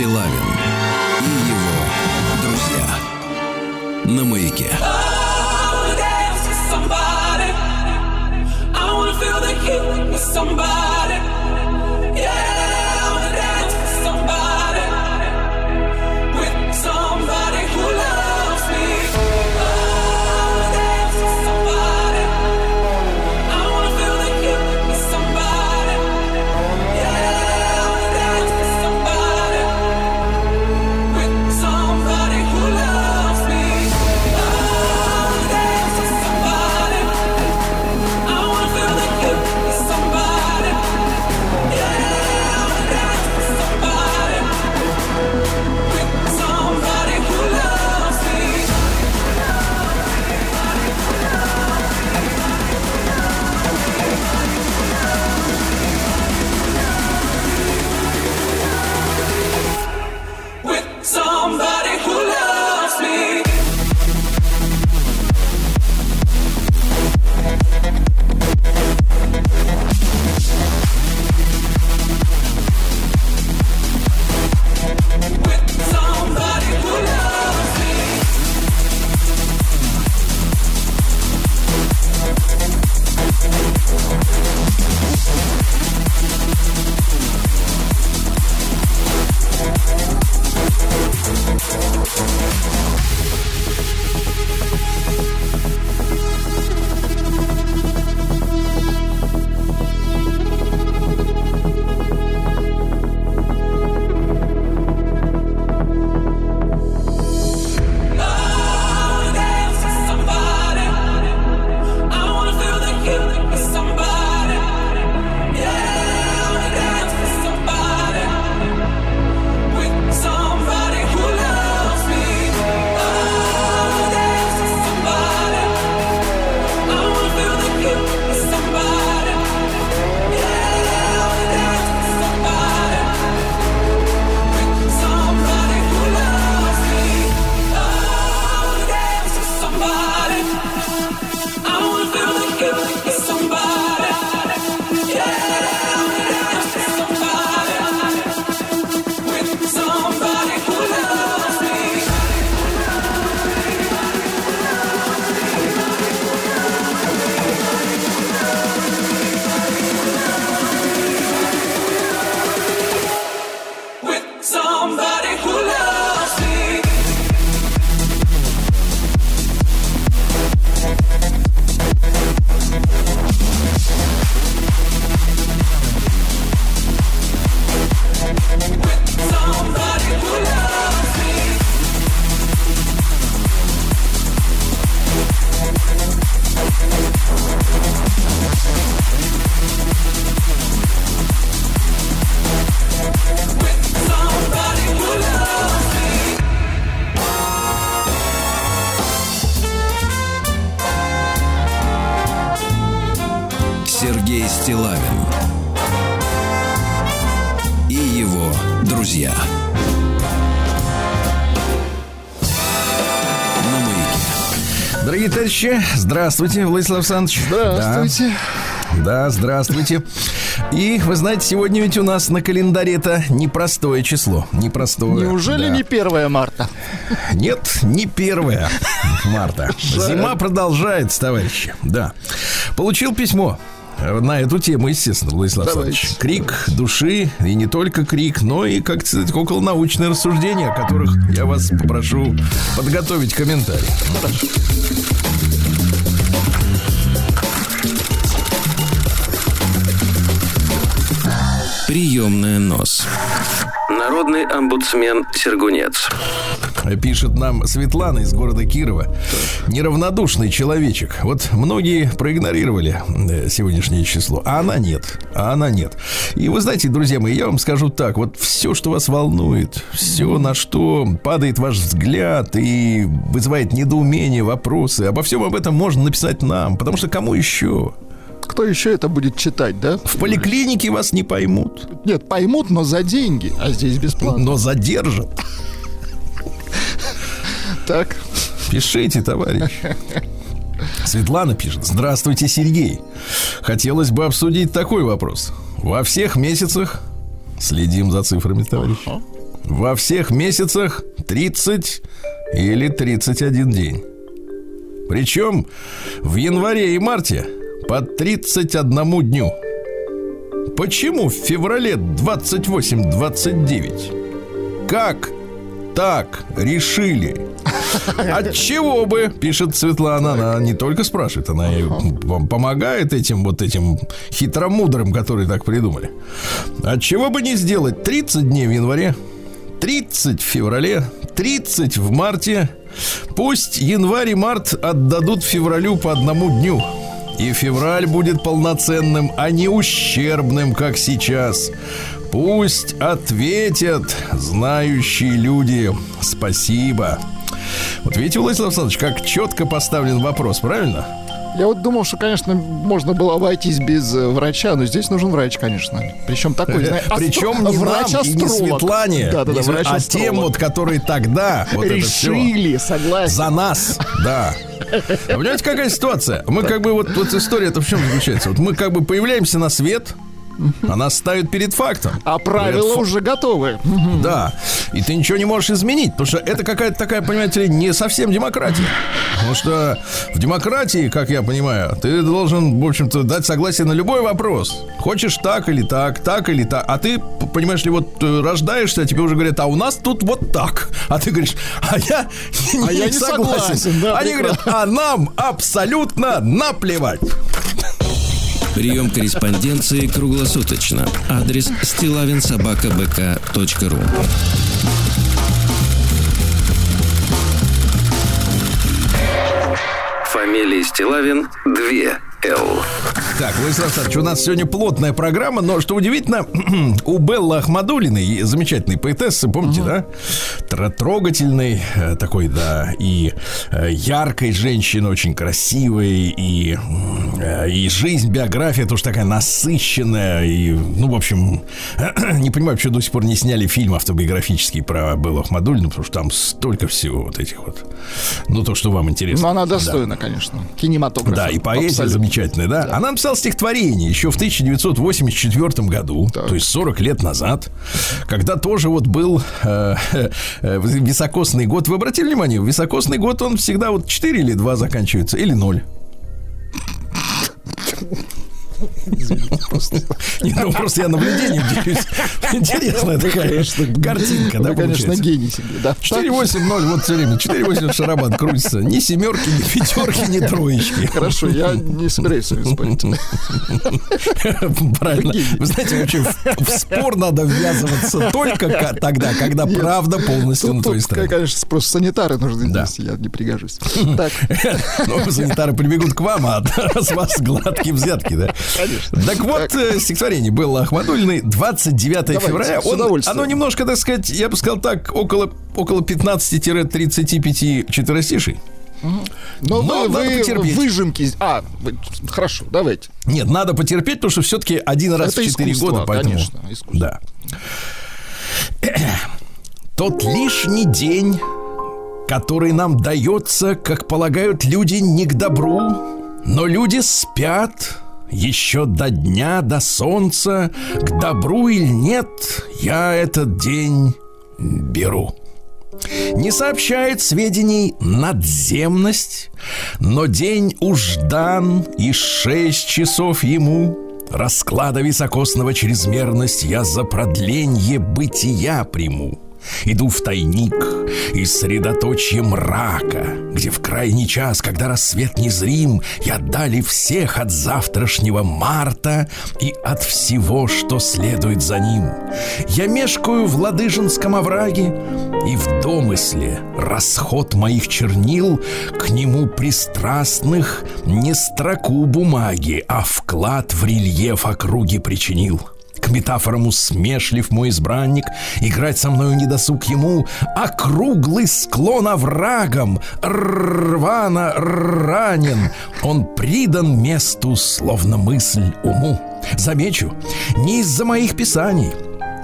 Стиллавин и его друзья на Маяке. Сергей Стиллавин и его друзья на Маяке. Дорогие товарищи, здравствуйте, Владислав Александрович. Здравствуйте. Да, здравствуйте. И, вы знаете, сегодня ведь у нас на календаре это непростое число. Непростое. Неужели не 1 марта? Нет, не 1 марта. Зима продолжается, товарищи. Да. Получил письмо на эту тему, естественно, Владислав Александрович. Крик души, и не только крик, но и, как сказать, околонаучные рассуждения, о которых я вас попрошу подготовить комментарий. Приемная нос. Народный омбудсмен Сергунец. Пишет нам Светлана из города Кирова. Неравнодушный человечек. Вот многие проигнорировали сегодняшнее число, а она нет. И вы знаете, друзья мои, я вам скажу так. Вот все, что вас волнует, все, на что падает ваш взгляд и вызывает недоумение, вопросы, обо всем об этом можно написать нам. Потому что кому еще? Кто еще это будет читать, да? В поликлинике вас не поймут. Нет, поймут, но за деньги, а здесь бесплатно. Но задержат. Так. Пишите, товарищ. Светлана пишет: здравствуйте, Сергей. Хотелось бы обсудить такой вопрос. Во всех месяцах следим за цифрами, товарищ. во всех месяцах 30 или 31 день. Причем в январе и марте по 31 дню. Почему в феврале 28-29? Как так решили? Отчего бы, пишет Светлана, она не только спрашивает, она и помогает этим хитромудрым, которые так придумали. Отчего бы не сделать 30 дней в январе, 30 в феврале, 30 в марте. Пусть январь и март отдадут февралю по одному дню. И февраль будет полноценным, а не ущербным, как сейчас. Пусть ответят знающие люди. Спасибо. Вот видите, Владислав Александрович, как четко поставлен вопрос, правильно? Я вот думал, что, конечно, можно было обойтись без врача, но здесь нужен врач, конечно. Причем такой, знаешь, причем не нам и не Светлане, а тем, вот, которые тогда вот решили, это согласен. За нас, да. А понимаете, какая ситуация? Мы как бы, вот история-то в чем заключается? Вот мы как бы появляемся на свет, а нас ставят перед фактом. А правила уже готовы. Да. И ты ничего не можешь изменить, потому что это какая-то такая, понимаете ли, не совсем демократия. Потому что в демократии, как я понимаю, ты должен, в общем-то, дать согласие на любой вопрос. Хочешь так или так, так или так. А ты, понимаешь ли, вот рождаешься, а тебе уже говорят, а у нас тут вот так. А ты говоришь, а я не согласен. Да, они говорят, а нам абсолютно наплевать. Прием корреспонденции круглосуточно. Адрес stilavinsobakabk.ru. Фамилия Стилавин 2 Л. Так, Владислав Александрович, у нас сегодня плотная программа, но, что удивительно, у Беллы Ахмадуллиной, замечательной поэтессы, помните, да? Трогательной такой, да, и яркой женщины, очень красивой, и жизнь, биография тоже такая насыщенная, и, ну, в общем, не понимаю, почему до сих пор не сняли фильм автобиографический про Беллу Ахмадуллину, потому что там столько всего вот этих вот, ну, то, что вам интересно. Но она достойна, да. Конечно, кинематографа. Да, и поэзия замечательная, да? Да. Она написала стихотворение еще в 1984 году, так. То есть 40 лет назад, когда тоже вот был високосный год. Вы обратили внимание, високосный год, он всегда вот 4 или 2 заканчивается, или 0. Извините, просто. Не, ну просто я наблюдением делюсь. Интересная такая картинка, да, конечно, гений себе, да. 4-8-0, вот все время. 4-8 шарабан крутится. Ни семерки, ни пятерки, ни троечки. Хорошо, я не собираюсь с вами спорить. Правильно. Вы знаете, вообще в спор надо ввязываться только тогда, когда правда полностью на твоей стороне. Конечно, просто санитары нужны здесь, я не пригожусь. Так. Ну, санитары прибегут к вам, а с вас гладкие взятки, да? Конечно. Так вот, стихотворение Беллы Ахмадуллиной 29 февраля. Оно немножко, так сказать, я бы сказал так, около 15-35 четверостишей. Но вы выжимки. Хорошо, давайте. Нет, надо потерпеть, потому что все-таки один раз в 4 года, поэтому. Конечно, искусство. Да. Тот лишний день, который нам дается, как полагают люди, не к добру, но люди спят. Еще до дня, до солнца, к добру или нет, я этот день беру. Не сообщает сведений надземность, но день уж дан, и 6 часов ему. Расклада високосного чрезмерность я за продленье бытия приму. Иду в тайник из средоточья мрака, где в крайний час, когда рассвет незрим, я дали всех от завтрашнего марта и от всего, что следует за ним. Я мешкаю в Ладыжинском овраге, и в домысле расход моих чернил к нему пристрастных не строку бумаги, а вклад в рельеф округи причинил. К метафорам усмешлив мой избранник, играть со мною недосуг ему, округлый склон оврагом, рвано ранен, он придан месту, словно мысль уму. Замечу, не из-за моих писаний,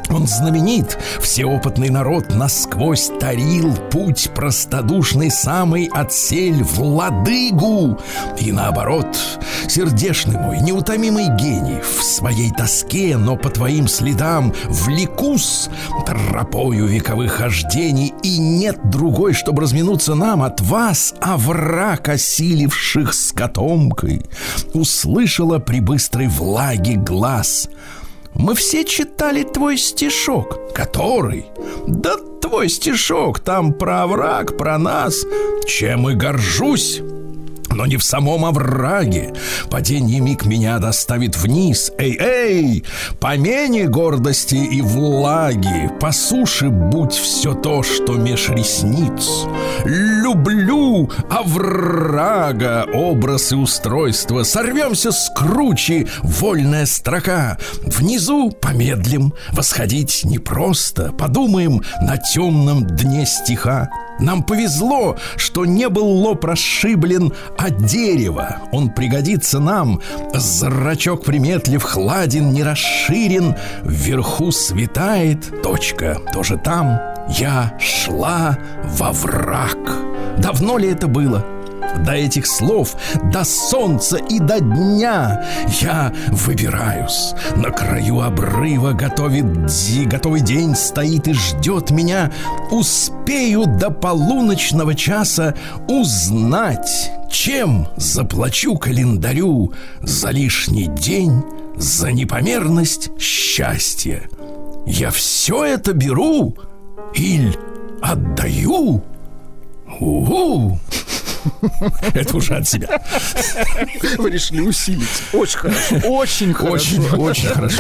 Он знаменит, всеопытный народ насквозь тарил путь простодушный самый отсель владыгу. И наоборот, сердечный мой, неутомимый гений, в своей тоске, но по твоим следам влекусь тропою вековых хождений, и нет другой, чтобы разминуться нам от вас, овраг осиливших с котомкой. Услышала при быстрой влаге глаз. Мы все читали твой стишок. Который? Да твой стишок, там про овраг, про нас. Чем и горжусь. Но не в самом овраге. Падение миг меня доставит вниз. Эй, помене гордости и влаги. По суше будь все то, что меж ресниц. Люблю оврага, образ и устройство. Сорвемся с кручи, вольная строка. Внизу помедлим, восходить непросто. Подумаем на темном дне стиха. Нам повезло, что не был лоб расшиблен, а дерево. Он пригодится нам. Зрачок приметлив, хладен, не расширен. Вверху светает, точка тоже там. Я шла во враг. Давно ли это было? До этих слов, до солнца и до дня я выбираюсь. На краю обрыва готовый день стоит и ждет меня. Успею до полуночного часа узнать, чем заплачу календарю за лишний день, за непомерность счастья. Я все это беру или отдаю? У-у-у. Это уже от себя. Вы решили усилить. Очень хорошо. Очень хорошо. Очень хорошо.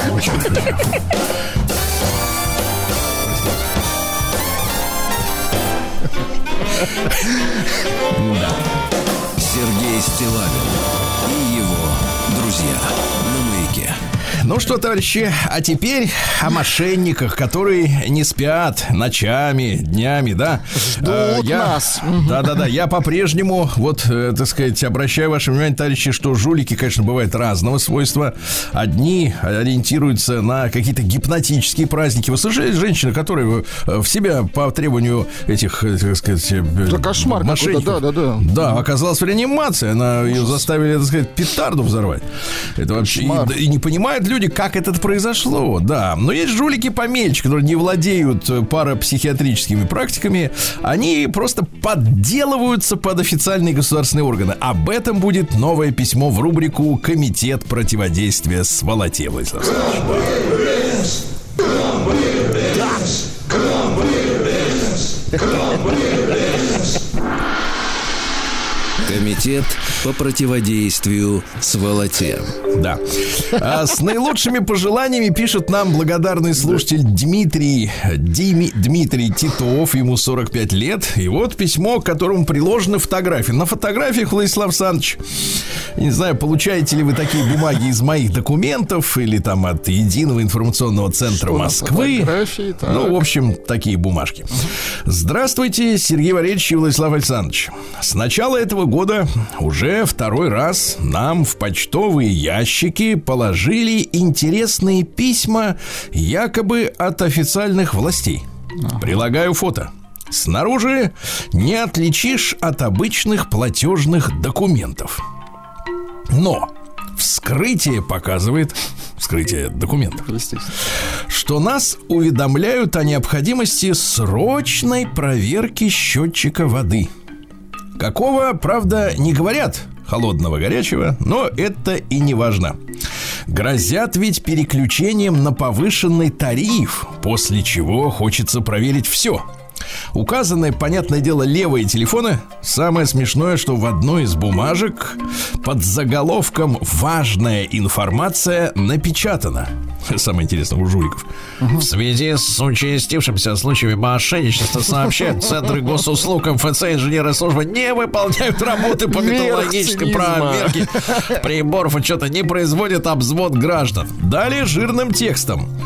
Да. Сергей Стиллавин и его друзья на Маяке. Ну что, товарищи, а теперь о мошенниках, которые не спят ночами, днями, да? Ждут нас. Да. Я по-прежнему, так сказать, обращаю ваше внимание, товарищи, что жулики, конечно, бывают разного свойства. Одни ориентируются на какие-то гипнотические праздники. Вы слышали женщину, которая в себя по требованию этих, так сказать, кошмар мошенников? Да, оказалась в реанимации. Ее заставили, так сказать, петарду взорвать. Это вообще... И не понимают люди, как это произошло, да. Но есть жулики помельче, которые не владеют парапсихиатрическими практиками. Они просто подделываются под официальные государственные органы. Об этом будет новое письмо в рубрику «Комитет противодействия сволоте». Комитет по противодействию сволоте. Да. С наилучшими пожеланиями пишет нам благодарный слушатель Дмитрий Титов, ему 45 лет. И вот письмо, к которому приложены фотографии. На фотографиях, Владислав Александрович, не знаю, получаете ли вы такие бумаги из моих документов или там от Единого информационного центра Москвы. Ну, в общем, такие бумажки. Здравствуйте, Сергей Валерьевич и Владислав Александрович. С начала этого года уже второй раз нам в почтовые ящики положили интересные письма якобы от официальных властей. Прилагаю фото. Снаружи не отличишь от обычных платежных документов. Но вскрытие показывает, вскрытие документов, что нас уведомляют о необходимости срочной проверки счетчика воды. Какого, правда, не говорят, холодного, горячего, но это и не важно. Грозят ведь переключением на повышенный тариф, после чего хочется проверить все. Указанные, понятное дело, левые телефоны. Самое смешное, что в одной из бумажек под заголовком «Важная информация» напечатано. Самое интересное у жуликов. В связи с участившимся случаями мошенничества сообщают, центры госуслуг МФЦ инженеры службы не выполняют работы по методологической проверке приборов учета, не производят обзвод граждан. Далее жирным текстом.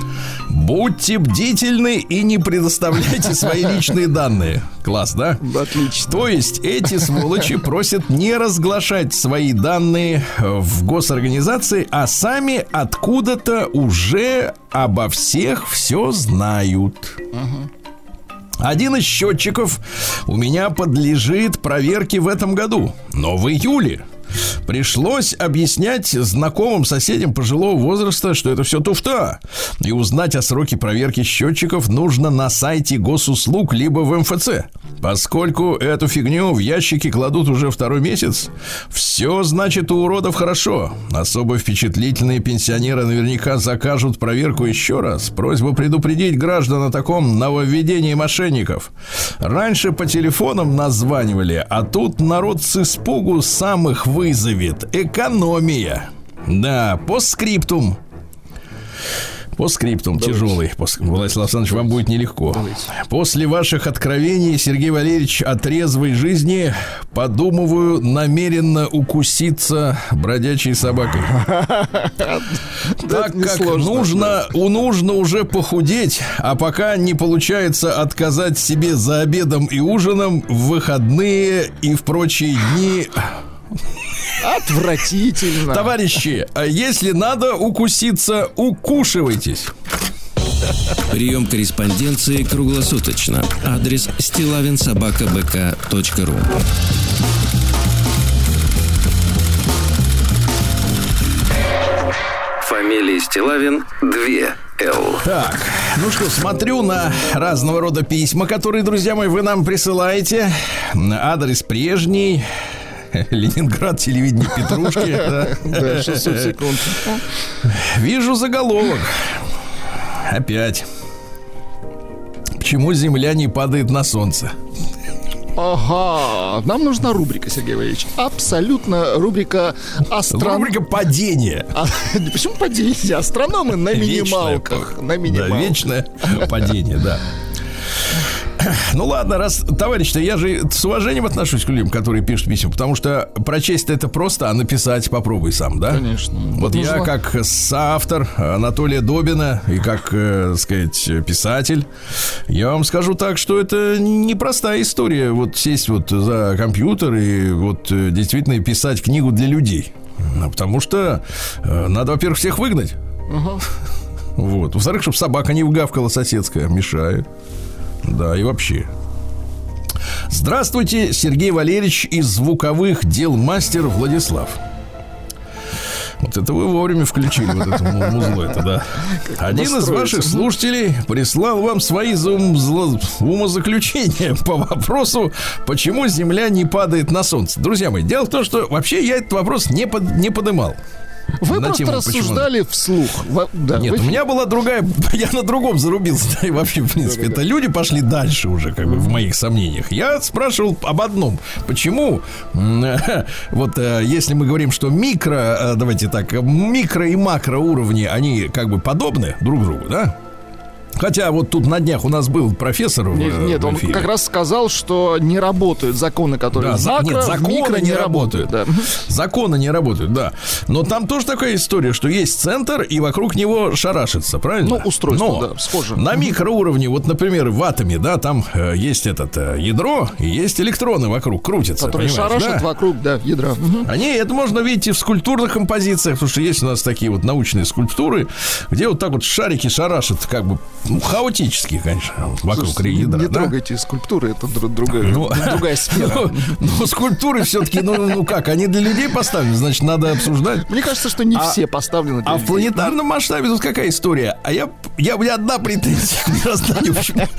Будьте бдительны и не предоставляйте свои личные данные. Класс, да? Отлично. То есть эти сволочи просят не разглашать свои данные в госорганизации, а сами откуда-то уже обо всех все знают. Один из счетчиков у меня подлежит проверке в этом году, но в июле пришлось объяснять знакомым соседям пожилого возраста, что это все туфта. И узнать о сроке проверки счетчиков нужно на сайте госуслуг либо в МФЦ. Поскольку эту фигню в ящики кладут уже второй месяц, все, значит, у уродов хорошо. Особо впечатлительные пенсионеры наверняка закажут проверку еще раз. Просьба предупредить граждан о таком нововведении мошенников. Раньше по телефонам названивали, а тут народ с испугу сам их вызовет. Экономия. Да, постскриптум. Постскриптум тяжелый. Владислав Александрович, вам будет нелегко. После ваших откровений, Сергей Валерьевич, о трезвой жизни подумываю намеренно укуситься бродячей собакой. Так как нужно уже похудеть, а пока не получается отказать себе за обедом и ужином в выходные и в прочие дни. Отвратительно. Товарищи, если надо укуситься, укушивайтесь. Прием корреспонденции круглосуточно. Адрес stilavin@bk.ru. Фамилия Стилавин 2 Л. Так, ну что, смотрю на разного рода письма, которые, друзья мои, вы нам присылаете. Адрес прежний. Ленинград, телевидение Петрушки. Да, 600 секунд. Вижу заголовок. Опять. Почему Земля не падает на солнце? Ага, нам нужна рубрика, Сергей Валерьевич. Абсолютно рубрика Рубрика падения. Почему падение? Астрономы на минималках. Да, вечное падение, да. Ну ладно, раз, товарищ-то, я же с уважением отношусь к людям, которые пишут письма, потому что прочесть это просто, а написать попробуй сам, да? Конечно. Вот я как соавтор Анатолия Добина и как, сказать, писатель, я вам скажу так, что это непростая история, вот сесть вот за компьютер и вот действительно писать книгу для людей, потому что надо, во-первых, всех выгнать, вот, во-вторых, чтобы собака не вгавкала соседская, мешает. Да, и вообще. Здравствуйте, Сергей Валерьевич из звуковых дел мастер Владислав. Вот это вы вовремя включили вот это музло, это, да. Один из ваших слушателей прислал вам свои умозаключения по вопросу, почему Земля не падает на Солнце. Друзья мои, дело в том, что вообще я этот вопрос не подымал. Вы просто рассуждали вслух. Да, нет, у меня была другая. Я на другом зарубился. Да, и вообще, в принципе, это люди пошли дальше уже, как бы, в моих сомнениях. Я спрашивал об одном. Почему, вот если мы говорим, что микро и макро уровни, они как бы подобны друг другу, да? Хотя вот тут на днях у нас был профессор. Нет, он как раз сказал, что не работают законы, которые законы не работают. Да. Законы не работают, да. Но там тоже такая история, что есть центр, и вокруг него шарашится, правильно? Ну, устройство, да, схоже. На микроуровне, вот, например, в атоме, да, там есть ядро, и есть электроны вокруг, крутятся. Которые шарашат вокруг, да, ядра. Это можно видеть и в скульптурных композициях, потому что есть у нас такие вот научные скульптуры, где вот так вот шарики шарашат, как бы, хаотические, конечно, вокруг ядра. Не трогайте скульптуры, это другая сфера. Но скульптуры все-таки, как, они для людей поставлены, значит, надо обсуждать. Мне кажется, что не все поставлены для людей. А в планетарном масштабе тут какая история? У меня одна претензия к мирозданию.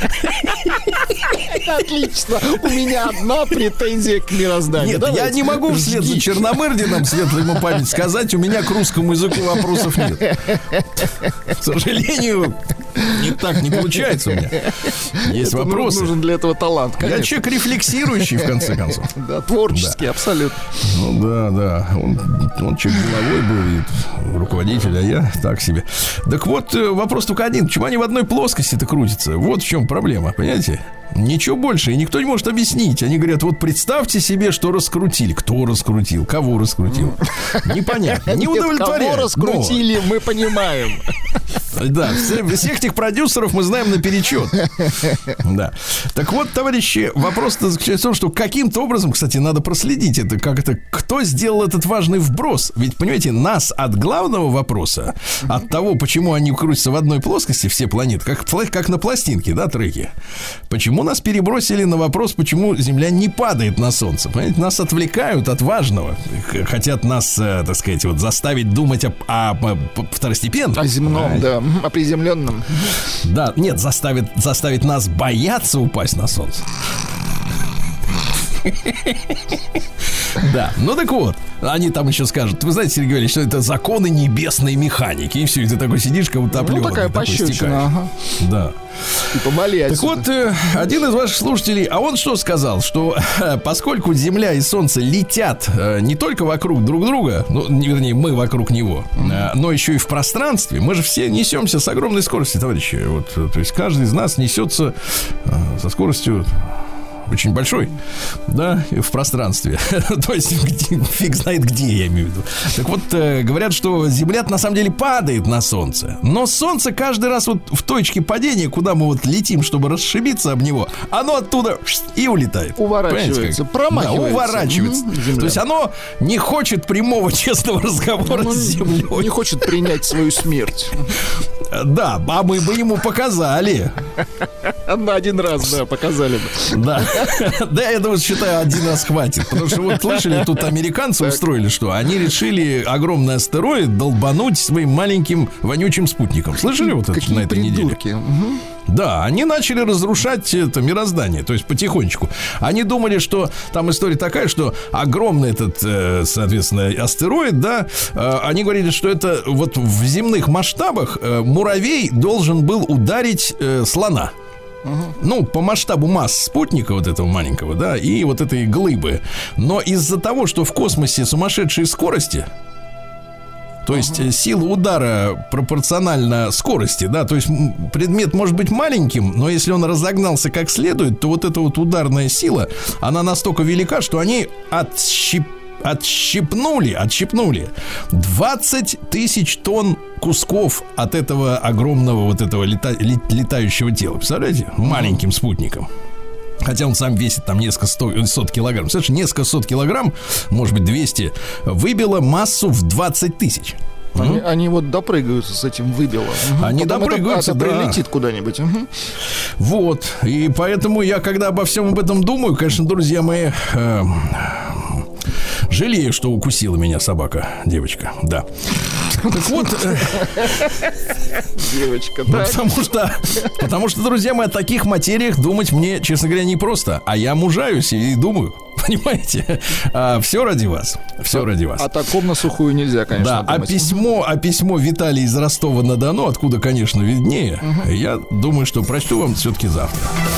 Отлично, у меня одна претензия к мирозданию. Нет, я не могу вслед за Черномырдиным, светлой ему память, сказать, у меня к русскому языку вопросов нет. К сожалению, так не получается у меня. Есть вопросы. Нужен для этого талант, конечно. Я человек рефлексирующий, в конце концов. Да, творческий, абсолютно. Ну да. Он человек деловой был, и руководитель, а я так себе. Так вот, вопрос только один. Почему они в одной плоскости-то крутятся? Вот в чем проблема, понимаете? Ничего больше. И никто не может объяснить. Они говорят, вот представьте себе, что раскрутили. Кто раскрутил? Кого раскрутил? Непонятно. Не удовлетворяет. Кого раскрутили, мы понимаем. Да, всех этих продюсеров мы знаем наперечет. Да. Так вот, товарищи, вопрос-то заключается в том, что каким-то образом, кстати, надо проследить это, кто сделал этот важный вброс. Ведь, понимаете, нас от главного вопроса, от того, почему они крутятся в одной плоскости, все планеты, как на пластинке, да, треки, почему нас перебросили на вопрос, почему Земля не падает на Солнце. Понимаете, нас отвлекают от важного. Хотят нас, так сказать, вот заставить думать о второстепенном. О земном, да, о приземленном. Да, нет, заставить нас бояться упасть на Солнце. Да, ну так вот, они там еще скажут, вы знаете, Сергей Валерьевич, что это законы небесной механики. И все, и ты такой сидишь, как будто оплеванный. Ну, такая пощечина, ага. Да. И поболеть. Так вот, один из ваших слушателей, а он что сказал? Что поскольку Земля и Солнце летят не только вокруг друг друга, ну, вернее, мы вокруг него, но еще и в пространстве, мы же все несемся с огромной скоростью, товарищи. Вот, то есть каждый из нас несется со скоростью очень большой, да, в пространстве. То есть фиг знает где, я имею в виду. Так вот, говорят, что Земля на самом деле падает на Солнце. Но Солнце каждый раз вот в точке падения, куда мы вот летим, чтобы расшибиться об него, оно оттуда и улетает. Уворачивается, промахивается. Да, уворачивается. То есть оно не хочет прямого честного разговора с Землей. Не хочет принять свою смерть. Да, а мы бы ему показали. На один раз, да, показали бы. Да. Да, я думаю, считаю, один раз хватит. Потому что вот слышали, тут американцы устроили, что они решили огромный астероид долбануть своим маленьким вонючим спутником. Слышали вот это на этой неделе? Да, они начали разрушать это мироздание, то есть потихонечку. Они думали, что там история такая, что огромный этот, соответственно, астероид, да, они говорили, что это вот в земных масштабах муравей должен был ударить слона. Ну, по масштабу масс спутника вот этого маленького, да, и вот этой глыбы. Но из-за того, что в космосе сумасшедшие скорости, то есть сила удара пропорциональна скорости, да, то есть предмет может быть маленьким, но если он разогнался как следует, то вот эта вот ударная сила, она настолько велика, что они отщипнули 20 тысяч тонн кусков от этого огромного вот этого летающего тела. Представляете? Маленьким спутником. Хотя он сам весит там несколько сот килограмм. Слушай, несколько сот килограмм, может быть 200, выбило массу в 20 тысяч. Они вот допрыгаются с этим выбило. Они допрыгаются, да. Прилетит куда-нибудь. Вот. И поэтому я, когда обо всем об этом думаю, конечно, друзья мои, жалею, что укусила меня собака, девочка, да. Так вот, девочка, да. Потому что, друзья мои, о таких материях думать мне, честно говоря, непросто. А я мужаюсь и думаю, понимаете? Все ради вас. Все ради вас. О таком на сухую нельзя, конечно, да, думать. А письмо Виталия из Ростова-на-Дону, откуда, конечно, виднее, я думаю, что прочту вам все-таки завтра.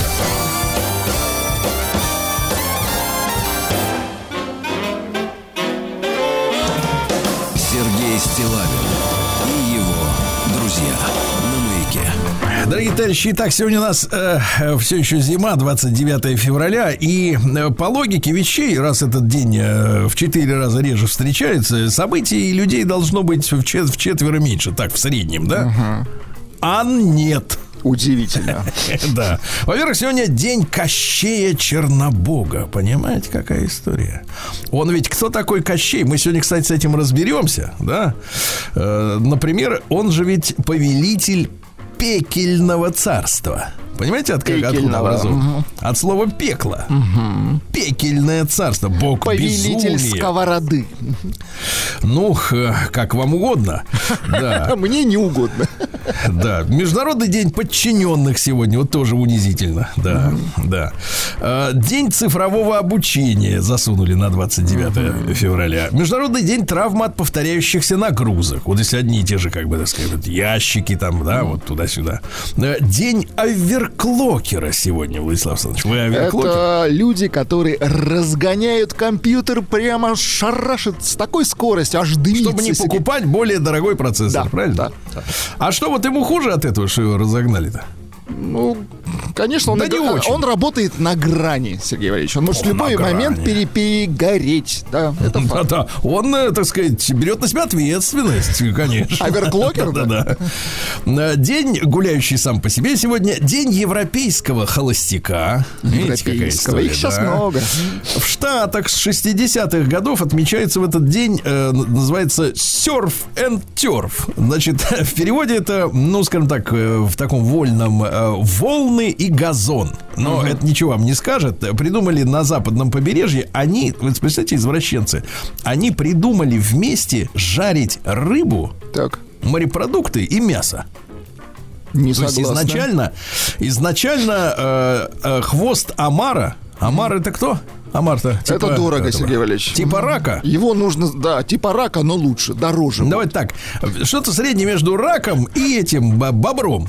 Стиллавин и его друзья на Маяке. Дорогие товарищи, итак, сегодня у нас все еще зима, 29 февраля. И по логике вещей, раз этот день в 4 раза реже встречается, событий и людей должно быть в четверо меньше. Так, в среднем, да? А нет. Удивительно. Да. Во-первых, сегодня день Кощея Чернобога. Понимаете, какая история? Он ведь кто такой Кощей? Мы сегодня, кстати, с этим разберемся, да? Например, он же ведь повелитель пекельного царства. Понимаете, откуда образован? От слова пекло. Пекельное царство. Бог безумия. Повелитель сковороды. Ну, как вам угодно. Да. Мне не угодно. Да. Международный день подчиненных сегодня. Вот тоже унизительно. Да. Да. День цифрового обучения засунули на 29 февраля. Международный день травм от повторяющихся нагрузок. Вот если одни и те же, как бы, так сказать, ящики там, да, вот туда-сюда. День оверклокера сегодня, Владислав Александрович. Вы оверклокер? Это люди, которые разгоняют компьютер, прямо шарашат с такой скоростью, аж дымится. Чтобы не покупать более дорогой процессор, да, правильно? Да. А что, вот ему хуже от этого, что его разогнали-то? Ну, Конечно, он работает на грани, Сергей Валерьевич. Он может в любой момент перегореть. Да, это факт. Да. Он, так сказать, берет на себя ответственность, конечно. Оверклокер, да. День, гуляющий сам по себе сегодня, день европейского холостяка. Видите, какая история, их сейчас много. В Штатах с 60-х годов отмечается в этот день, называется surf and turf. Значит, в переводе это, ну, скажем так, в таком вольном волны и газон. Но это ничего вам не скажет. Придумали на западном побережье. Они, вы представляете, извращенцы, они придумали вместе жарить рыбу, морепродукты и мясо. Не То согласна. есть изначально хвост омара. Омар это кто? Омар-то типа, это дорого, Сергей Валерьевич. Типа рака. Его нужно, да, типа рака, но лучше, дороже. Давайте так, что-то среднее между раком и этим бобром.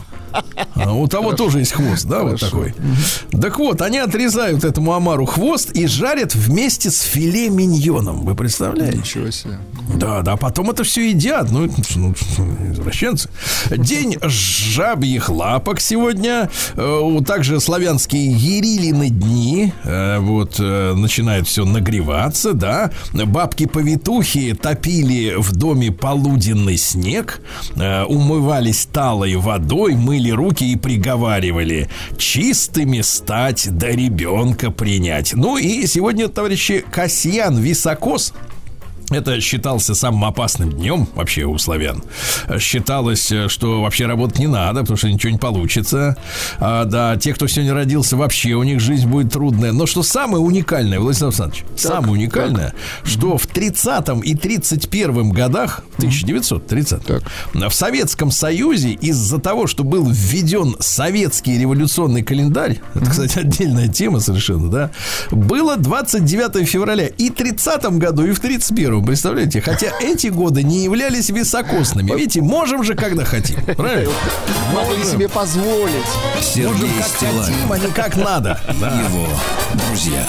У того тоже есть хвост, да, вот такой. Так вот, они отрезают этому омару хвост и жарят вместе с филе миньоном. Вы представляете? Ничего себе. Да, потом это все едят. Ну, извращенцы. День жабьих лапок сегодня. Также славянские Ерилины дни. Вот, начинает все нагреваться, да. Бабки-повитухи топили в доме полуденный снег, умывались талой водой, мыли руки и приговаривали: чистыми стать, да ребенка принять. Ну и сегодня, товарищи, Касьян Високос. Это считался самым опасным днем вообще у славян. Считалось, что вообще работать не надо, потому что ничего не получится. Да, те, кто сегодня родился, вообще у них жизнь будет трудная. Но что самое уникальное, Владислав Александрович, самое уникальное, что в 30-м и 31-м годах, 1930 в Советском Союзе из-за того, что был введен советский революционный календарь, это, кстати, отдельная тема совершенно, да, было 29 февраля и в 30-м году, и в 31-м. Представляете? Хотя эти годы не являлись високосными. Видите, можем же, когда хотим. Правильно? Могли себе позволить. Сергей Можем как хотим, а не как надо. Его друзья.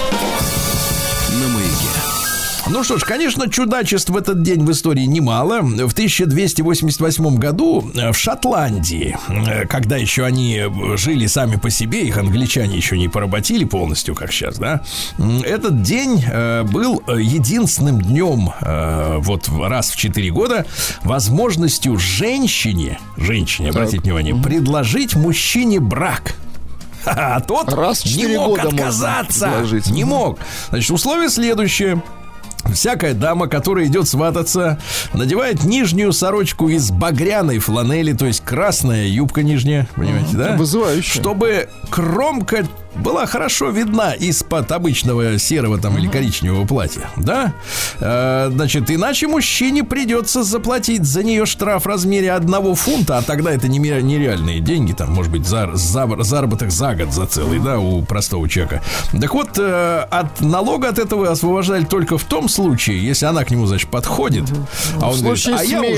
На маяке. Ну что ж, конечно, чудачеств в этот день в истории немало. В 1288 году в Шотландии, когда еще они жили сами по себе, их англичане еще не поработили полностью, как сейчас, да, этот день был единственным днем, вот раз в 4 года, возможностью женщине, обратите внимание, предложить мужчине брак. А тот не мог отказаться. Не мог. Значит, условие следующее. Всякая дама, которая идет свататься, надевает нижнюю сорочку из багряной фланели, то есть красная юбка нижняя, понимаете, да? Вызывающе. Чтобы кромка была хорошо видна из-под обычного серого там или коричневого платья, да? Значит, иначе мужчине придется заплатить за нее штраф в размере 1 фунта, а тогда это нереальные деньги, там, может быть, заработок за год, за целый, да, у простого человека. Так вот, от налога от этого освобождали только в том случае, если она к нему, значит, подходит, а он говорит: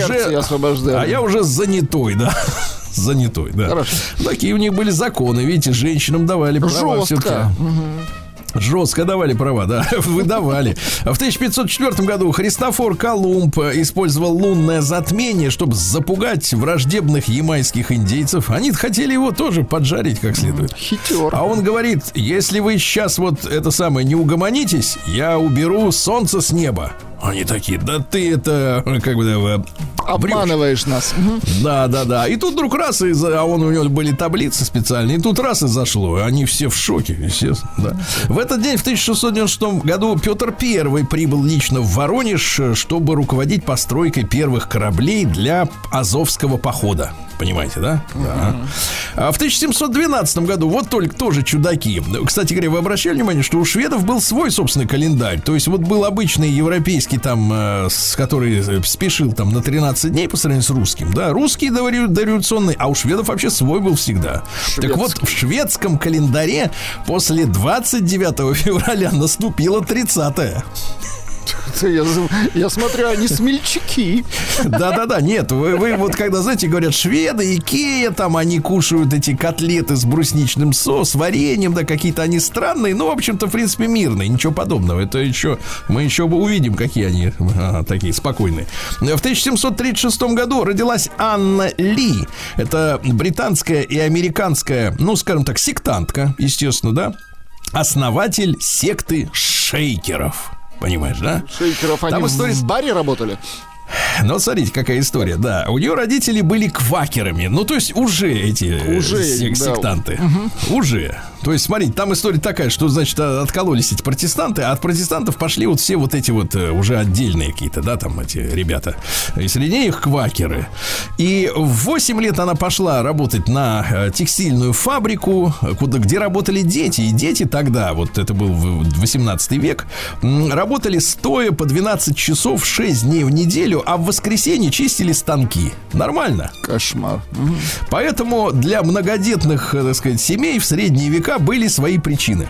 я уже занятой, да. Занятой, да. Хорошо. Такие у них были законы. Видите, женщинам давали права. Жестко. Жестко давали права, да, выдавали. В 1504 году Христофор Колумб использовал лунное затмение, чтобы запугать враждебных ямайских индейцев. Они хотели его тоже поджарить как следует. Хитер. А он говорит: если вы сейчас вот это самое не угомонитесь, я уберу солнце с неба. Они такие: да ты это, как бы, обманываешь нас. Да. И тут вдруг раз, а у него были таблицы специальные, и тут раз и зашло. И они все в шоке, естественно. Да. В этот день, в 1696 году, Петр I прибыл лично в Воронеж, чтобы руководить постройкой первых кораблей для Азовского похода. Понимаете, да? Да. А в 1712 году, вот только тоже чудаки. Кстати говоря, вы обращали внимание, что у шведов был свой собственный календарь. То есть вот был обычный европейский там, который спешил там на 13 дней по сравнению с русским. Да, русский дореволюционный, а у шведов вообще свой был всегда. Так вот, в шведском календаре после 29 февраля наступило 30-е. Я смотрю, они смельчаки. Да-да-да, нет, вы вот когда, знаете, говорят, шведы, Икея, там они кушают эти котлеты с брусничным с вареньем, да, какие-то они странные, но, в общем-то, в принципе, мирные, ничего подобного. Это еще, мы еще увидим, какие они такие спокойные. В 1736 году родилась Анна Ли. Это британская и американская, ну, скажем так, сектантка, естественно, да, основатель секты шейкеров. Понимаешь, да? Шейкеров, они в баре работали? Ну, смотрите, какая история, да. У нее родители были квакерами. Ну, то есть уже эти сектанты. Да. Уже. То есть, смотрите, там история такая, что, значит, откололись эти протестанты, а от протестантов пошли вот все вот эти вот уже отдельные какие-то, да, там эти ребята. И среди них квакеры. И в 8 лет она пошла работать на текстильную фабрику, где работали дети. И дети тогда, вот это был 18 век, работали стоя по 12 часов 6 дней в неделю, а в воскресенье чистили станки. Нормально? Кошмар. Поэтому для многодетных, так сказать, семей в средние века были свои причины.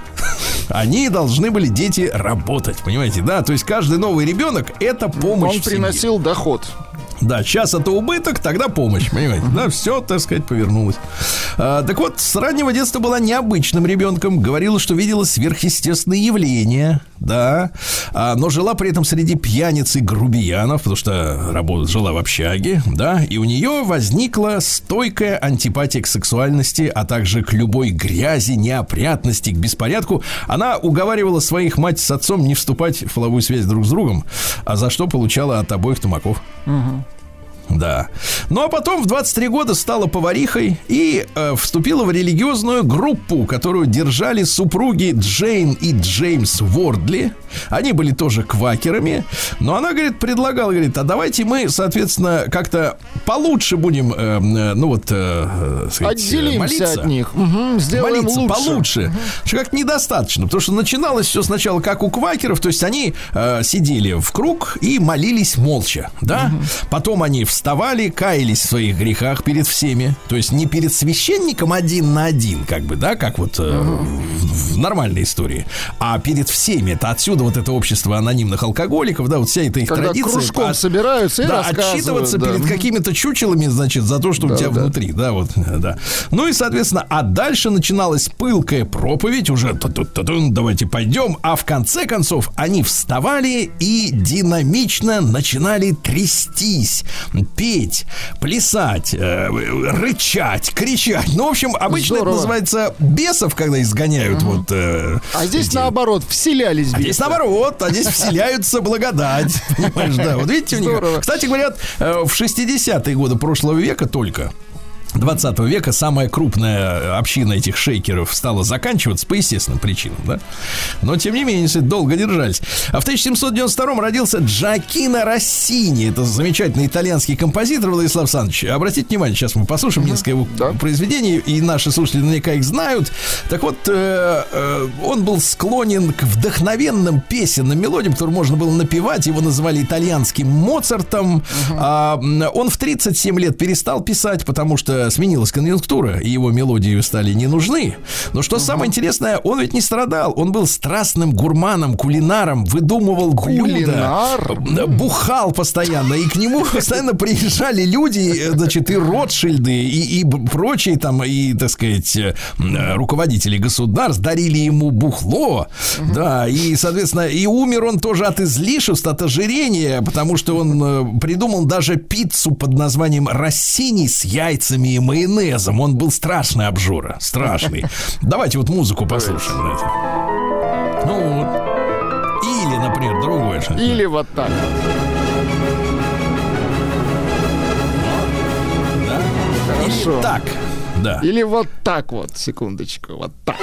Они должны были, дети, работать, понимаете, да? То есть каждый новый ребенок — это помощь. Он приносил доход. Да, сейчас это убыток, тогда помощь, понимаете? Да, все, так сказать, повернулось. Так вот, с раннего детства была необычным ребенком. Говорила, что видела сверхъестественные явления, да. Но жила при этом среди пьяниц и грубиянов, потому что жила в общаге, да. И у нее возникла стойкая антипатия к сексуальности, а также к любой грязи, неопрятности, к беспорядку. Она уговаривала своих мать с отцом не вступать в половую связь друг с другом, а за что получала от обоих тумаков. Угу. Да. Ну, а потом в 23 года стала поварихой и вступила в религиозную группу, которую держали супруги Джейн и Джеймс Вордли. Они были тоже квакерами. Но она, говорит, предлагала, говорит, а давайте мы, соответственно, как-то получше будем, сказать, отделимся молиться. От них. Угу, сделаем молиться лучше. Получше. Что как недостаточно. Потому что начиналось все сначала как у квакеров. То есть они сидели в круг и молились молча. Да? Потом они вставали, каялись в своих грехах перед всеми. То есть не перед священником один на один, как бы, да, как вот в нормальной истории, а перед всеми. Это отсюда вот это общество анонимных алкоголиков, да, вот вся эта их когда традиция. Кружком собираются и отчитываться перед какими-то чучелами, значит, за то, что у тебя внутри, да, вот, да. Ну и, соответственно, а дальше начиналась пылкая проповедь, уже давайте пойдем, а в конце концов они вставали и динамично начинали трястись, петь, плясать, рычать, кричать. Ну, в общем, обычно это называется бесов, когда изгоняют. Вот, а здесь наоборот, вселялись бесы. А здесь наоборот, а здесь вселяются благодать. Понимаешь, да. Вот видите, у них. Кстати, говорят, в 60-е годы прошлого века только 20 века самая крупная община этих шейкеров стала заканчиваться по естественным причинам, да? Но, тем не менее, долго держались. А в 1792-м родился Джоаккино Россини. Это замечательный итальянский композитор, Владислав Александрович. Обратите внимание, сейчас мы послушаем несколько его произведений, и наши слушатели наверняка их знают. Так вот, он был склонен к вдохновенным песенным мелодиям, которые можно было напевать. Его называли итальянским Моцартом. Он в 37 лет перестал писать, потому что сменилась конъюнктура, и его мелодии стали не нужны. Но что самое интересное, он ведь не страдал. Он был страстным гурманом, кулинаром, выдумывал блюда, бухал постоянно, и к нему постоянно приезжали люди, значит, и Ротшильды, и прочие там, и, так сказать, руководители государств дарили ему бухло, да, и, соответственно, и умер он тоже от излишеств, от ожирения, потому что он придумал даже пиццу под названием Россини с яйцами и майонезом. Он был страшный обжора. Страшный. Давайте вот музыку послушаем. Ну вот. Или, например, другое. Или вот так вот. Да? Хорошо. Или так. Да. Или вот так вот. Секундочку. Вот так.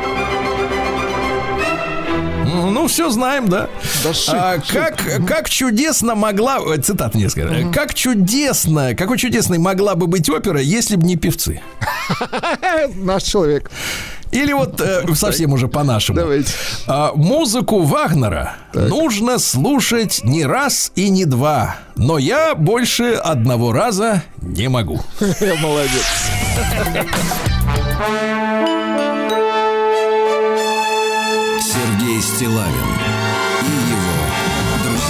Ну, все знаем, да. Как чудесно могла... Цитата несколько. Какой чудесной могла бы быть опера, если бы не певцы? Наш человек. Или вот совсем уже по-нашему. Давайте. Музыку Вагнера нужно слушать не раз и не два. Но я больше одного раза не могу. Молодец. Сергей Стиллавин и его друзья.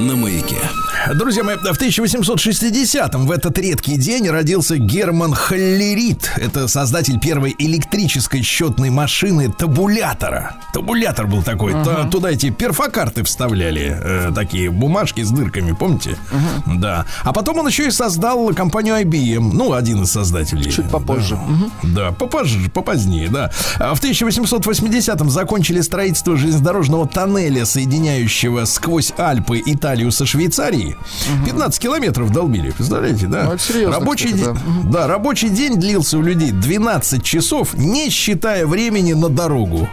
на маяке. Друзья мои, в 1860-м в этот редкий день родился Герман Холлерит. Это создатель первой электрической счетной машины табулятора. Табулятор был такой. Туда эти перфокарты вставляли, такие бумажки с дырками, помните? Да. А потом он еще и создал компанию IBM. Ну, один из создателей. Чуть попозже. Да, попозднее, да. В 1880-м закончили строительство железнодорожного тоннеля, соединяющего сквозь Альпы Италию со Швейцарией. 15 километров долбили, представляете, да? Ну, это серьезно, рабочий день длился у людей 12 часов, не считая времени на дорогу.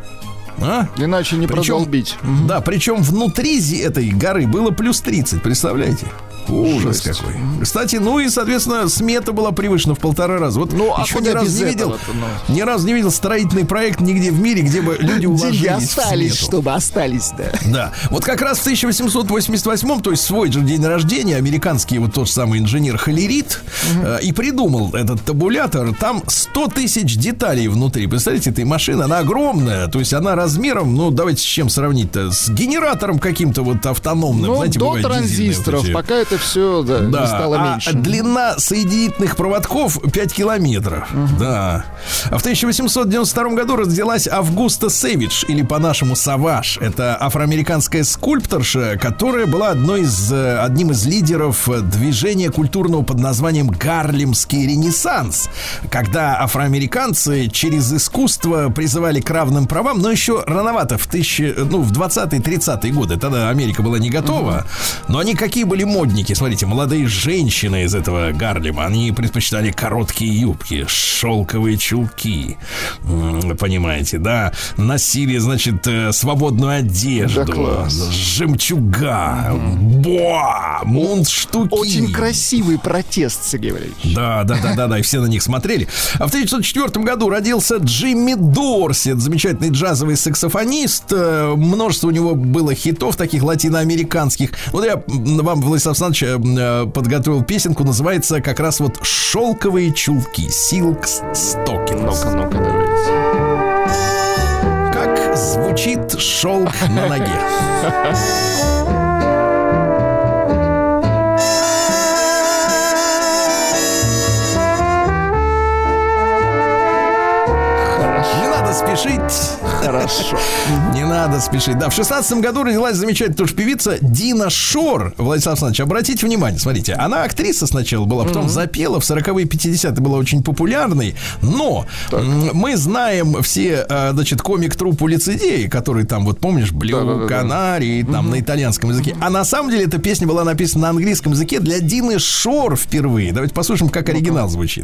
Иначе не продолбить. Да, причем внутри этой горы было плюс 30, представляете? Ужас какой. Кстати, ну и, соответственно, смета была превышена в 1,5 раза. Вот еще ни разу не видел строительный проект нигде в мире, где бы люди уложились остались, в смету. чтобы остались, да. Да. Вот как раз в 1888-м, то есть свой же день рождения, американский вот тот же самый инженер Холлерит и придумал этот табулятор. Там 100 тысяч деталей внутри. Представляете, этой машины, она огромная. То есть она размером, ну, давайте с чем сравнить-то? С генератором каким-то вот автономным. Ну, знаете, до транзисторов, пока это все, не стало меньше. Длина соединительных проводков 5 километров. Да. А в 1892 году родилась Августа Сэвидж, или по-нашему Саваш. Это афроамериканская скульпторша, которая была одним из лидеров движения культурного под названием Гарлемский ренессанс, когда афроамериканцы через искусство призывали к равным правам, но еще рановато, в 20-30-е годы. Тогда Америка была не готова, но они какие были модники. Смотрите, молодые женщины из этого Гарлема, они предпочитали короткие юбки, шелковые чулки, понимаете, да, носили, значит, свободную одежду, да, жемчуга, мундштуки. Очень красивый протест, Сергей Валерьевич. Да, и все на них смотрели. А в 1904 году родился Джимми Дорсет, замечательный джазовый саксофонист. Множество у него было хитов таких латиноамериканских. Вот я вам, Владислав Александрович, подготовил песенку, называется как раз вот «Шелковые чулки», «Silk Stockings». Ну-ка, давайте. Как звучит шелк на ноге? Спешить. Хорошо. Не надо спешить. Да, в 16-м году родилась замечательная тоже певица Дина Шор. Владислав Александрович, обратите внимание, смотрите, она актриса сначала была, потом запела, в 40-е и 50-е была очень популярной, но мы знаем все, значит, комик-труппу Лицедеи, который там, вот помнишь, Блю, Канарий, там на итальянском языке. А на самом деле эта песня была написана на английском языке для Дины Шор впервые. Давайте послушаем, как оригинал звучит.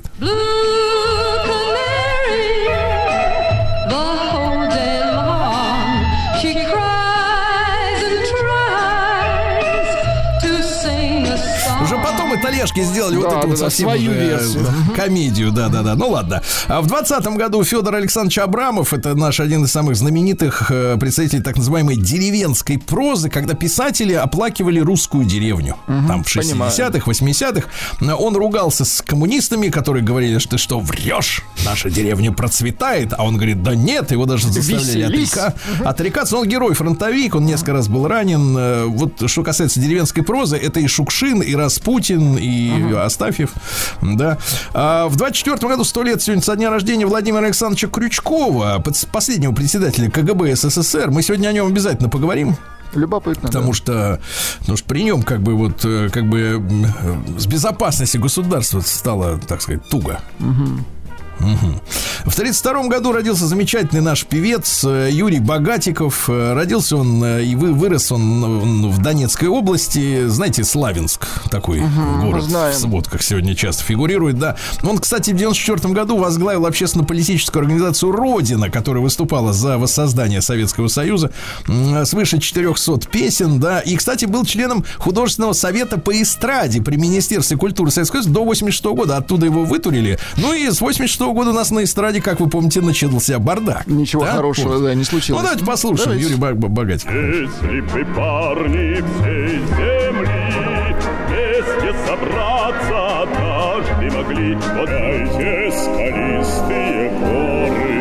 Уже потом итальяшки сделали вот эту вот совсем свою версию. Комедию, да. Ну ладно. А в 20-м году Федор Александрович Абрамов, это наш один из самых знаменитых представителей так называемой деревенской прозы, когда писатели оплакивали русскую деревню. Там в 60-х, 80-х. Он ругался с коммунистами, которые говорили, что ты что, врешь? Наша деревня процветает. А он говорит, да нет, его даже заставляли отрекаться. Он герой-фронтовик, он несколько раз был ранен. Вот что касается деревенской прозы, это и Шукшин, и Распутин, и Астафьев, да. А в 24-м году 100 лет сегодня со дня рождения Владимира Александровича Крючкова, последнего председателя КГБ СССР. Мы сегодня о нем обязательно поговорим. Любопытно. Потому что при нем как бы с безопасностью государства стало, так сказать, туго. В 1932 году родился замечательный наш певец Юрий Богатиков. Родился он и вырос он в Донецкой области. Знаете, Славянск, такой город в сводках сегодня часто фигурирует, да. Он, кстати, в 1994 году возглавил общественно-политическую организацию «Родина», которая выступала за воссоздание Советского Союза. Свыше 400 песен, да. И, кстати, был членом художественного совета по эстраде при Министерстве культуры Советского Союза до 1986 года. Оттуда его вытурили. Ну и с 1986 года у нас на эстраде, как вы помните, начался бардак. Ничего хорошего, не случилось. Ну, давайте послушаем Юрий Богатиков. Если бы парни всей земли вместе собраться однажды могли, то дайте скалистые горы,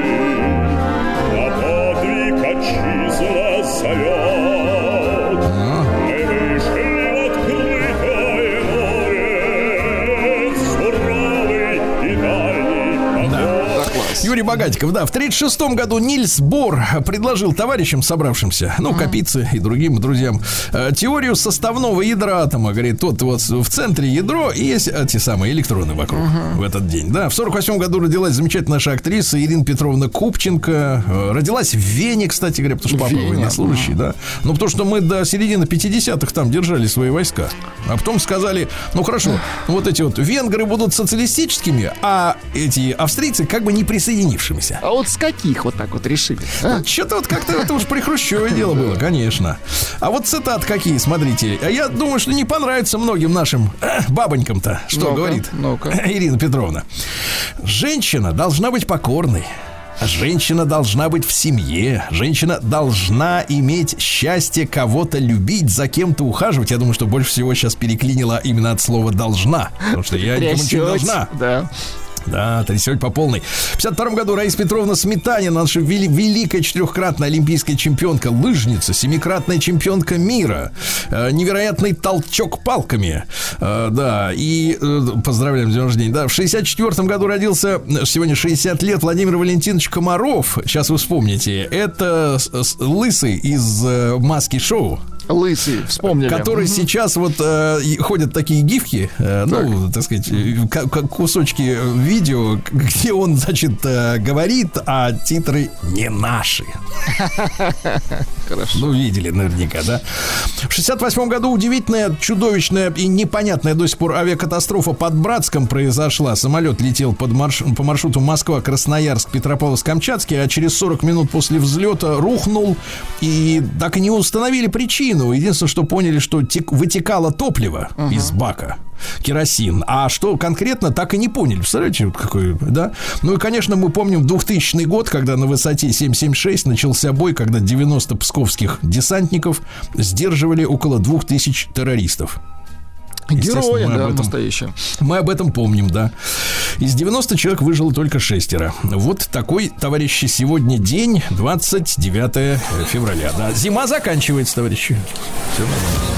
на подвиг отчизна зовет. Мы выше Юрий Богатиков, да. В 1936 году Нильс Бор предложил товарищам, собравшимся, Капицы и другим друзьям, теорию составного ядра атома. Говорит, тут вот в центре ядро и есть те самые электроны вокруг в этот день. Да, в 1948 году родилась замечательная наша актриса Ирина Петровна Купченко. Родилась в Вене, кстати говоря, потому что папа военнослужащий, да. Ну, потому что мы до середины 50-х там держали свои войска. А потом сказали, хорошо, вот эти вот венгры будут социалистическими, а эти австрийцы как бы не присоединившимися. А вот с каких вот так вот решили? Что-то вот как-то это уж при Хрущеве дело было, конечно. А вот цитат какие, смотрите. Я думаю, что не понравится многим нашим бабонькам-то, что говорит Ирина Петровна. Женщина должна быть покорной. Женщина должна быть в семье. Женщина должна иметь счастье кого-то любить, за кем-то ухаживать. Я думаю, что больше всего сейчас переклинило именно от слова «должна». Потому что я никому ничего не должна. Да, трясет по полной. В 1952 году Раиса Петровна Сметанина, наша великая четырехкратная олимпийская чемпионка, лыжница, семикратная чемпионка мира, невероятный толчок палками. Да, и поздравляем с днем рождения. Да, в 1964 году родился, сегодня 60 лет, Владимир Валентинович Комаров. Сейчас вы вспомните. Это лысый из «Маски шоу». Лысый, вспомнили. Который сейчас вот ходят такие гифки, так сказать, кусочки видео, где он, значит, говорит, а титры не наши. Хорошо. Видели наверняка, да? В 1968 году удивительная, чудовищная и непонятная до сих пор авиакатастрофа под Братском произошла. Самолет летел по маршруту Москва-Красноярск, Петропавловск-Камчатский, а через 40 минут после взлета рухнул, и так и не установили причину. Единственное, что поняли, что вытекало топливо из бака, керосин. А что конкретно, так и не поняли. Представляете, вот какой, да? Ну и, конечно, мы помним 2000 год, когда на высоте 776 начался бой, когда 90 псковских десантников сдерживали около 2000 террористов. Герои, да, настоящие. Мы об этом помним, да. Из 90 человек выжило только 6. Вот такой, товарищи, сегодня день, 29 февраля. Да. Зима заканчивается, товарищи. Все нормально.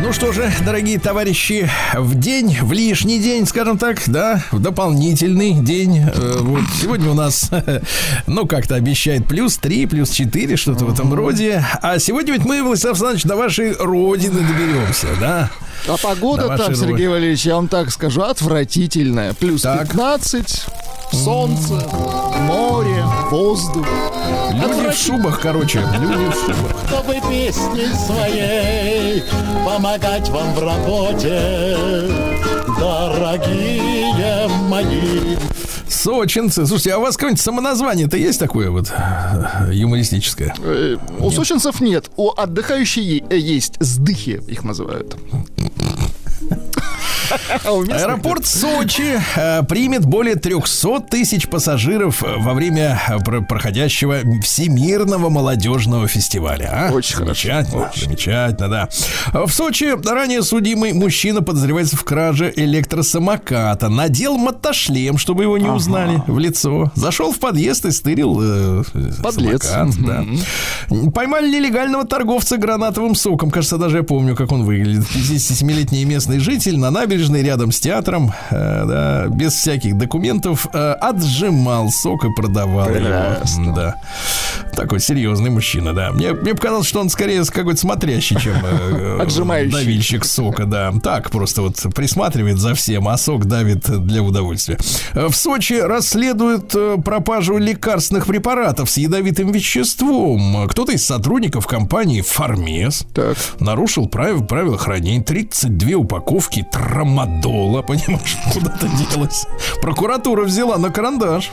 Ну что же, дорогие товарищи, в лишний день, скажем так, да, в дополнительный день. Вот сегодня у нас, ну, как-то обещает +3, +4, что-то в этом роде. А сегодня ведь мы, Владислав Александрович, до вашей родины доберемся, да? А погода там, Сергей Валерьевич, я вам так скажу, отвратительная. +15, солнце, море, воздух. Люди в шубах, короче, люди в шубах. Чтобы песней своей помогать вам в работе, дорогие мои. Сочинцы. Слушайте, а у вас какое-нибудь самоназвание-то есть такое вот юмористическое? У сочинцев нет. У отдыхающих есть. Сдыхи их называют. Аэропорт Сочи примет более 300 тысяч пассажиров во время проходящего Всемирного молодежного фестиваля. Очень замечательно, замечательно, да. В Сочи ранее судимый мужчина подозревается в краже электросамоката. Надел мотошлем, чтобы его не узнали в лицо. Зашел в подъезд и стырил самокат. Да. Поймали нелегального торговца гранатовым соком. Кажется, даже я помню, как он выглядит. 57-летний местный житель на набережной рядом с театром, да, без всяких документов, отжимал сок и продавал его. Да. Такой серьезный мужчина, да. Мне показалось, что он скорее какой-то смотрящий, чем давильщик сока, да. Так, просто вот присматривает за всем, а сок давит для удовольствия. В Сочи расследуют пропажу лекарственных препаратов с ядовитым веществом. Кто-то из сотрудников компании «Фармес» нарушил правила хранения. 32 упаковки трамадола, понимаешь, куда-то делась. Прокуратура взяла на карандаш.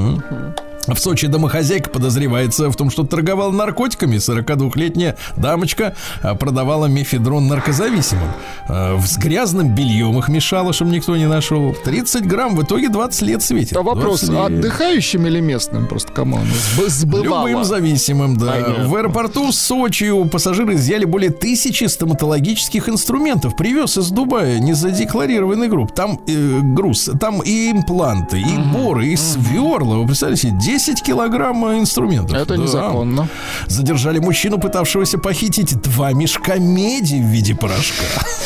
В Сочи домохозяйка подозревается в том, что торговала наркотиками. 42-летняя дамочка продавала мефедрон наркозависимым. С грязным бельем их мешала, чтобы никто не нашел. 30 грамм, в итоге 20 лет светит. А вопрос, отдыхающим или местным? Просто кому он сбывало? Любым зависимым, да. Понятно. В аэропорту Сочи у пассажиров изъяли более 1000 стоматологических инструментов. Привез из Дубая незадекларированный груз. Там там и импланты, и боры, и сверла. Вы представляете, 10 килограмм инструментов. Это незаконно. Задержали мужчину, пытавшегося похитить 2 мешка меди в виде порошка.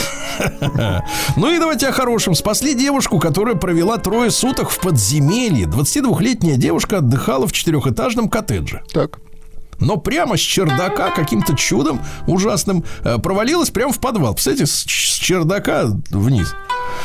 Ну и давайте о хорошем. Спасли девушку, которая провела 3 суток в подземелье. 22-летняя девушка отдыхала в 4-этажном коттедже. Так. Но прямо с чердака каким-то чудом ужасным провалилась прямо в подвал. Представляете, с чердака вниз.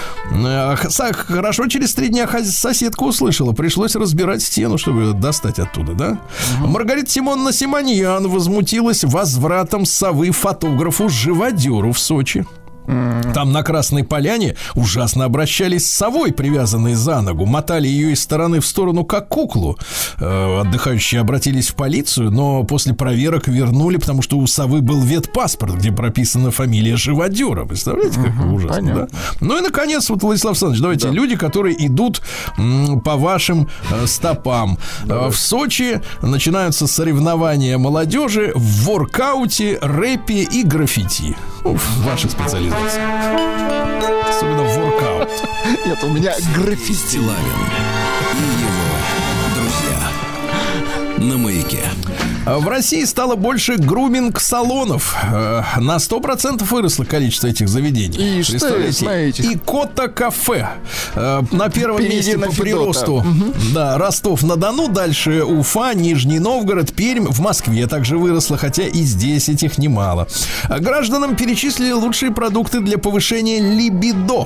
Хорошо, через 3 дня соседка услышала. Пришлось разбирать стену, чтобы ее достать оттуда, да? Маргарита Симоновна Симоньян возмутилась возвратом совы фотографу-живодеру в Сочи. Там на Красной Поляне ужасно обращались с совой, привязанной за ногу. Мотали ее из стороны в сторону, как куклу. Отдыхающие обратились в полицию, но после проверок вернули, потому что у совы был ветпаспорт, где прописана фамилия живодера. Представляете, как ужасно, да? Ну и, наконец, вот, Владислав Александрович, давайте, люди, которые идут по вашим стопам. В Сочи начинаются соревнования молодежи в воркауте, рэпе и граффити. Ваши специализации. Особенно воркаут. Нет, у меня граффити. Стилавин и его друзья на Маяке. В России стало больше груминг-салонов. На 100% выросло количество этих заведений. И представляете? И Кота-кафе. На первом месте по приросту. Да, Ростов-на-Дону, дальше Уфа, Нижний Новгород, Пермь. В Москве также выросло, хотя и здесь этих немало. Гражданам перечислили лучшие продукты для повышения либидо.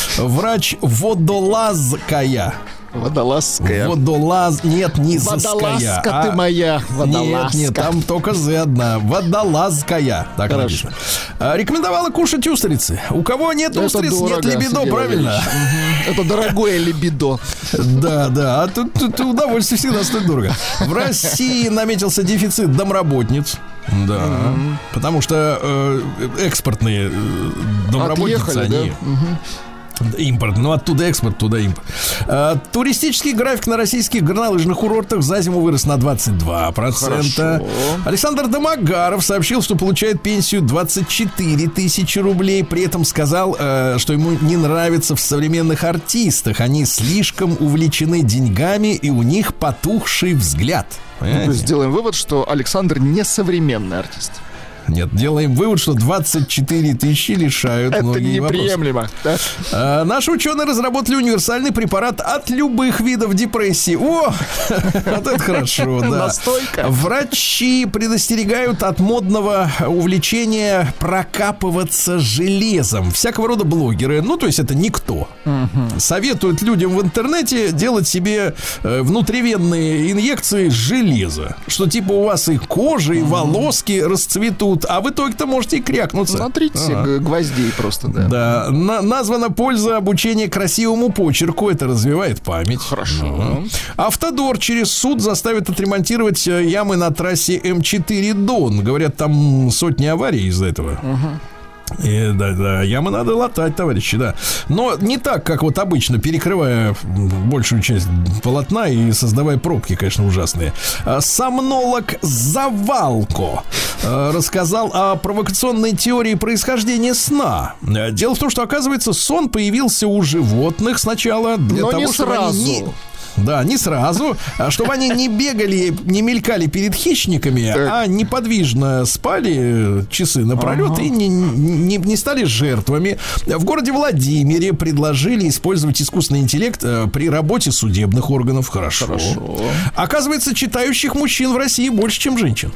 Врач-водолазкая. Водолазская. Нет, не Водолазка ты моя. Водолазка. Нет, там только Z одна. Водолазкая. Так написано. Рекомендовала кушать устрицы. У кого нет устриц, нет либидо, правильно? Это дорогое либидо. Да. А тут удовольствие всегда стоит дорого. В России наметился дефицит домработниц. Да. Потому что экспортные домработницы, они... Импорт, оттуда экспорт, туда импорт. Туристический график на российских горнолыжных курортах за зиму вырос на 22%. Хорошо. Александр Домогаров сообщил, что получает пенсию 24 тысячи рублей. При этом сказал, что ему не нравится в современных артистах. Они слишком увлечены деньгами, и у них потухший взгляд. То есть сделаем вывод, что Александр не современный артист. Нет, делаем вывод, что 24 тысячи лишают многие вопросы. Это неприемлемо. Да? Наши ученые разработали универсальный препарат от любых видов депрессии. О, вот это хорошо, да. Настойка. Врачи предостерегают от модного увлечения прокапываться железом. Всякого рода блогеры, ну, то есть это никто, советуют людям в интернете делать себе внутривенные инъекции железа. Что типа у вас и кожа, и волоски расцветут, а в итоге-то можете и крякнуться. Смотрите, гвоздей просто, да. Да, названа польза обучения красивому почерку. Это развивает память. Хорошо. Автодор через суд заставит отремонтировать ямы на трассе М4 Дон. Говорят, там сотни аварий из-за этого. Да, ямы надо латать, товарищи, да. Но не так, как вот обычно, перекрывая большую часть полотна и создавая пробки, конечно, ужасные. Сомнолог Завалко рассказал о провокационной теории происхождения сна. Дело в том, что, оказывается, сон появился у животных сначала для но того, не чтобы сразу. они Да, не сразу, чтобы они не бегали, не мелькали перед хищниками, а неподвижно спали часы напролет и не стали жертвами. В городе Владимире предложили использовать искусственный интеллект при работе судебных органов. Хорошо. Оказывается, читающих мужчин в России больше, чем женщин.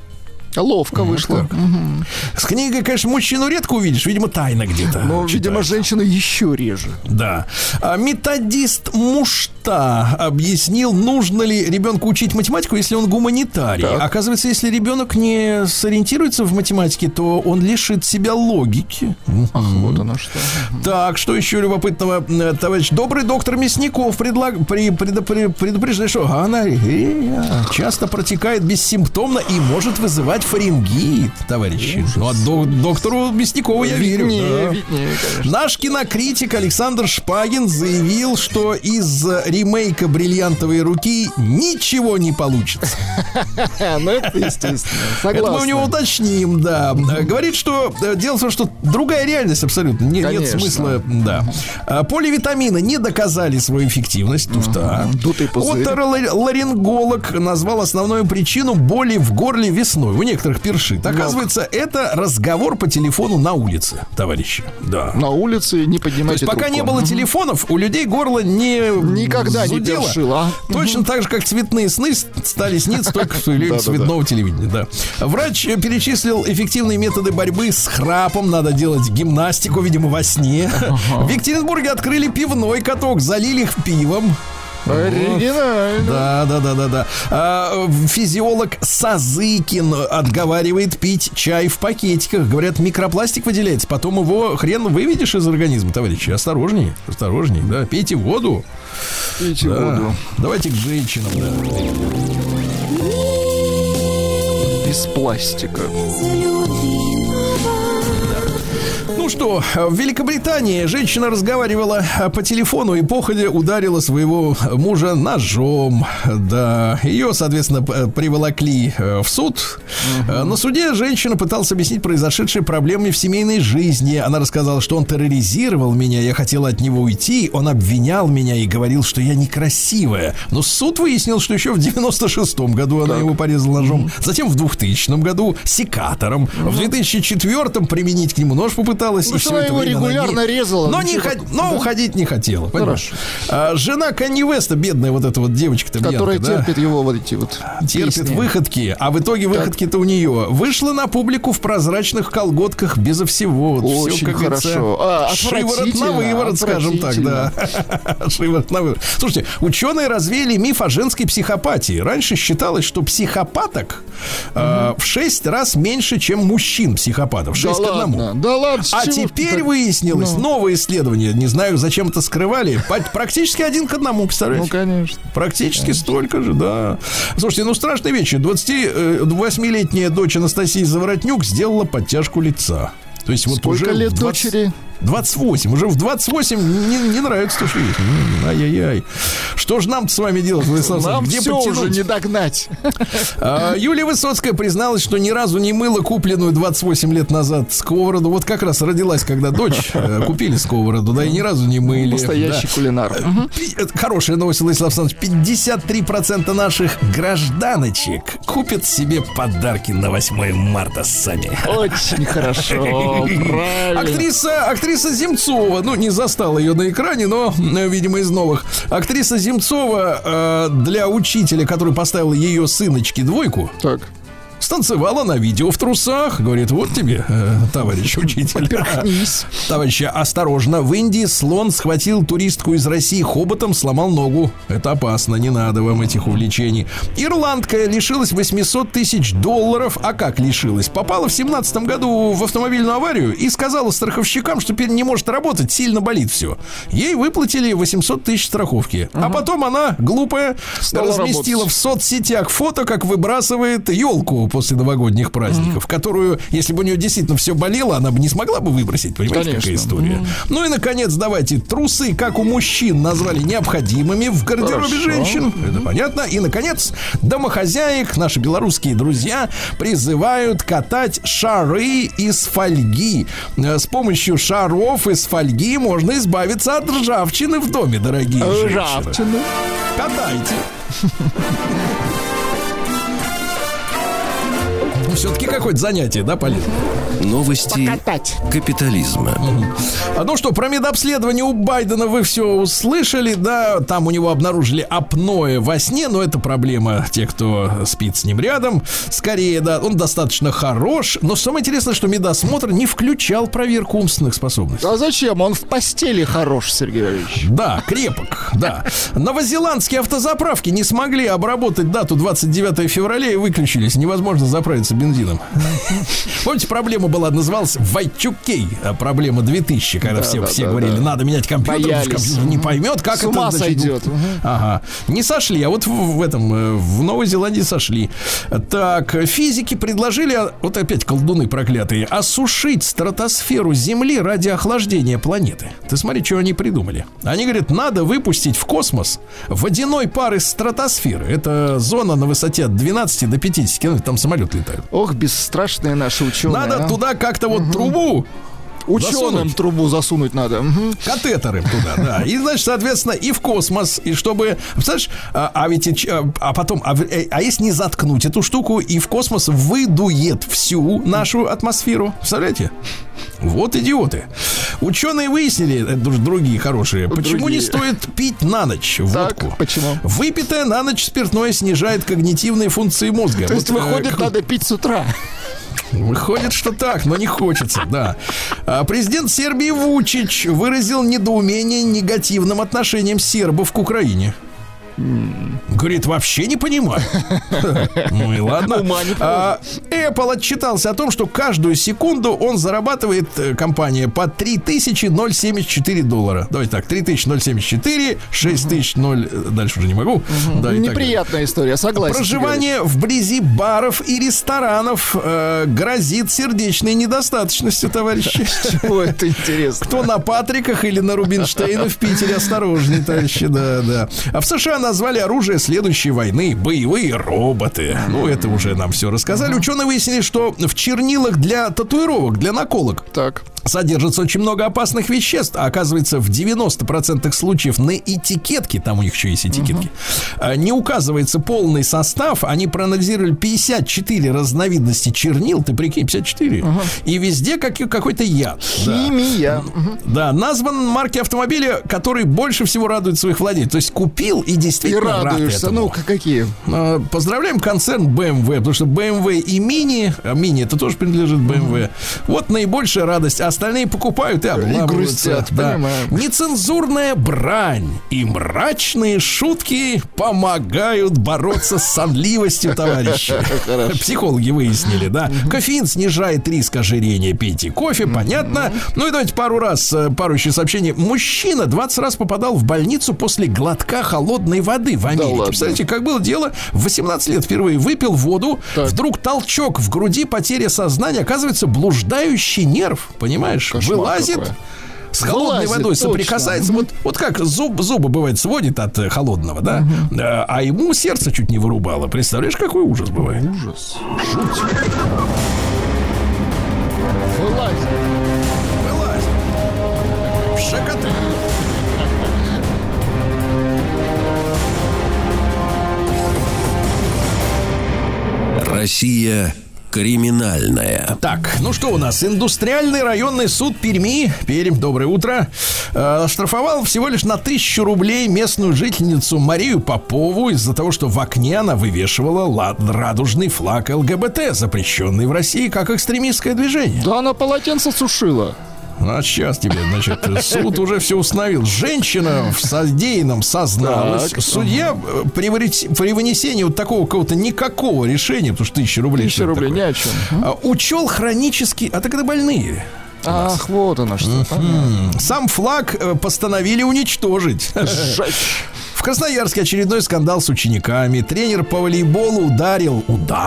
Ловко вышло. С книгой, конечно, мужчину редко увидишь. Видимо, тайна где-то. Но, видимо, женщину еще реже. Да. Методист Мушта объяснил, нужно ли ребенку учить математику, если он гуманитарий. Так. Оказывается, если ребенок не сориентируется в математике, то он лишит себя логики. Ах, вот оно что. Так, что еще любопытного, товарищ? Добрый доктор Мясников предупреждает, что гонорея часто протекает бессимптомно и может вызывать фарингит, товарищи. Ну, а доктору Мясникову я верю. Виднее, наш кинокритик Александр Шпагин заявил, что из ремейка «Бриллиантовой руки» ничего не получится. Ну, это естественно. Согласен. Это мы у него уточним, да. Говорит, что дело в том, что другая реальность абсолютно. Нет смысла, да. Поливитамины не доказали свою эффективность. Туфта. Оторларинголог назвал основную причину боли в горле весной. У некоторых першит. Оказывается, это разговор по телефону на улице, товарищи. Да. На улице не поднимайте трубку. Пока не было телефонов, у людей горло никогда зудело. Не першило. Точно так же, как цветные сны стали сниться только в цветного телевидения. Да. Врач перечислил эффективные методы борьбы с храпом. Надо делать гимнастику, видимо, во сне. В Екатеринбурге открыли пивной каток, залили их пивом. Оригинально. Да. Физиолог Сазыкин отговаривает пить чай в пакетиках. Говорят, микропластик выделяется, потом его хрен выведешь из организма, товарищи. Осторожней, да. Пейте воду. Воду. Давайте к женщинам, да. Без пластика. Ну что, в Великобритании женщина разговаривала по телефону и походя ударила своего мужа ножом. Да, ее, соответственно, приволокли в суд. На суде женщина пыталась объяснить произошедшие проблемы в семейной жизни. Она рассказала, что он терроризировал меня, я хотела от него уйти, он обвинял меня и говорил, что я некрасивая. Но суд выяснил, что еще в 96-м году она его порезала ножом, затем в 2000 году секатором, в 2004-м применить к нему нож попыталась. Ну, что она его регулярно резала. Но уходить не хотела. Хорошо. Жена Канье Уэста, бедная вот эта вот девочка-то, которая терпит его вот эти вот терпит песни. выходки, а в итоге выходки-то у нее. Вышла на публику в прозрачных колготках безо всего. Очень все, хорошо. Шиворот на выворот, скажем так, да. Шиворот на выворот. Слушайте, ученые развеяли миф о женской психопатии. Раньше считалось, что психопаток в 6 раз меньше, чем мужчин-психопатов. 6 к 1. Да ладно. А теперь выяснилось, новое исследование, не знаю, зачем это скрывали, практически 1 к 1, представляете? Ну, конечно. Практически столько же, да. Слушайте, страшная вещь. 28-летняя дочь Анастасии Заворотнюк сделала подтяжку лица. То есть сколько вот уже лет дочери? 28. Уже в 28 не нравится то, что есть. Ай-яй-яй. Что же нам с вами делать, Владислав? Нам где все подтянуть? уже не догнать. Юлия Высоцкая призналась, что ни разу не мыла купленную 28 лет назад сковороду. Вот как раз родилась, когда дочь купили сковороду, да, и ни разу не мыли. Настоящий кулинар. Хорошая новость, Владислав Александрович. 53% наших гражданочек купят себе подарки на 8 марта сами. Очень хорошо, правильно. Актриса Земцова, ну, не застала ее на экране, но, видимо, из новых. Актриса Земцова для учителя, который поставил ее сыночке 2, так, станцевала на видео в трусах. Говорит, вот тебе, товарищ учитель. Поперхнись. Товарищи, осторожно. В Индии слон схватил туристку из России хоботом, сломал ногу. Это опасно, не надо вам этих увлечений. Ирландка лишилась $800 тысяч. А как лишилась? Попала в 2017 году в автомобильную аварию и сказала страховщикам, что теперь не может работать, сильно болит все. Ей выплатили 800 тысяч страховки. А потом она, глупая, разместила в соцсетях фото, как выбрасывает елку после новогодних праздников, которую, если бы у нее действительно все болело, она бы не смогла бы выбросить. Понимаете, конечно, какая история? Ну и, наконец, давайте, трусы, как у мужчин, назвали необходимыми в гардеробе женщин. Это понятно. И, наконец, домохозяек, наши белорусские друзья, призывают катать шары из фольги. С помощью шаров из фольги можно избавиться от ржавчины в доме, дорогие женщины. Ржавчины. Катайте. Все-таки какое-то занятие, да, полезно? Новости Покатать. капитализма. Ну что, про медобследование у Байдена вы все услышали, да, там у него обнаружили апноэ во сне, но это проблема тех, кто спит с ним рядом. Скорее, да, он достаточно хорош, но самое интересное, что медосмотр не включал проверку умственных способностей. А зачем? Он в постели хорош, Сергей Валерьевич. Да, крепок, да. Новозеландские автозаправки не смогли обработать дату 29 февраля и выключились. Невозможно заправиться бензином. Помните, проблема была, называлась Y2K, проблема 2000, когда все говорили, надо менять компьютер, компьютер не поймет, как это. С ума сойдет. Ага. Не сошли, а вот в Новой Зеландии сошли. Так, физики предложили, вот опять колдуны проклятые, осушить стратосферу Земли ради охлаждения планеты. Ты смотри, что они придумали. Они говорят, надо выпустить в космос водяной пар из стратосферы. Это зона на высоте от 12 до 50 километров, там самолет летает. Ох, бесстрашные наши ученые. Надо туда как-то вот трубу ученым засунуть. Трубу засунуть надо. Катетеры туда, да. И, значит, соответственно, и в космос. И чтобы, представляешь, а если не заткнуть эту штуку, и в космос выдует всю нашу атмосферу. Представляете? Вот идиоты. Ученые выяснили, это другие хорошие, почему не стоит пить на ночь водку. Так, почему? Выпитое на ночь спиртное снижает когнитивные функции мозга. То есть, выходит, надо пить с утра. Выходит, что так, но не хочется, да. Президент Сербии Вучич выразил недоумение негативным отношением сербов к Украине. Говорит, вообще не понимаю. Ну и ладно. Apple отчитался о том, что каждую секунду он зарабатывает, компания, по $3074. Давайте так, 3074, 6000, дальше уже не могу. Неприятная история, согласен. Проживание вблизи баров и ресторанов грозит сердечной недостаточностью, товарищи. Чего это интересно? Кто на Патриках или на Рубинштейна в Питере, осторожней, товарищи, да. А в США назвали оружие следующей войны боевые роботы. Ну, это уже нам все рассказали. Ученые выяснили, что в чернилах для татуировок, для наколок содержится очень много опасных веществ. А оказывается, в 90% случаев на этикетке, там у них еще есть этикетки, не указывается полный состав. Они проанализировали 54 разновидности чернил. Ты прикинь, 54. И везде какой-то яд. Химия. Да, назван марки автомобиля, который больше всего радует своих владельцев. То есть купил и действительно радуешься. Ну, какие? Поздравляем концерн BMW, потому что BMW и Mini это тоже принадлежит BMW. Вот наибольшая радость. Остальные покупают и обламываются. Грустят, понимаю. Нецензурная брань и мрачные шутки помогают бороться с сонливостью, товарищи. Психологи выяснили, да. Кофеин снижает риск ожирения. Пейте кофе, понятно. Ну и давайте пару еще сообщений. Мужчина 20 раз попадал в больницу после глотка холодной воды в Америке. Да, представляете, как было дело? В 18 лет впервые выпил воду, вдруг толчок в груди, потеря сознания, оказывается, блуждающий нерв. Понимаете? понимаешь? Кошмар Вылазит. какой. С холодной водой соприкасается. Вот как зубы, бывает, сводит от холодного, да? А ему сердце чуть не вырубало. Представляешь, какой ужас бывает? Ужас. Жуть. Вылазит. Шакоты. Россия криминальная. Так, ну что у нас? Индустриальный районный суд Перми, Пермь, доброе утро, штрафовал всего лишь на 1000 рублей местную жительницу Марию Попову из-за того, что в окне она вывешивала радужный флаг ЛГБТ, запрещенный в России как экстремистское движение. Да она полотенце сушила. А сейчас тебе, значит, суд уже все установил. Женщина в содеянном созналась. Так. Судья при вынесении вот такого какого-то никакого решения, потому что 1000 рублей. 1000 рублей, ни о чем. Учел хронический... А так это больные. Ах, вот она что. Сам флаг постановили уничтожить. Сжечь. В Красноярске очередной скандал с учениками. Тренер по волейболу ударил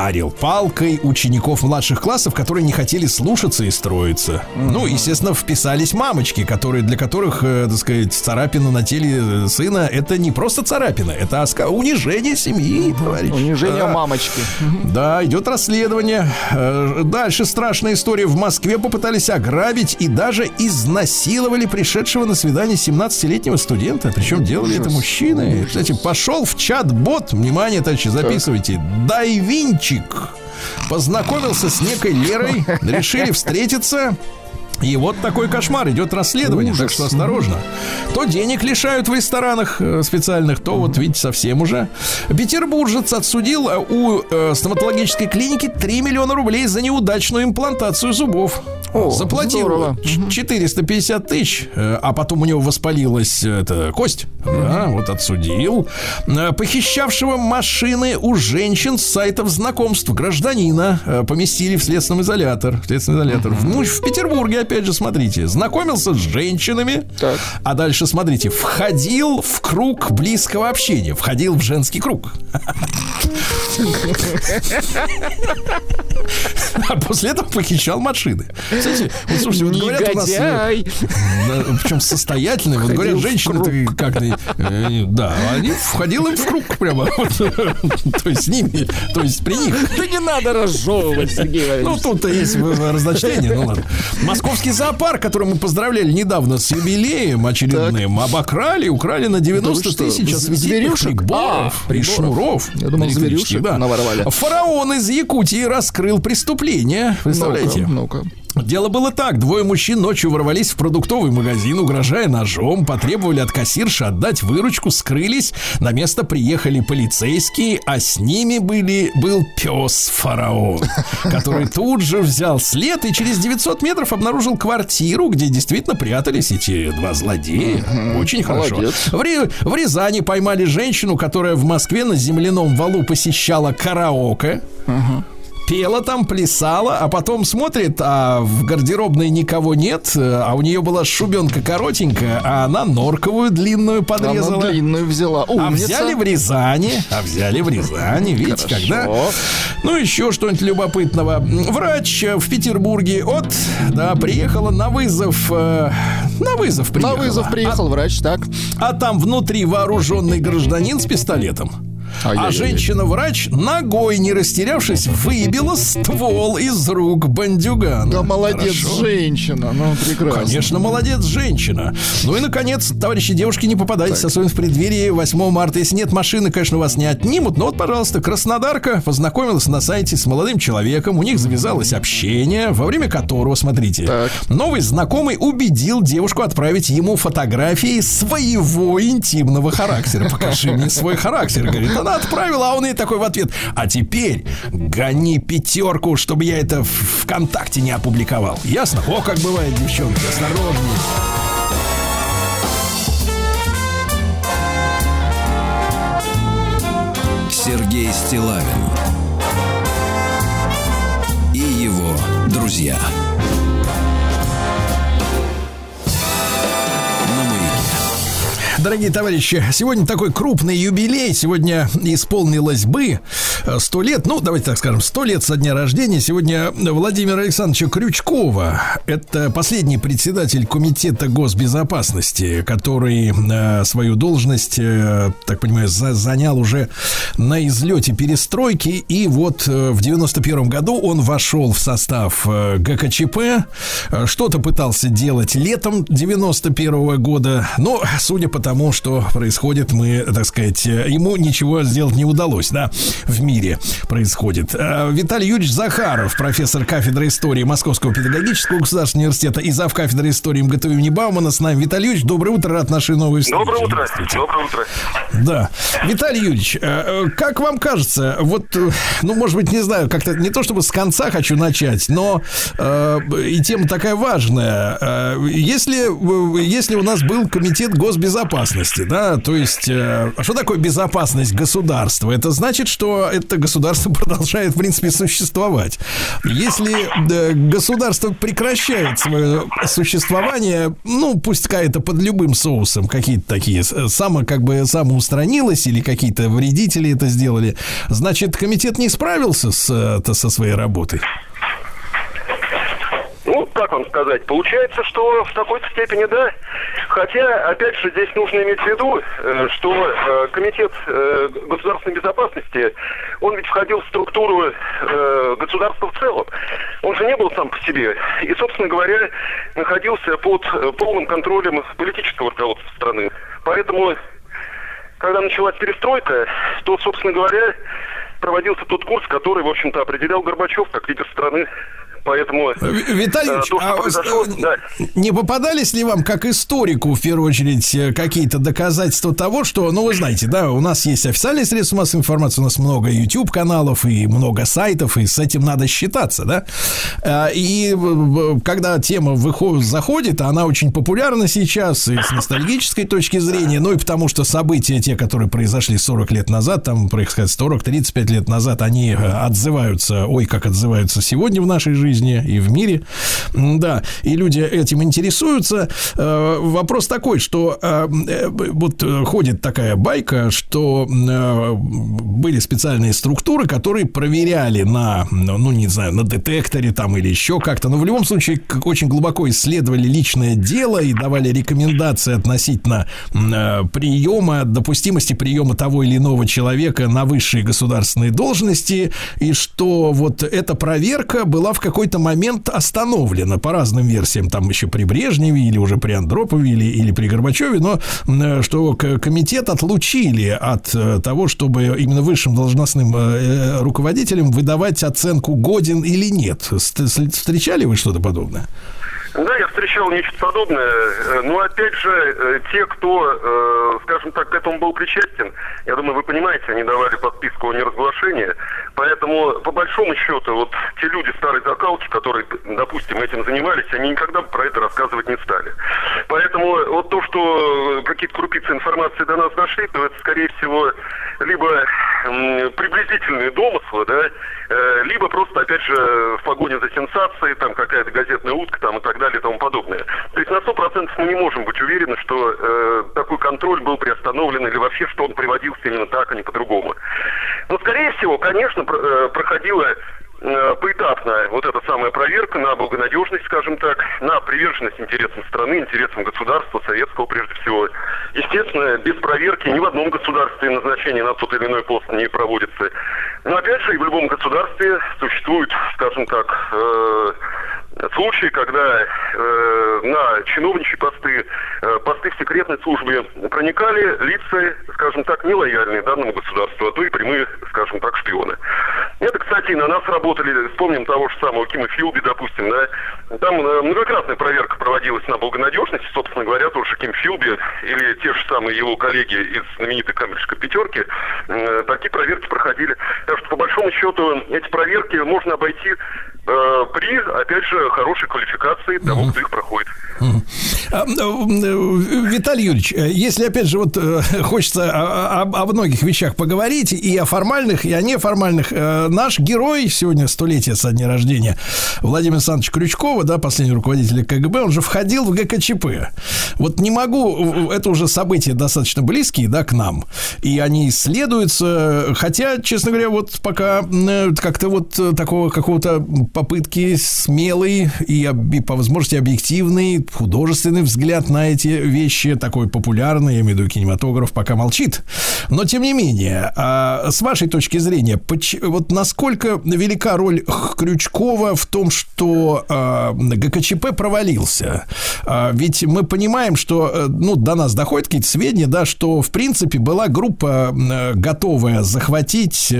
палкой учеников младших классов, которые не хотели слушаться и строиться. Ну, естественно, вписались мамочки, для которых, так сказать, царапина на теле сына — это не просто царапина, это унижение семьи, товарищ. Унижение мамочки. Да, идет расследование. Дальше страшная история. В Москве попытались ограбить и даже изнасиловали пришедшего на свидание 17-летнего студента. Причем делали это мужчины. Кстати, пошел в чат-бот. Внимание, товарищи, записывайте. Дайвинчик познакомился с некой Лерой. Решили встретиться. И вот такой кошмар, идет расследование, так что осторожно. То денег лишают в ресторанах специальных, то вот, видите, совсем уже. Петербуржец отсудил у стоматологической клиники 3 миллиона рублей за неудачную имплантацию зубов. Заплатил здорово. 450 тысяч, а потом у него воспалилась кость. Да, вот отсудил. Похищавшего машины у женщин с сайтов знакомств гражданина поместили в следственный изолятор. В Петербурге, опять же, смотрите, знакомился с женщинами, так. А дальше, смотрите, входил в круг близкого общения, входил в женский круг. А после этого похищал машины. Кстати, вот слушайте, вот говорят у нас, причем состоятельные, вот говорят, женщины как-то, да, они входил им в круг прямо, то есть с ними, то есть при них. Да не надо разжевывать, Сергей Валерьевич. Ну, тут-то есть разночтение, ну ладно. Московский зоопарк, который мы поздравляли недавно с юбилеем очередным, украли на 90 тысяч осветительных приборов и шнуров. Я думал, зверюшек наворовали. Фараон из Якутии раскрыл преступление. Представляете? Ну-ка. Дело было так. 2 мужчин ночью ворвались в продуктовый магазин, угрожая ножом, потребовали от кассирши отдать выручку, скрылись. На место приехали полицейские, а с ними был пес Фараон, который тут же взял след и через 900 метров обнаружил квартиру, где действительно прятались эти 2 злодея. Очень хорошо. В Рязани поймали женщину, которая в Москве на земляном валу посещала караоке. Пела там, плясала, а потом смотрит, а в гардеробной никого нет, а у нее была шубенка коротенькая, а она норковую длинную подрезала. Она длинную взяла. А взяли в Рязани, видите, хорошо. когда? Ну, еще что-нибудь любопытного. Врач в Петербурге приехала на вызов. На вызов приехал врач, так. А там внутри вооруженный гражданин с пистолетом. А женщина-врач, ногой не растерявшись, выбила ствол из рук бандюгана. Да молодец, хорошо. Женщина, ну прекрасно. Конечно, молодец женщина. Ну и, наконец, товарищи, девушки, не попадайтесь, особенно в преддверии 8 марта. Если нет машины, конечно, вас не отнимут. Но вот, пожалуйста, краснодарка познакомилась на сайте с молодым человеком. У них завязалось общение, во время которого, смотрите, новый знакомый убедил девушку отправить ему фотографии своего интимного характера. Покажи мне свой характер, говорит. Она отправила, а он ей такой в ответ: а теперь гони 5, чтобы я это в ВКонтакте не опубликовал. Ясно? О, как бывает, девчонки, осторожнее. Сергей Стиллавин и его друзья. Дорогие товарищи, сегодня такой крупный юбилей. Сегодня исполнилось бы 100 лет, ну, давайте так скажем, 100 лет со дня рождения сегодня Владимира Александровича Крючкова. Это последний председатель Комитета госбезопасности, который свою должность, так понимаю, занял уже на излете перестройки. И вот в 91 году он вошел в состав ГКЧП. Что-то пытался делать летом 91 года. Но, судя по тому, что происходит, мы, так сказать, ему ничего сделать не удалось, да, в мире происходит. Виталий Юрьевич Захаров, профессор кафедры истории Московского педагогического государственного университета и зав.кафедры истории МГТУ имени Баумана с нами. Виталий Юрьевич, доброе утро, рад нашей новой встрече. Доброе утро. Доброе утро. Да. Виталий Юрьевич, как вам кажется, вот, ну, может быть, не знаю, как-то не то чтобы с конца хочу начать, но и тема такая важная. Если у нас был комитет госбезопасности, да, то есть, что такое безопасность государства? Это значит, что это государство продолжает, в принципе, существовать. Если государство прекращает свое существование, ну, пускай это под любым соусом, какие-то такие, самоустранилось или какие-то вредители это сделали, значит, комитет не справился со своей работой? Ну, как вам сказать, получается, что в какой-то степени да. Хотя, опять же, здесь нужно иметь в виду, что Комитет государственной безопасности, он ведь входил в структуру государства в целом. Он же не был сам по себе. И, собственно говоря, находился под полным контролем политического руководства страны. Поэтому, когда началась перестройка, то, собственно говоря, проводился тот курс, который, в общем-то, определял Горбачев как лидер страны. Поэтому, Виталий Ильич, не попадались ли вам, как историку, в первую очередь, какие-то доказательства того, что, ну, вы знаете, да, у нас есть официальные средства массовой информации, у нас много YouTube-каналов и много сайтов, и с этим надо считаться, да? И когда тема заходит, она очень популярна сейчас и с ностальгической точки зрения, ну, и потому что события, те, которые произошли 40 лет назад, там, 40-35 лет назад, они отзываются, как отзываются сегодня в нашей жизни и в мире, да, и люди этим интересуются. Вопрос такой, что вот ходит такая байка, что были специальные структуры, которые проверяли на, ну, не знаю, на детекторе там или еще как-то, но в любом случае очень глубоко исследовали личное дело и давали рекомендации относительно приема, допустимости приема того или иного человека на высшие государственные должности, и что вот эта проверка была в какой-то момент остановлена по разным версиям, там еще при Брежневе или уже при Андропове или при Горбачеве, но что комитет отлучили от того, чтобы именно высшим должностным руководителям выдавать оценку годен или нет. Встречали вы что-то подобное? Да, я встречал нечто подобное, но опять же, те, кто, скажем так, к этому был причастен, я думаю, вы понимаете, они давали подписку о неразглашении, поэтому, по большому счету, вот те люди старой закалки, которые, допустим, этим занимались, они никогда про это рассказывать не стали. Поэтому вот то, что какие-то крупицы информации до нас дошли, то это, скорее всего, либо приблизительные домыслы, да, либо просто, опять же, в погоне за сенсацией, там какая-то газетная утка, там и так далее и тому подобное. То есть на 100% мы не можем быть уверены, что такой контроль был приостановлен или вообще, что он приводился именно так, а не по-другому. Но, скорее всего, конечно, проходила поэтапная вот эта самая проверка на благонадежность, скажем так, на приверженность интересам страны, интересам государства, советского прежде всего. Естественно, без проверки ни в одном государстве назначение на тот или иной пост не проводится. Но опять же, и в любом государстве существуют, скажем так, случаи, когда на чиновничьи посты в секретной службе проникали лица, скажем так, нелояльные данному государству, а то и прямые, скажем так, шпионы. Это, кстати, и на нас работали, вспомним того же самого Кима Филби, допустим, да, там многократная проверка проводилась на благонадежность, собственно говоря, тот же Ким Филби или те же самые его коллеги из знаменитой Кембриджской пятерки, такие проверки проходили. Так что, по большому счету, эти проверки можно обойти при, опять же, хорошей квалификации того, кто их проходит. Виталий Юрьевич, если, опять же, вот хочется о многих вещах поговорить, и о формальных, и о неформальных. Наш герой, сегодня 100-летие со дня рождения, Владимира Александровича Крючкова, да, последний руководитель КГБ, он же входил в ГКЧП. Вот не могу, это уже события достаточно близкие, да, к нам, и они исследуются, хотя, честно говоря, вот пока как-то вот такого какого-то попытки смелый и по возможности объективный, художественный взгляд на эти вещи, такой популярный, я имею в виду кинематограф, пока молчит. Но, тем не менее, с вашей точки зрения, вот насколько велика роль Крючкова в том, что ГКЧП провалился? Ведь мы понимаем, что, ну, до нас доходят какие-то сведения, да, что, в принципе, была группа, готовая захватить,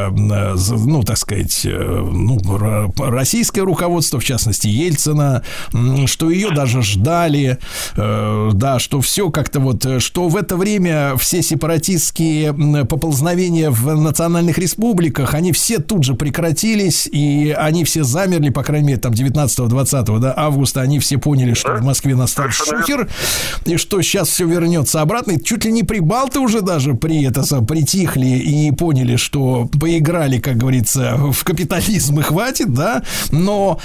ну, так сказать, ну, российское руководство, в частности, Ельцина, что ее даже ждали, да, что все как-то вот, что в это время все сепаратистские поползновения в национальных республиках, они все тут же прекратились, и они все замерли, по крайней мере, там 19-20, да, августа, они все поняли, что в Москве настал шухер, и что сейчас все вернется обратно, и чуть ли не прибалты уже даже притихли и поняли, что поиграли, как говорится, в капитализм и хватит, да, но,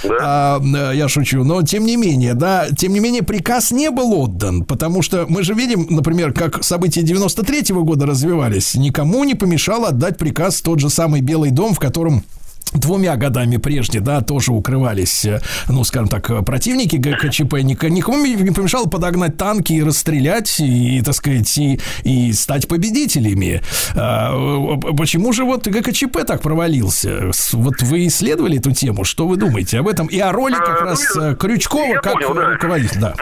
я шучу, но тем не менее, да, тем не менее приказ не был отдан, потому что мы же видим, например, как события 93-го года развивались, никому не помешало отдать приказ тот же самый Белый дом, в котором 2 годами прежде, да, тоже укрывались, ну, скажем так, противники ГКЧП. Никому не помешало подогнать танки и расстрелять, и, так сказать, и стать победителями. Почему же вот ГКЧП так провалился? Вот вы исследовали эту тему, что вы думаете об этом? И о роли как раз Крючкова как руководителя. Да.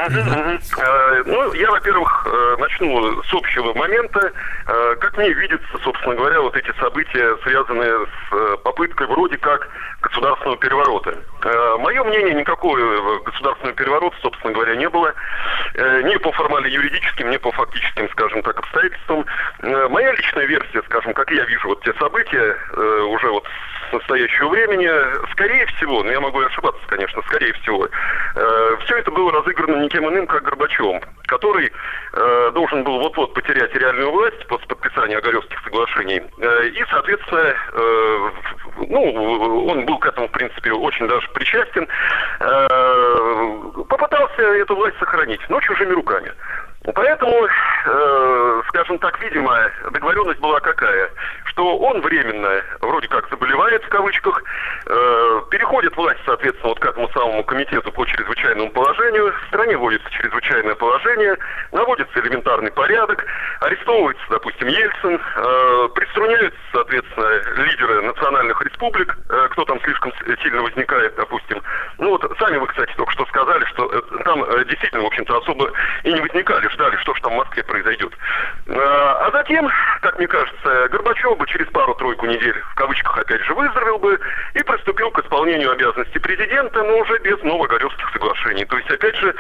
Ну, я, во-первых, начну с общего момента. Как мне видится, собственно говоря, вот эти события, связанные с попыткой вроде как государственного переворота. Мое мнение, никакого государственного переворота, собственно говоря, не было. Ни по формально-юридическим, ни по фактическим, скажем так, обстоятельствам. Моя личная версия, скажем, как я вижу вот те события, уже вот с настоящего времени, скорее всего, но я могу и ошибаться, конечно, скорее всего, все это было разыграно никем иным, как Горбачевым, который должен был вот-вот потерять реальную власть после подписания Огаревских соглашений. И, соответственно, ну, он был к этому, в принципе, очень даже причастен. Попытался эту власть сохранить, но чужими руками. Поэтому, скажем так, видимо, договоренность была какая, что он временно, вроде как заболевает в кавычках, переходит власть, соответственно, вот к этому самому комитету по чрезвычайному положению, в стране вводится чрезвычайное положение, наводится элементарный порядок, арестовывается, допустим, Ельцин, приструняются, соответственно, лидеры национальных республик, кто там слишком сильно возникает, допустим. Ну вот, сами вы, кстати, только что сказали, что там действительно, в общем-то, особо и не возникали, ждали, что же там в Москве произойдет. А затем, как мне кажется, Горбачев бы через пару-тройку недель, в кавычках опять же, выздоровел бы и приступил к исполнению обязанностей президента, но уже без Новогаревских соглашений. То есть, опять же,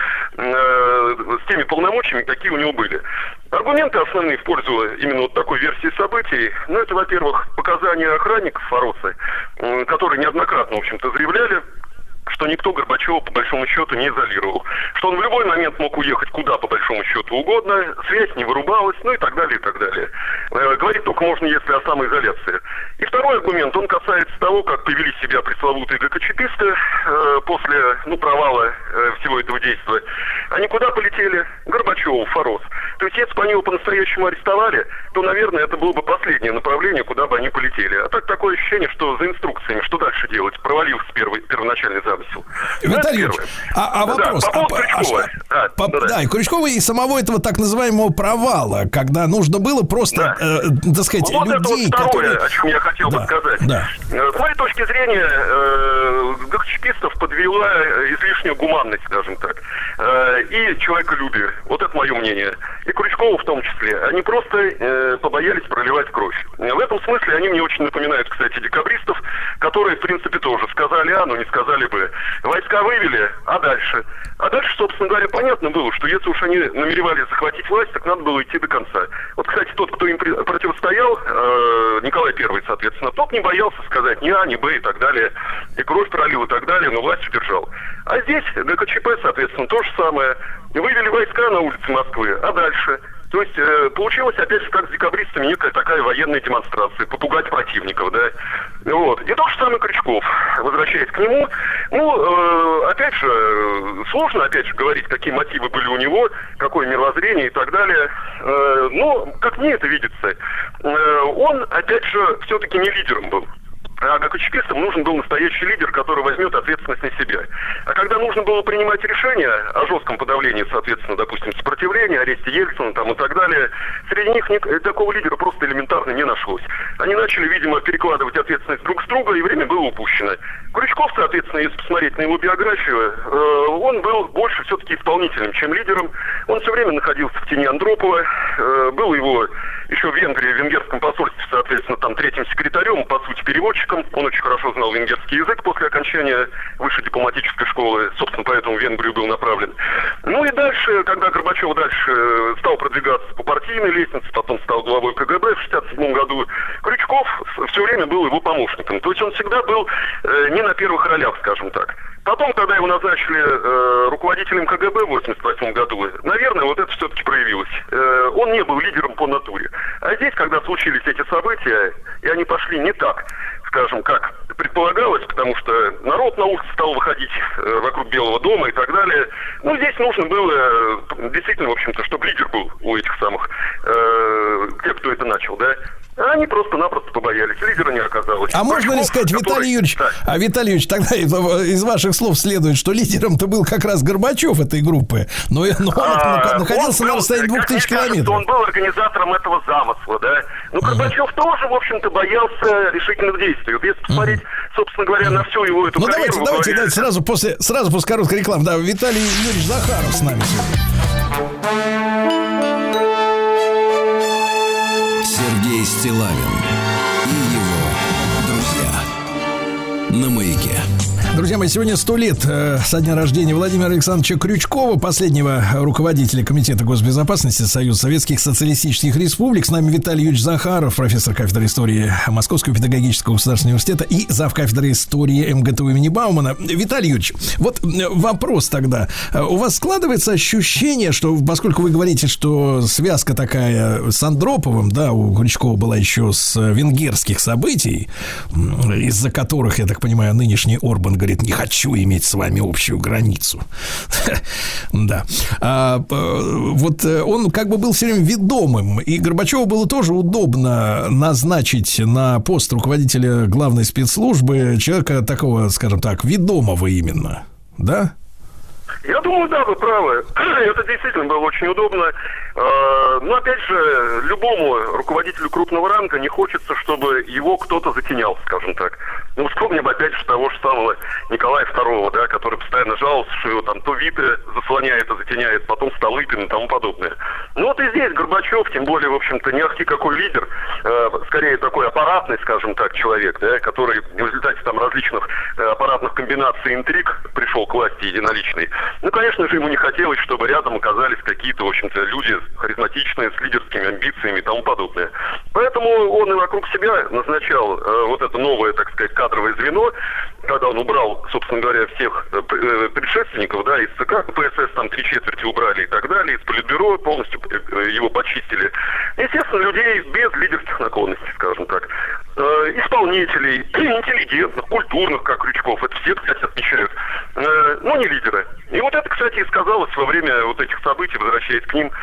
с теми полномочиями, какие у него были. Аргументы основные в пользу именно вот такой версии событий, ну, это, во-первых, показания охранников Фороса, которые неоднократно, в общем-то, заявляли, что никто Горбачева, по большому счету, не изолировал. Что он в любой момент мог уехать куда, по большому счету, угодно, связь не вырубалась, ну и так далее, и так далее. Говорить только можно, если о самоизоляции. И второй аргумент, он касается того, как повели себя пресловутые ГКЧПисты после, ну, провала всего этого действия. Они куда полетели? Горбачеву, в Форос. То есть, если бы они его по-настоящему арестовали, то, наверное, это было бы последнее направление, куда бы они полетели. А так такое ощущение, что за инструкциями, что дальше делать, провалился первоначальный замысел. Виталий Ильич, вопрос. Да, и Крючкова, и самого этого так называемого провала, когда нужно было просто, так сказать, вот людей, это вот второе, которые... о чем я хотел бы сказать. Да. С моей точки зрения, ГКЧПистов подвела излишняя гуманность, скажем так, и человеколюбие. Вот это мое мнение. И Крючкова в том числе. Они просто побоялись проливать кровь. В этом смысле они мне очень напоминают, кстати, декабристов, которые, в принципе, тоже сказали А, но не сказали Б. Войска вывели, а дальше? А дальше, собственно говоря, понятно было, что если уж они намеревались захватить власть, так надо было идти до конца. Вот, кстати, тот, кто им противостоял, Николай I, соответственно, тот не боялся сказать ни А, ни Б и так далее. И кровь пролил и так далее, но власть удержал. А здесь ГКЧП, соответственно, то же самое. вывели войска на улицы Москвы, а дальше? То есть получилось, опять же, как с декабристами, некая такая военная демонстрация, попугать противников, да. Вот. И то же самое Крючков, возвращаясь к нему, опять же, сложно, опять же, говорить, какие мотивы были у него, какое мировоззрение и так далее. Но, как мне это видится, он, опять же, все-таки не лидером был. А как чекистам нужен был настоящий лидер, который возьмет ответственность на себя. А когда нужно было принимать решения о жестком подавлении, соответственно, допустим, сопротивления, аресте Ельцина там, и так далее, среди них такого лидера просто элементарно не нашлось. Они начали, видимо, перекладывать ответственность друг с друга, и время было упущено. Крючков, соответственно, если посмотреть на его биографию, он был больше все-таки исполнителем, чем лидером. Он все время находился в тени Андропова, был его еще в Венгрии, в венгерском посольстве, соответственно, там третьим секретарем, по сути, переводчиком. Он очень хорошо знал венгерский язык после окончания высшей дипломатической школы, собственно, поэтому в Венгрию был направлен. Ну и дальше, когда Горбачев дальше стал продвигаться по партийной лестнице, потом стал главой КГБ в 1967 году, Крючков все время был его помощником. То есть он всегда был не на первых ролях, скажем так. Потом, когда его назначили руководителем КГБ в 1988 году, наверное, вот это все-таки проявилось. Он не был лидером по натуре. А здесь, когда случились эти события, и они пошли не так, скажем, как предполагалось, потому что народ на улице стал выходить вокруг Белого дома и так далее. Ну, здесь нужно было действительно, в общем-то, чтобы лидер был у этих самых, тех, кто это начал, да. А они просто-напросто побоялись. Лидера не оказалось. А можно ли сказать, Виталий Юрьевич, Виталий Юрьевич, тогда из ваших слов следует, что лидером-то был как раз Горбачев этой группы, но он находился на расстоянии 2000 километров. Он был организатором этого замысла, да. Но Горбачев тоже, в общем-то, боялся решительных действий. Вот если посмотреть, собственно говоря, на всю его эту карьеру... Ну, давайте, сразу после короткой рекламы. Да, Виталий Юрьевич Захаров с нами сегодня. Сергей Стиллавин и его друзья на Маяке. Друзья мои, сегодня 100 лет со дня рождения Владимира Александровича Крючкова, последнего руководителя Комитета госбезопасности Союза Советских Социалистических Республик. С нами Виталий Юрьевич Захаров, профессор кафедры истории Московского педагогического государственного университета и завкафедры истории МГТУ имени Баумана. Виталий Юрьевич, вот вопрос тогда. У вас складывается ощущение, что, поскольку вы говорите, что связка такая с Андроповым, да, у Крючкова была еще с венгерских событий, из-за которых, я так понимаю, нынешний Орбан говорит, не хочу иметь с вами общую границу. Да. Вот он как бы был все время ведомым, и Горбачеву было тоже удобно назначить на пост руководителя главной спецслужбы человека такого, скажем так, ведомого именно. Да? Я думаю, да, вы правы. Это действительно было очень удобно. Но, опять же, любому руководителю крупного ранга не хочется, чтобы его кто-то затенял, скажем так. Ну, вспомним, опять же, того же самого Николая II, да, который постоянно жаловался, что его там то Витте заслоняет, затеняет, потом Столыпин и тому подобное. Ну, вот и здесь Горбачев, тем более, в общем-то, не ахти какой лидер, скорее такой аппаратный, скажем так, человек, да, который в результате там различных аппаратных комбинаций и интриг пришел к власти единоличной. Ну, конечно же, ему не хотелось, чтобы рядом оказались какие-то, в общем-то, люди харизматичные, с лидерскими амбициями и тому подобное. Поэтому он и вокруг себя назначал вот это новое, так сказать, кадровое звено, когда он убрал, собственно говоря, всех предшественников, да, из ЦК, КПСС там 3/4 убрали и так далее, из Политбюро полностью его почистили. Естественно, людей без лидерских наклонностей, скажем так. Исполнителей, интеллигентных, культурных, как Крючков, это все, кстати, отмечают, но не лидеры. И вот это, кстати, и сказалось во время вот этих событий, возвращаясь к ним,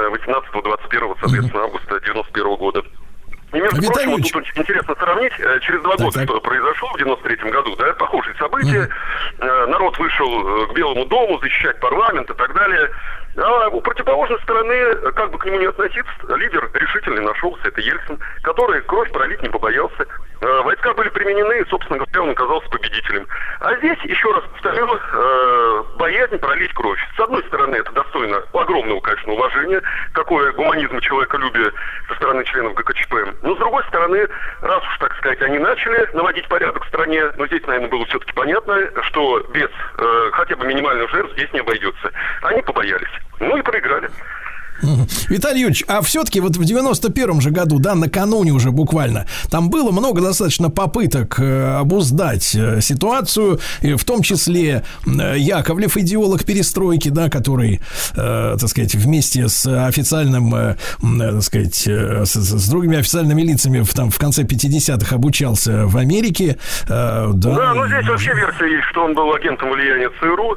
18-21, соответственно, августа 91 года. И, между прочим, вот тут очень интересно сравнить, через 2 года, что произошло в 93-м году, да, похожие события, народ вышел к Белому дому защищать парламент и так далее. А у противоположной стороны, как бы к нему ни относиться, лидер решительный нашелся, это Ельцин, который кровь пролить не побоялся. Войска были применены, и, собственно говоря, он оказался победителем. А здесь, еще раз повторю, боязнь пролить кровь. С одной стороны, это достойно огромного, конечно, уважения, какое гуманизм и человеколюбие со стороны членов ГКЧП. Но, с другой стороны, раз уж, так сказать, они начали наводить порядок в стране, но здесь, наверное, было все-таки понятно, что без хотя бы минимальных жертв здесь не обойдется. Они побоялись. Ну и проиграли. Виталий Юрьевич, а все-таки вот в 91-м же году, да, накануне уже буквально, там было много достаточно попыток обуздать ситуацию, в том числе Яковлев, идеолог перестройки, да, который, так сказать, вместе с официальным, так сказать, с другими официальными лицами в конце 50-х обучался в Америке. Да, ну здесь вообще версия есть, что он был агентом влияния ЦРУ.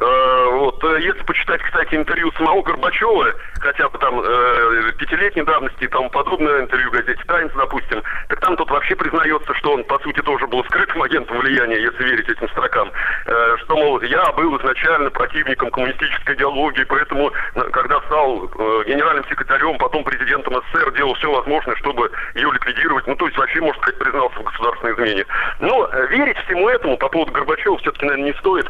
Вот, если почитать, кстати, интервью самого Горбачева, хотя бы там 5-летней давности и тому подобное, интервью газете «Таймс», допустим, так там тут вообще признается, что он, по сути, тоже был скрытым агентом влияния, если верить этим строкам. Что, мол, я был изначально противником коммунистической идеологии, поэтому, когда стал генеральным секретарем, потом президентом СССР, делал все возможное, чтобы ее ликвидировать. Ну, то есть, вообще, можно сказать, признался в государственной измене. Но верить всему этому по поводу Горбачева все-таки, наверное, не стоит.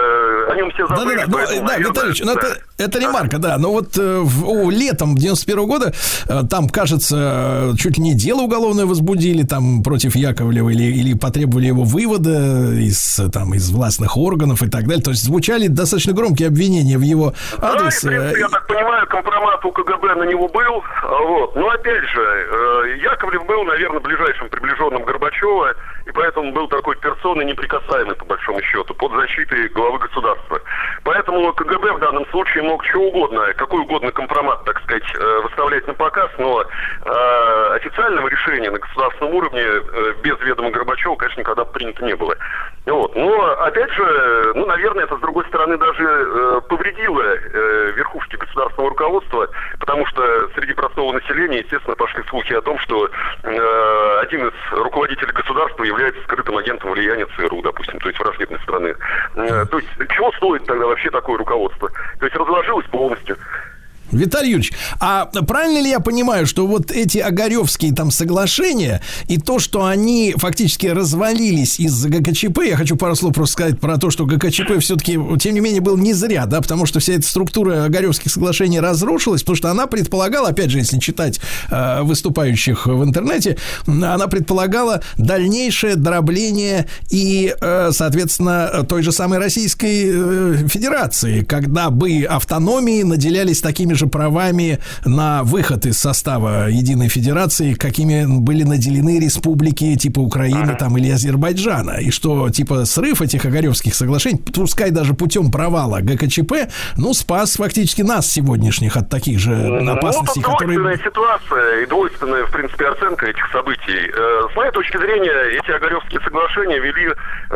О нем все забыли. Да, Витальевич, ну, это ремарка, да. Но вот летом 91-го года там, кажется, чуть ли не дело уголовное возбудили там против Яковлева или потребовали его вывода из властных органов и так далее. То есть звучали достаточно громкие обвинения в его адрес. Да, и, в принципе, я так понимаю, компромат у КГБ на него был. Вот. Но опять же, Яковлев был, наверное, ближайшим приближенным Горбачева, и поэтому был такой персоной неприкасаемой, по большому счету, под защитой главы государства. Поэтому КГБ в данном случае мог чего угодно, какой угодно компромат, так сказать, выставлять на показ, но официального решения на государственном уровне без ведома Горбачева, конечно, никогда принято не было. Вот. Но, опять же, ну, наверное, это, с другой стороны, даже повредило верхушке государственного руководства, потому что среди простого населения, естественно, пошли слухи о том, что один из руководителей государства является скрытым агентом влияния ЦРУ, допустим, то есть враждебной страны. То есть чего стоит тогда вообще такое руководство? То есть разложилось полностью. Виталий Юрьевич, а правильно ли я понимаю, что вот эти огаревские там соглашения и то, что они фактически развалились из-за ГКЧП, я хочу пару слов просто сказать про то, что ГКЧП все-таки, тем не менее, был не зря, да, потому что вся эта структура огаревских соглашений разрушилась, потому что она предполагала, опять же, если читать выступающих в интернете, она предполагала дальнейшее дробление и, соответственно, той же самой Российской Федерации, когда бы автономии наделялись такими же правами на выход из состава Единой Федерации, какими были наделены республики типа Украины там, или Азербайджана. И что, типа, срыв этих огаревских соглашений, пускай даже путем провала ГКЧП, ну, спас фактически нас сегодняшних от таких же опасностей, которые... Двойственная ситуация и двойственная, в принципе, оценка этих событий. С моей точки зрения, эти огаревские соглашения вели...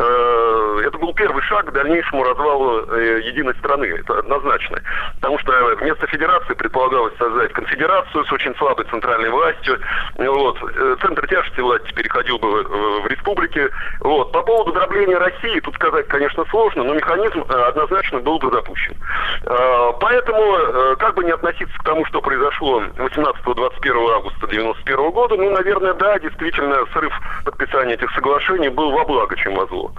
Это был первый шаг к дальнейшему развалу единой страны. Это однозначно. Потому что вместо федерации предполагалось создать конфедерацию с очень слабой центральной властью. Вот. Центр тяжести власти переходил бы в республики. Вот. По поводу дробления России, тут сказать, конечно, сложно, но механизм однозначно был бы запущен. Поэтому, как бы не относиться к тому, что произошло 18-21 августа 1991 года, ну, наверное, да, действительно, срыв подписания этих соглашений был во благо, чем во зло.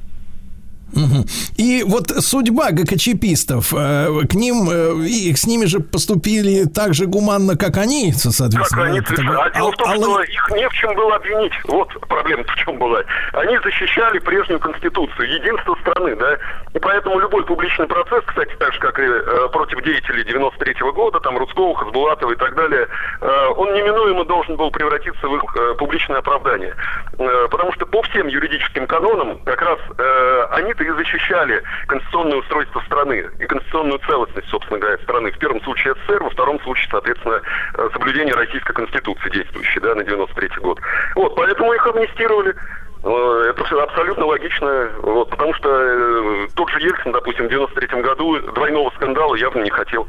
И вот судьба ГКЧПистов, к ним и с ними же поступили так же гуманно, как они, соответственно. Как они, дело в том, что их не в чем было обвинить. Вот проблема в чем была. Они защищали прежнюю конституцию, единство страны, да. И поэтому любой публичный процесс, кстати, так же, как и против деятелей 93-го года, там, Рудского, Хасбулатова и так далее, он неминуемо должен был превратиться в их публичное оправдание. Потому что по всем юридическим канонам как раз они-то и защищали конституционное устройство страны и конституционную целостность, собственно говоря, страны. В первом случае СССР, во втором случае, соответственно, соблюдение Российской Конституции действующей, да, на 93-й год. Вот, поэтому их амнистировали. Это все абсолютно логично, вот, потому что тот же Ельцин, допустим, в 93-м году двойного скандала явно не хотел.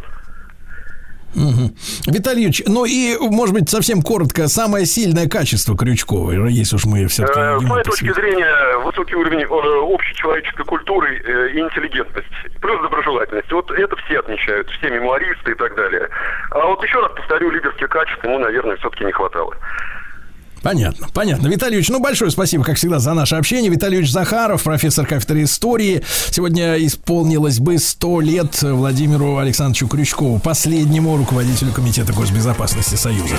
Виталий Юрьевич, ну и, может быть, совсем коротко, самое сильное качество Крючкова, если уж мы все-таки... С моей точки зрения, высокий уровень общечеловеческой культуры и интеллигентности, плюс доброжелательность. Вот это все отмечают, все мемуаристы и так далее. А вот еще раз повторю, лидерских качеств ему, наверное, все-таки не хватало. Понятно, понятно. Виталий Юрьевич, ну, большое спасибо, как всегда, за наше общение. Виталий Юрьевич Захаров, профессор кафедры истории. Сегодня исполнилось бы 100 лет Владимиру Александровичу Крючкову, последнему руководителю Комитета госбезопасности Союза.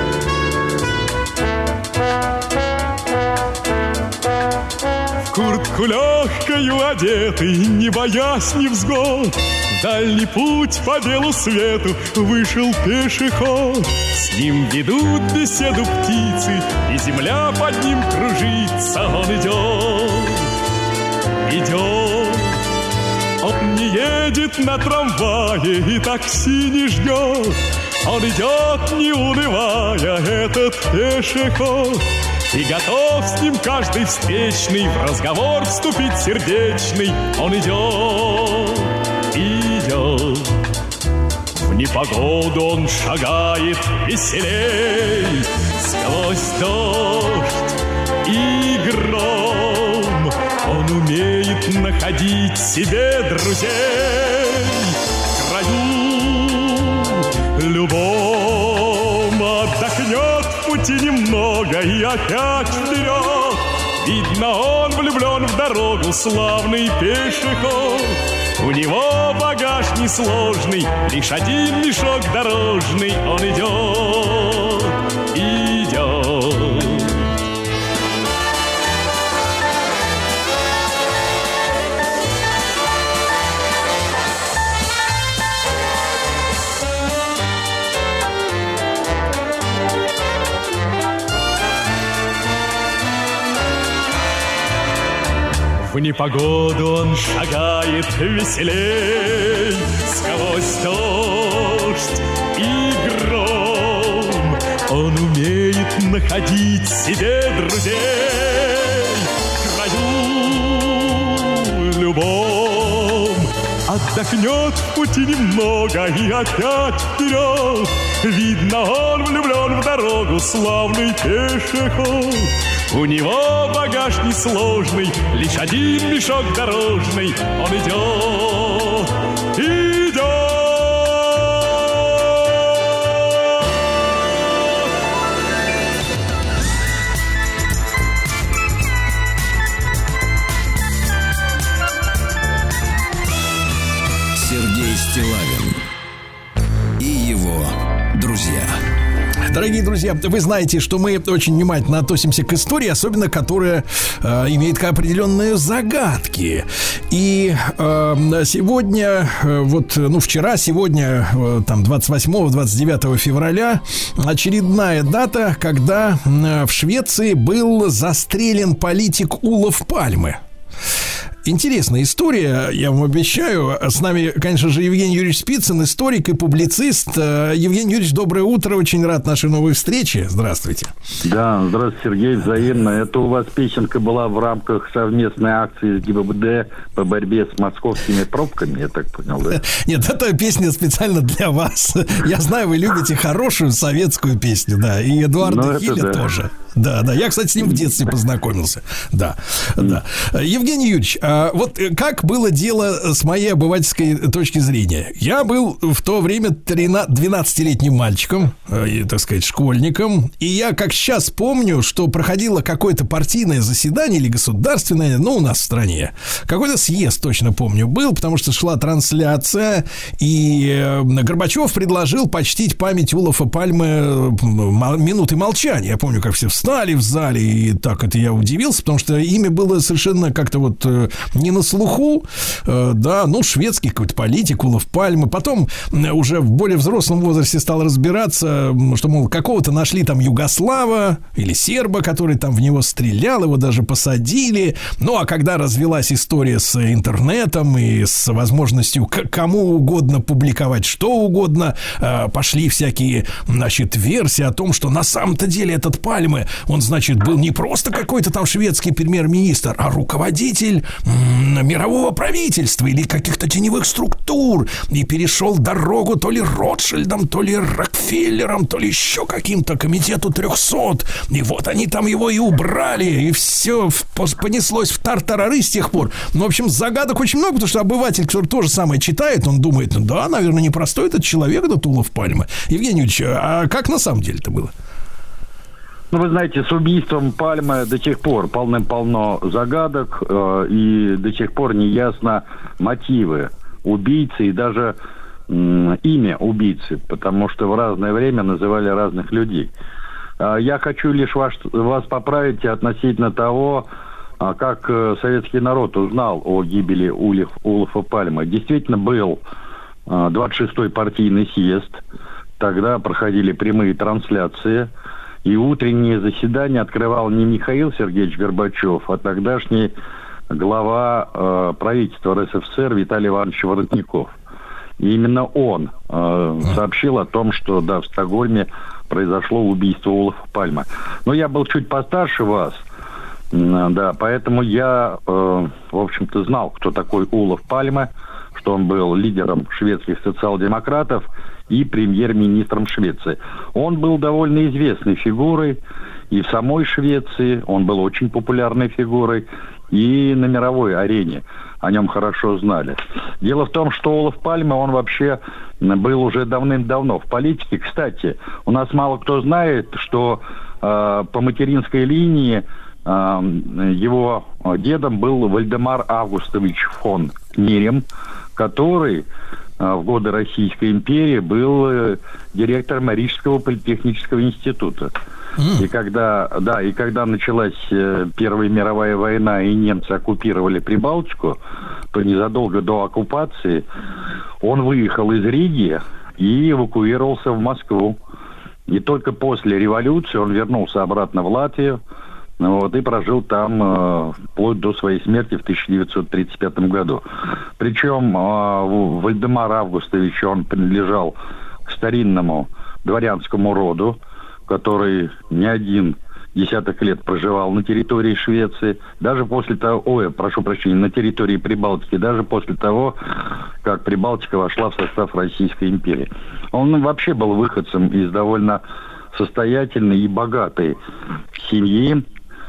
В куртку куртку легкою одетый, не боясь невзгод, в дальний путь по белу свету вышел пешеход. С ним ведут беседу птицы, и земля под ним кружится. Он идет, идет. Он не едет на трамвае и такси не ждет. Он идет, не унывая, этот пешеход, и готов с ним каждый встречный в разговор вступить сердечный. Он идет, идет. В непогоду он шагает веселей, сквозь дождь и гром. Он умеет находить себе друзей в краю любом. Отдохнет в пути немного и опять вперед. Видно, он влюблен в дорогу, славный пешеход. У него багаж несложный, лишь один мешок дорожный. Он идет, идет. В непогоду он шагает веселей, сквозь дождь и гром. Он умеет находить себе друзей в краю любом. Отдохнет в пути немного и опять вперед. Видно, он влюблен в дорогу, славный пешеход. У него багаж несложный, лишь один мешок дорожный. Он идет, идет. Сергей Стиллавин и его друзья. Дорогие друзья, вы знаете, что мы очень внимательно относимся к истории, особенно которая имеет определенные загадки. И сегодня, вчера, сегодня, 28-29 февраля, очередная дата, когда в Швеции был застрелен политик Олаф Пальме. Интересная история, я вам обещаю. С нами, конечно же, Евгений Юрьевич Спицын, историк и публицист. Евгений Юрьевич, доброе утро. Очень рад нашей новой встрече. Здравствуйте. Да, здравствуйте, Сергей, взаимно. Это у вас песенка была в рамках совместной акции с ГИБДД по борьбе с московскими пробками, я так понял, да? Нет, это песня специально для вас. Я знаю, вы любите хорошую советскую песню, да. И Эдуарда Хиля тоже. Да. Я, кстати, с ним в детстве познакомился. Да. Евгений Юрьевич, вот как было дело с моей обывательской точки зрения? Я был в то время 12-летним мальчиком, так сказать, школьником, и я, как сейчас помню, что проходило какое-то партийное заседание или государственное, у нас в стране. Какой-то съезд, точно помню, был, потому что шла трансляция, и Горбачев предложил почтить память Олафа Пальме минутой молчания. Я помню, как все встали в зале, и так это я удивился, потому что имя было совершенно как-то вот не на слуху, шведский какой-то политик Олаф Пальме. Потом уже в более взрослом возрасте стал разбираться, что, мол, какого-то нашли там югослава или серба, который там в него стрелял, его даже посадили. А когда развелась история с интернетом и с возможностью кому угодно публиковать что угодно, пошли всякие, версии о том, что на самом-то деле этот Пальме, он, был не просто какой-то там шведский премьер-министр, а руководитель мирового правительства или каких-то теневых структур, и перешел дорогу то ли Ротшильдам, то ли Рокфеллерам, то ли еще каким-то комитету 300, и вот они там его и убрали, и все понеслось в тартарары с тех пор. В общем, загадок очень много, потому что обыватель, который то же самое читает, он думает, наверное, непростой этот человек, этот Олаф Пальме. Евгений Юрьевич, а как на самом деле это было? Вы знаете, с убийством Пальме до сих пор полным-полно загадок, и до сих пор не ясно мотивы убийцы и даже имя убийцы, потому что в разное время называли разных людей. Я хочу лишь вас поправить относительно того, как советский народ узнал о гибели Олафа Пальме. Действительно был 26-й партийный съезд. Тогда проходили прямые трансляции. И утреннее заседание открывал не Михаил Сергеевич Горбачев, а тогдашний глава правительства РСФСР Виталий Иванович Воротников. И именно он сообщил о том, что в Стокгольме произошло убийство Олафа Пальме. Но я был чуть постарше вас, поэтому я, в общем-то, знал, кто такой Олаф Пальме, что он был лидером шведских социал-демократов и премьер-министром Швеции. Он был довольно известной фигурой и в самой Швеции, он был очень популярной фигурой, и на мировой арене о нем хорошо знали. Дело в том, что Олаф Пальме, он вообще был уже давным-давно в политике. Кстати, у нас мало кто знает, что по материнской линии его дедом был Вальдемар Августович фон Книрем, который в годы Российской империи был директором Рижского политехнического института. И когда началась Первая мировая война и немцы оккупировали Прибалтику, то незадолго до оккупации он выехал из Риги и эвакуировался в Москву. И только после революции он вернулся обратно в Латвию, и прожил там вплоть до своей смерти в 1935 году. Причем Вальдемар Августович, он принадлежал к старинному дворянскому роду, который не один десяток лет проживал на территории Швеции, даже после того, на территории Прибалтики, даже после того, как Прибалтика вошла в состав Российской империи. Он вообще был выходцем из довольно состоятельной и богатой семьи.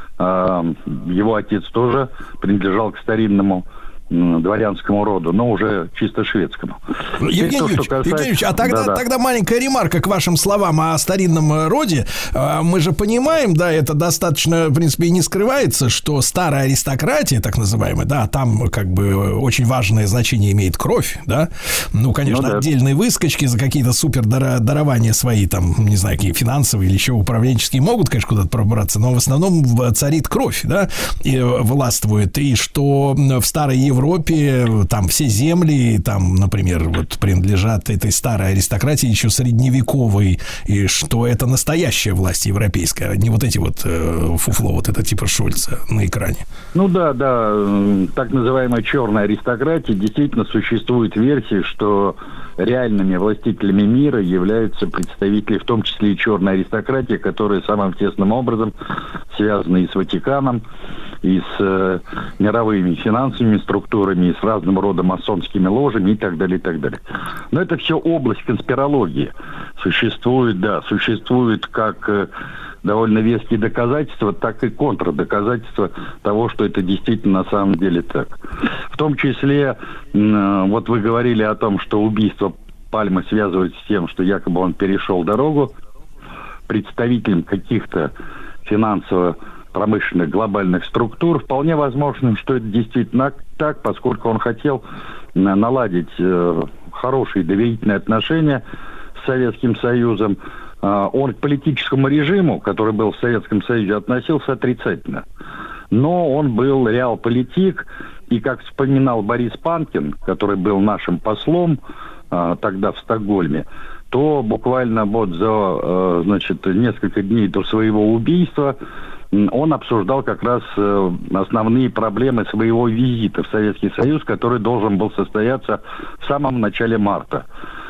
Его отец тоже принадлежал к старинному дворянскому роду, но уже чисто шведскому. Евгений Юрьевич, а тогда маленькая ремарка к вашим словам о старинном роде. Мы же понимаем, это достаточно, в принципе, и не скрывается, что старая аристократия, так называемая, там как бы очень важное значение имеет кровь, конечно, отдельные выскочки за какие-то супер дарования свои, не знаю, какие финансовые или еще управленческие могут, конечно, куда-то пробраться, но в основном царит кровь, и властвует, и что в старой Европе там все земли, например, принадлежат этой старой аристократии еще средневековой, и что это настоящая власть европейская, не вот эти фуфло, это типа Шольца на экране. Так называемая черная аристократия. Действительно существует версия, что реальными властителями мира являются представители, в том числе и черной аристократии, которые самым тесным образом связаны и с Ватиканом, и с мировыми финансовыми структурами, и с разным родом масонскими ложами и так далее, и так далее. Но это все область конспирологии. Существует как довольно веские доказательства, так и контрдоказательства того, что это действительно на самом деле так. В том числе, вы говорили о том, что убийство Пальме связывается с тем, что якобы он перешел дорогу представителям каких-то финансово-промышленных глобальных структур. Вполне возможно, что это действительно так, поскольку он хотел наладить хорошие доверительные отношения с Советским Союзом. Он к политическому режиму, который был в Советском Союзе, относился отрицательно. Но он был реалполитик, и, как вспоминал Борис Панкин, который был нашим послом тогда в Стокгольме, то буквально за несколько дней до своего убийства он обсуждал как раз основные проблемы своего визита в Советский Союз, который должен был состояться в самом начале марта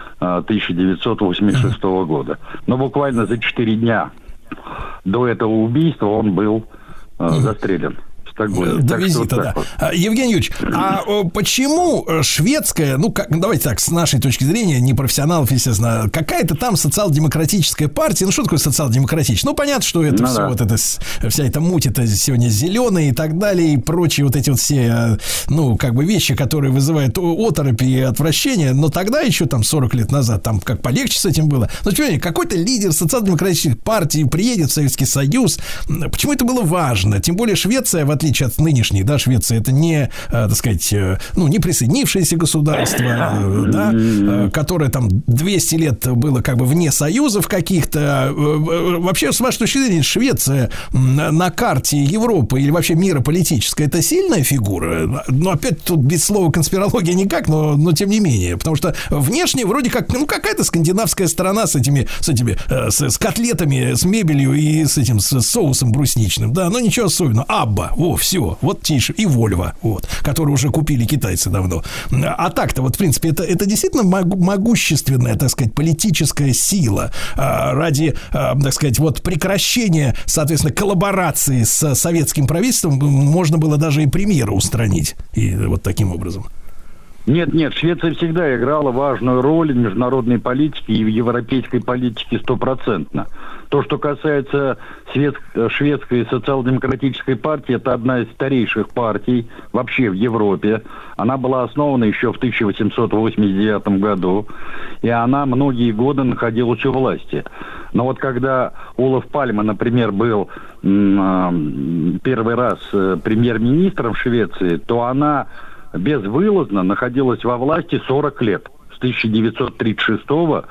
1986 года. Но буквально за 4 дня до этого убийства он был застрелен. До визита, Евгений Юрьевич, а почему шведская, давайте так, с нашей точки зрения, непрофессионалов, естественно, какая-то там социал-демократическая партия, что такое социал-демократическая? Понятно, что это все, вся эта муть, это сегодня зеленые и так далее, и прочие все, вещи, которые вызывают оторопь и отвращение, но тогда еще 40 лет назад, как полегче с этим было. Но какой-то лидер социал-демократической партии приедет в Советский Союз, почему это было важно? Тем более Швеция, в отличие отличие от нынешней, да, Швеция, это не, так сказать, не присоединившееся государство, да, которое там 200 лет было как бы вне союзов каких-то. Вообще, с вашей точки зрения, Швеция на карте Европы или вообще мира политической, это сильная фигура? Ну, опять тут без слова конспирология никак, но тем не менее, потому что внешне вроде как, какая-то скандинавская страна с котлетами, с мебелью и с соусом брусничным, да, но ничего особенного. Абба, все, вот тише, и Вольво, вот, который уже купили китайцы давно. А так-то, вот, в принципе, это действительно могущественная, так сказать, политическая сила ради, так сказать, вот прекращения, соответственно, коллаборации с советским правительством можно было даже и премьера устранить. И вот таким образом. Нет, Швеция всегда играла важную роль в международной политике и в европейской политике 100%. То, что касается шведской социал-демократической партии, это одна из старейших партий вообще в Европе. Она была основана еще в 1889 году, и она многие годы находилась у власти. Но вот когда Олаф Пальме, например, был первый раз премьер-министром Швеции, то она безвылазно находилась во власти 40 лет, с 1936 по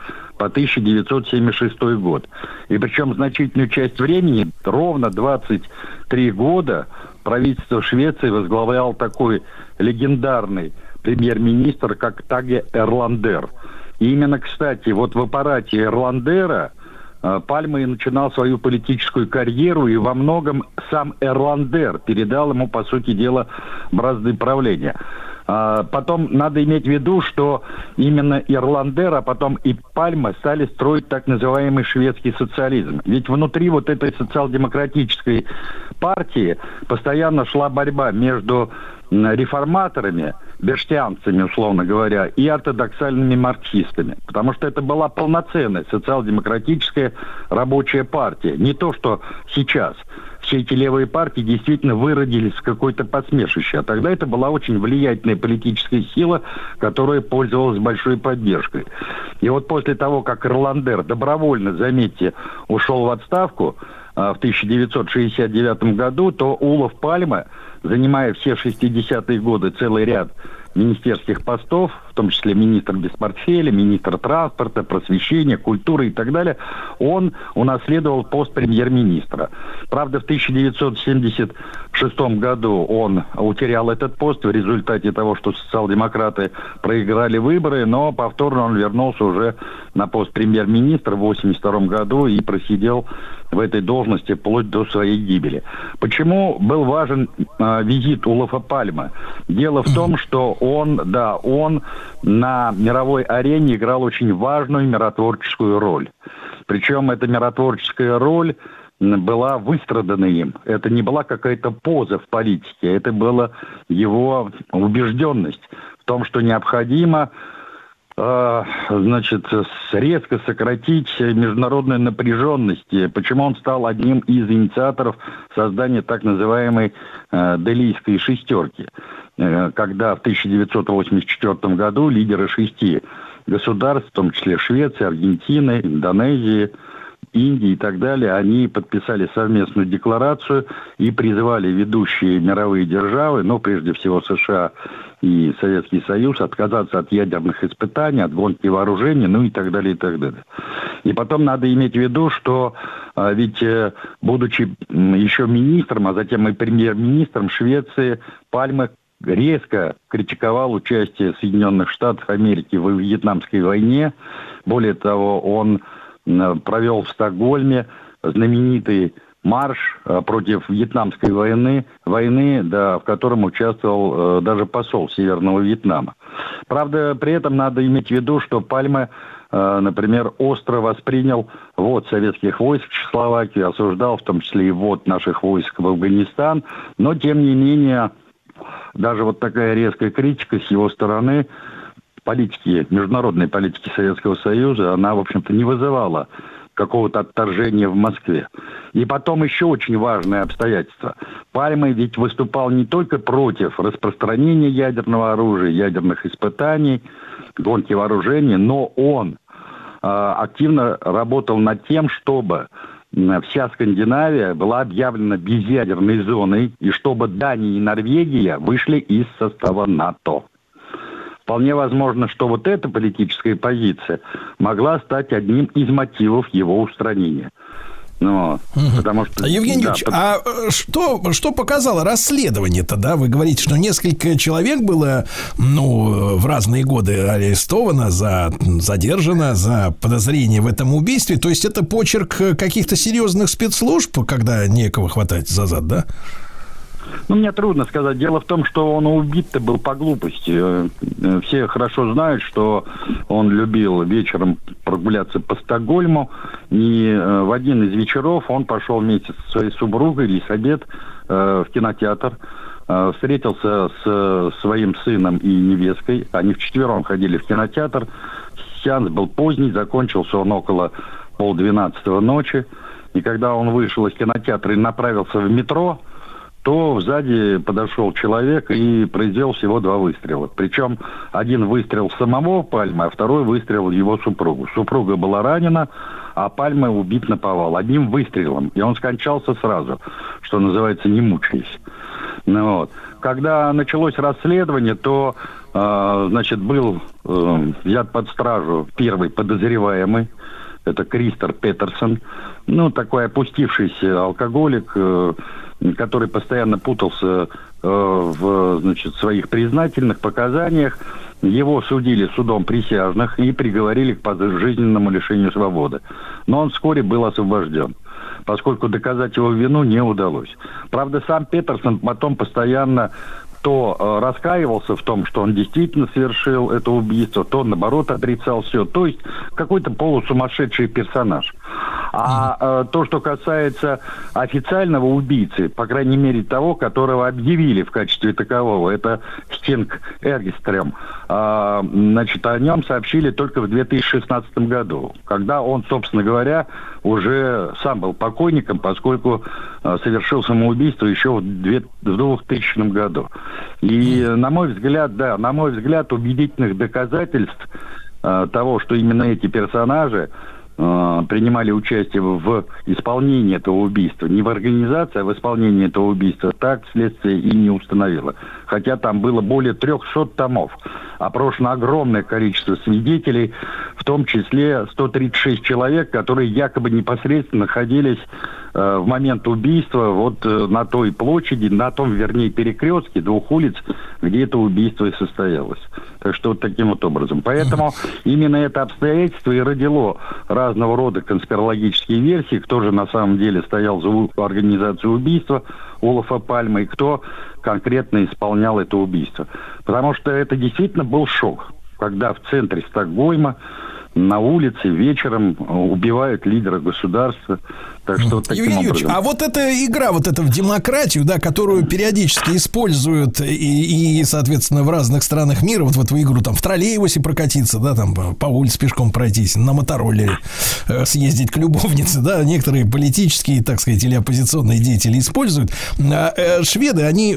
1976 год. И причем значительную часть времени, ровно 23 года, правительство Швеции возглавлял такой легендарный премьер-министр, как Таге Эрландер. И именно, кстати, вот в аппарате Эрландера Пальме начинал свою политическую карьеру, и во многом сам Эрландер передал ему, по сути дела, бразды правления. Потом надо иметь в виду, что именно Эрландер, а потом и Пальме стали строить так называемый шведский социализм. Ведь внутри вот этой социал-демократической партии постоянно шла борьба между реформаторами, берштианцами, условно говоря, и ортодоксальными марксистами. Потому что это была полноценная социал-демократическая рабочая партия. Не то, что сейчас. Все эти левые партии действительно выродились в какое-то посмешище. А тогда это была очень влиятельная политическая сила, которая пользовалась большой поддержкой. И вот после того, как Эрландер добровольно, заметьте, ушел в отставку в 1969 году, то Олаф Пальме, занимая все 60-е годы целый ряд министерских постов, в том числе министр без портфеля, министр транспорта, просвещения, культуры и так далее, он унаследовал пост премьер-министра. Правда, в 1976 году он утерял этот пост в результате того, что социал-демократы проиграли выборы, но повторно он вернулся уже на пост премьер-министра в 1982 году и просидел в этой должности вплоть до своей гибели. Почему был важен визит Олафа Пальме? Дело в том, что он на мировой арене играл очень важную миротворческую роль. Причем эта миротворческая роль была выстрадана им. Это не была какая-то поза в политике, это была его убежденность в том, что необходимо резко сократить международную напряженность. Почему он стал одним из инициаторов создания так называемой Делийской шестерки, когда в 1984 году лидеры 6 государств, в том числе Швеции, Аргентины, Индонезии, Индии и так далее, они подписали совместную декларацию и призывали ведущие мировые державы, прежде всего США и Советский Союз, отказаться от ядерных испытаний, от гонки вооружений, и так далее, и так далее. И потом надо иметь в виду, что ведь, будучи еще министром, а затем и премьер-министром Швеции, Пальме резко критиковал участие Соединенных Штатов Америки в Вьетнамской войне. Более того, он провел в Стокгольме знаменитый марш против Вьетнамской войны, в котором участвовал даже посол Северного Вьетнама. Правда, при этом надо иметь в виду, что Пальме, например, остро воспринял ввод советских войск в Чехословакию, осуждал в том числе и ввод наших войск в Афганистан, но, тем не менее, даже вот такая резкая критика с его стороны международной политики Советского Союза, она, в общем-то, не вызывала какого-то отторжения в Москве. И потом еще очень важное обстоятельство. Пальме ведь выступал не только против распространения ядерного оружия, ядерных испытаний, гонки вооружений, но он активно работал над тем, чтобы вся Скандинавия была объявлена безъядерной зоной, и чтобы Дания и Норвегия вышли из состава НАТО. Вполне возможно, что вот эта политическая позиция могла стать одним из мотивов его устранения. Потому что, Евгений Юрьевич, а что показало расследование-то, да? Вы говорите, что несколько человек было, в разные годы арестовано, задержано за подозрение в этом убийстве. То есть это почерк каких-то серьезных спецслужб, когда некого хватать за зад, да? Мне трудно сказать. Дело в том, что он убит-то был по глупости. Все хорошо знают, что он любил вечером прогуляться по Стокгольму. И в один из вечеров он пошел вместе со своей супругой Элисабет в кинотеатр. Встретился с своим сыном и невесткой. Они вчетвером ходили в кинотеатр. Сеанс был поздний, закончился он около 11:30 ночи. И когда он вышел из кинотеатра и направился в метро, то сзади подошел человек и произвел всего 2 выстрела. Причем один выстрел самого Пальмы, а второй выстрел в его супругу. Супруга была ранена, а Пальма убит наповал. Одним выстрелом. И он скончался сразу, что называется, не мучаясь. Когда началось расследование, то, был взят под стражу первый подозреваемый. Это Кристер Петерсон. Такой опустившийся алкоголик, который постоянно путался в своих признательных показаниях. Его судили судом присяжных и приговорили к пожизненному лишению свободы. Но он вскоре был освобожден, поскольку доказать его вину не удалось. Правда, сам Петерсон потом постоянно то раскаивался в том, что он действительно совершил это убийство, то, наоборот, отрицал все. То есть какой-то полусумасшедший персонаж. А то, что касается официального убийцы, по крайней мере того, которого объявили в качестве такового, это Стинг Эргстрем, о нем сообщили только в 2016 году, когда он, собственно говоря, уже сам был покойником, поскольку совершил самоубийство еще в 2000 году. И, на мой взгляд, убедительных доказательств того, что именно эти персонажи принимали участие в исполнении этого убийства, не в организации, а в исполнении этого убийства, так следствие и не установило. Хотя там было более 300 томов. Опрошено огромное количество свидетелей, в том числе 136 человек, которые якобы непосредственно находились в момент убийства на той площади, на том, перекрестке 2 улиц, где это убийство и состоялось. Так что таким образом. Поэтому именно это обстоятельство и родило разного рода конспирологические версии, кто же на самом деле стоял за организацию убийства Олафа Пальмы и кто конкретно исполнял это убийство. Потому что это действительно был шок, когда в центре Стокгольма на улице вечером убивают лидера государства. Так что таким Евгений образом. А вот эта игра, в демократию, которую периодически используют и, соответственно, в разных странах мира, в эту игру, в троллейбусе прокатиться, по улице пешком пройтись, на мотороллере съездить к любовнице, некоторые политические, так сказать, или оппозиционные деятели используют. Шведы, они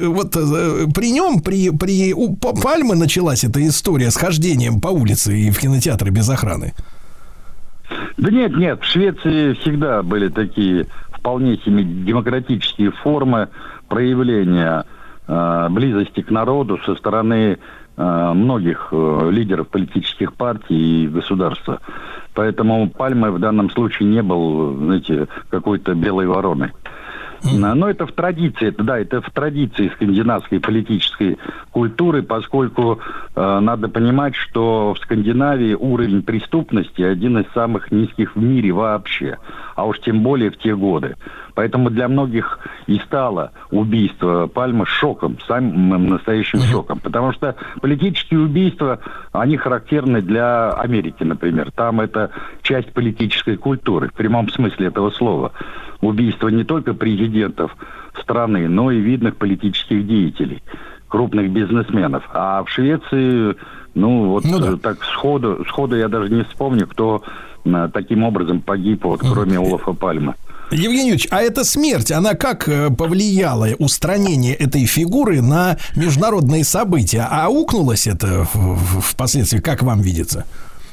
при Пальме началась эта история с хождением по улице и в кинотеатры без охраны. Да нет, в Швеции всегда были такие вполне себе демократические формы проявления близости к народу со стороны многих лидеров политических партий и государства. Поэтому Пальма в данном случае не был, какой-то белой вороной. Но это в традиции, это в традиции скандинавской политической культуры, поскольку надо понимать, что в Скандинавии уровень преступности один из самых низких в мире вообще, а уж тем более в те годы. Поэтому для многих и стало убийство Пальмы шоком, самым настоящим шоком. Потому что политические убийства, они характерны для Америки, например. Там это часть политической культуры, в прямом смысле этого слова. Убийство не только президентов страны, но и видных политических деятелей, крупных бизнесменов. А в Швеции, так сходу я даже не вспомню, кто таким образом погиб, кроме Олафа Пальмы. Евгений Юрьевич, а эта смерть, она как повлияла, устранение этой фигуры, на международные события? А аукнулось это впоследствии, как вам видится?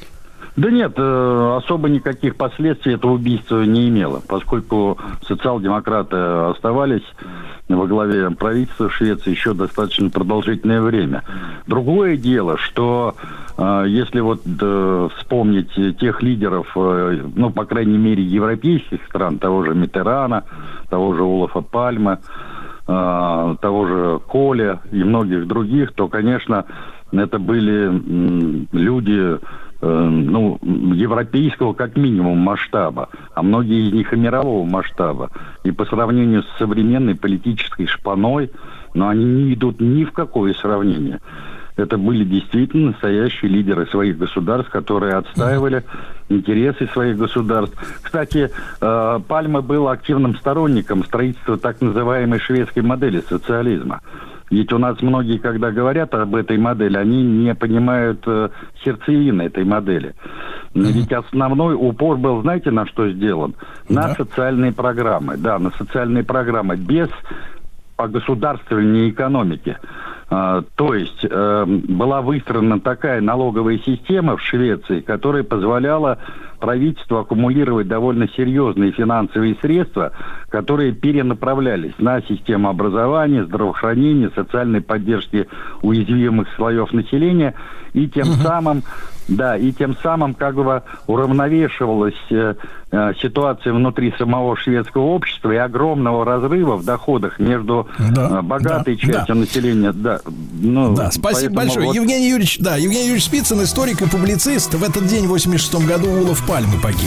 Да нет, особо никаких последствий это убийство не имело, поскольку социал-демократы оставались во главе правительства Швеции еще достаточно продолжительное время. Другое дело, что если вот вспомнить тех лидеров, ну, по крайней мере, европейских стран, того же Миттерана, того же Олафа Пальме, того же Коля и многих других, то, конечно, это были люди, ну, европейского как минимум масштаба, а многие из них и мирового масштаба. И по сравнению с современной политической шпаной, но они не идут ни в какое сравнение. Это были действительно настоящие лидеры своих государств, которые отстаивали интересы своих государств. Кстати, Пальме был активным сторонником строительства так называемой шведской модели социализма. Ведь у нас многие, когда говорят об этой модели, они не понимают сердцевины этой модели. Ведь основной упор был, знаете, на что сделан? На социальные программы. Да, на социальные программы, без огосударствования экономики. То есть была выстроена такая налоговая система в Швеции, которая позволяла правительству аккумулировать довольно серьезные финансовые средства, которые перенаправлялись на систему образования, здравоохранения, социальной поддержки уязвимых слоев населения, и тем самым, да, и тем самым как бы уравновешивалась ситуация внутри самого шведского общества и огромного разрыва в доходах между богатой частью населения. Да, ну, да, спасибо большое. Вот... Евгений Юрьевич Спицын, историк и публицист. В этот день, в 1986 году, Олаф Пальме погиб.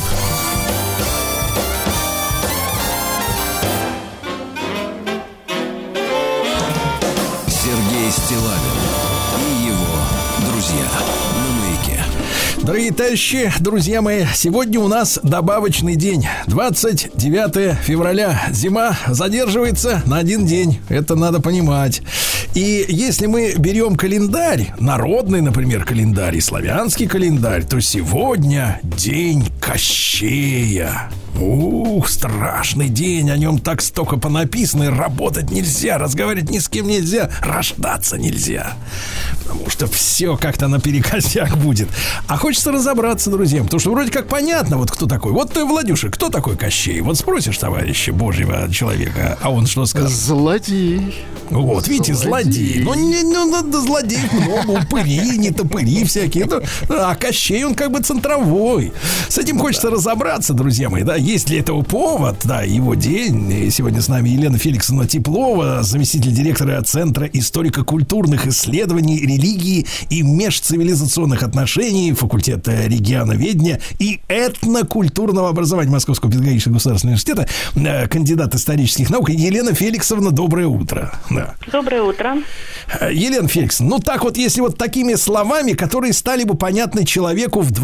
Сергей Стиллавин и его друзья на Маяке. Дорогие товарищи, друзья мои, сегодня у нас добавочный день. 29 февраля. Зима задерживается на один день. Это надо понимать. И если мы берем календарь, народный, например, календарь и славянский календарь, то сегодня день Кощея. Ух, страшный день, о нем так столько понаписано, работать нельзя, разговаривать ни с кем нельзя, рождаться нельзя, потому что все как-то наперекосяк будет. А хочется разобраться, друзья, потому что вроде как понятно, вот кто такой. Вот ты, Владюша, кто такой Кощей? Вот спросишь товарища Божьего человека, а он что скажет? Злодей. Вот, видите, злодей. Ну, злодеев много, упыри, не топыри всякие. А Кощей, он как бы центровой. С этим хочется разобраться, друзья мои, да. Есть ли этого повод? Да, его день. И сегодня с нами Елена Феликсовна Теплова, заместитель директора Центра историко-культурных исследований религии и межцивилизационных отношений, факультета регионоведения и этнокультурного образования Московского педагогического государственного университета, кандидат исторических наук. Елена Феликсовна, доброе утро. Да. Доброе утро. Елена Феликсовна, ну так вот, если вот такими словами, которые стали бы понятны человеку в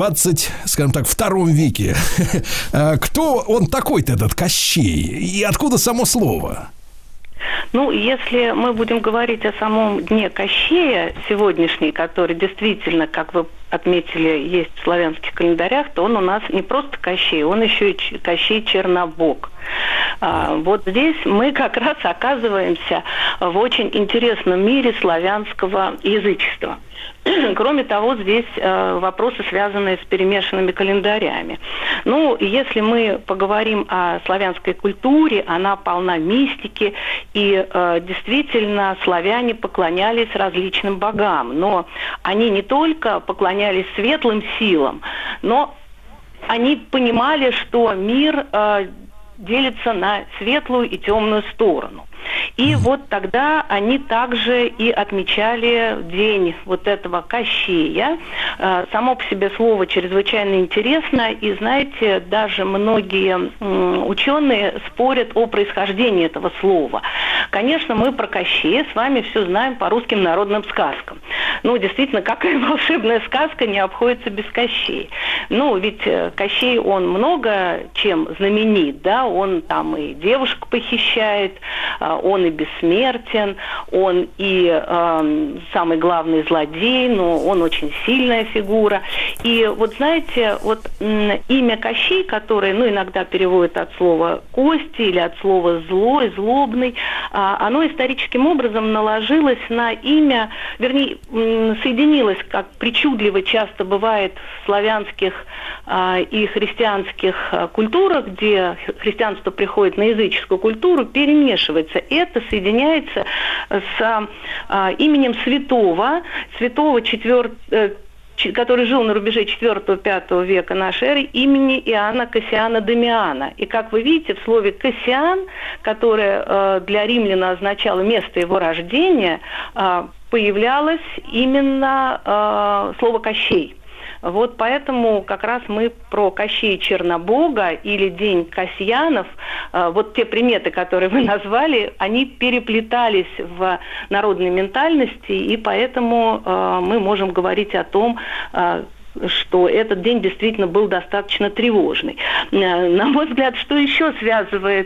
22 веке, кто он такой-то, этот Кощей? И откуда само слово? Ну, если мы будем говорить о самом дне Кощея сегодняшний, который действительно, как вы отметили, есть в славянских календарях, то он у нас не просто Кощей, он еще и Кощей Чернобог. Вот здесь мы как раз оказываемся в очень интересном мире славянского язычества. Кроме того, здесь вопросы, связанные с перемешанными календарями. Ну, если мы поговорим о славянской культуре, она полна мистики, и действительно славяне поклонялись различным богам. Но они не только поклонялись светлым силам, но они понимали, что мир делится на светлую и темную сторону. И вот тогда они также и отмечали день вот этого Кощея. Само по себе слово чрезвычайно интересно, и, знаете, даже многие ученые спорят о происхождении этого слова. Конечно, мы про Кощея с вами все знаем по русским народным сказкам. Ну, действительно, какая волшебная сказка не обходится без Кощея. Ну, ведь Кощей, он много чем знаменит, да, он там и девушек похищает, он и бессмертен, он и самый главный злодей, но он очень сильная фигура. И вот знаете, вот имя Кощей, которое, иногда переводят от слова «кости» или от слова «злой», «злобный», оно историческим образом наложилось на имя, вернее, соединилось, как причудливо часто бывает в славянских и христианских культурах, где христианство приходит на языческую культуру, перемешивается. Это соединяется с именем святого который жил на рубеже 4-5 века нашей эры, имени Иоанна Кассиана Дамиана. И, как вы видите, в слове «Кассиан», которое для римляна означало место его рождения, появлялось именно слово «Кощей». Вот поэтому как раз мы про Кощея Чернобога или День Касьянов, вот те приметы, которые вы назвали, они переплетались в народной ментальности, и поэтому мы можем говорить о том, что этот день действительно был достаточно тревожный. На мой взгляд, что еще связывает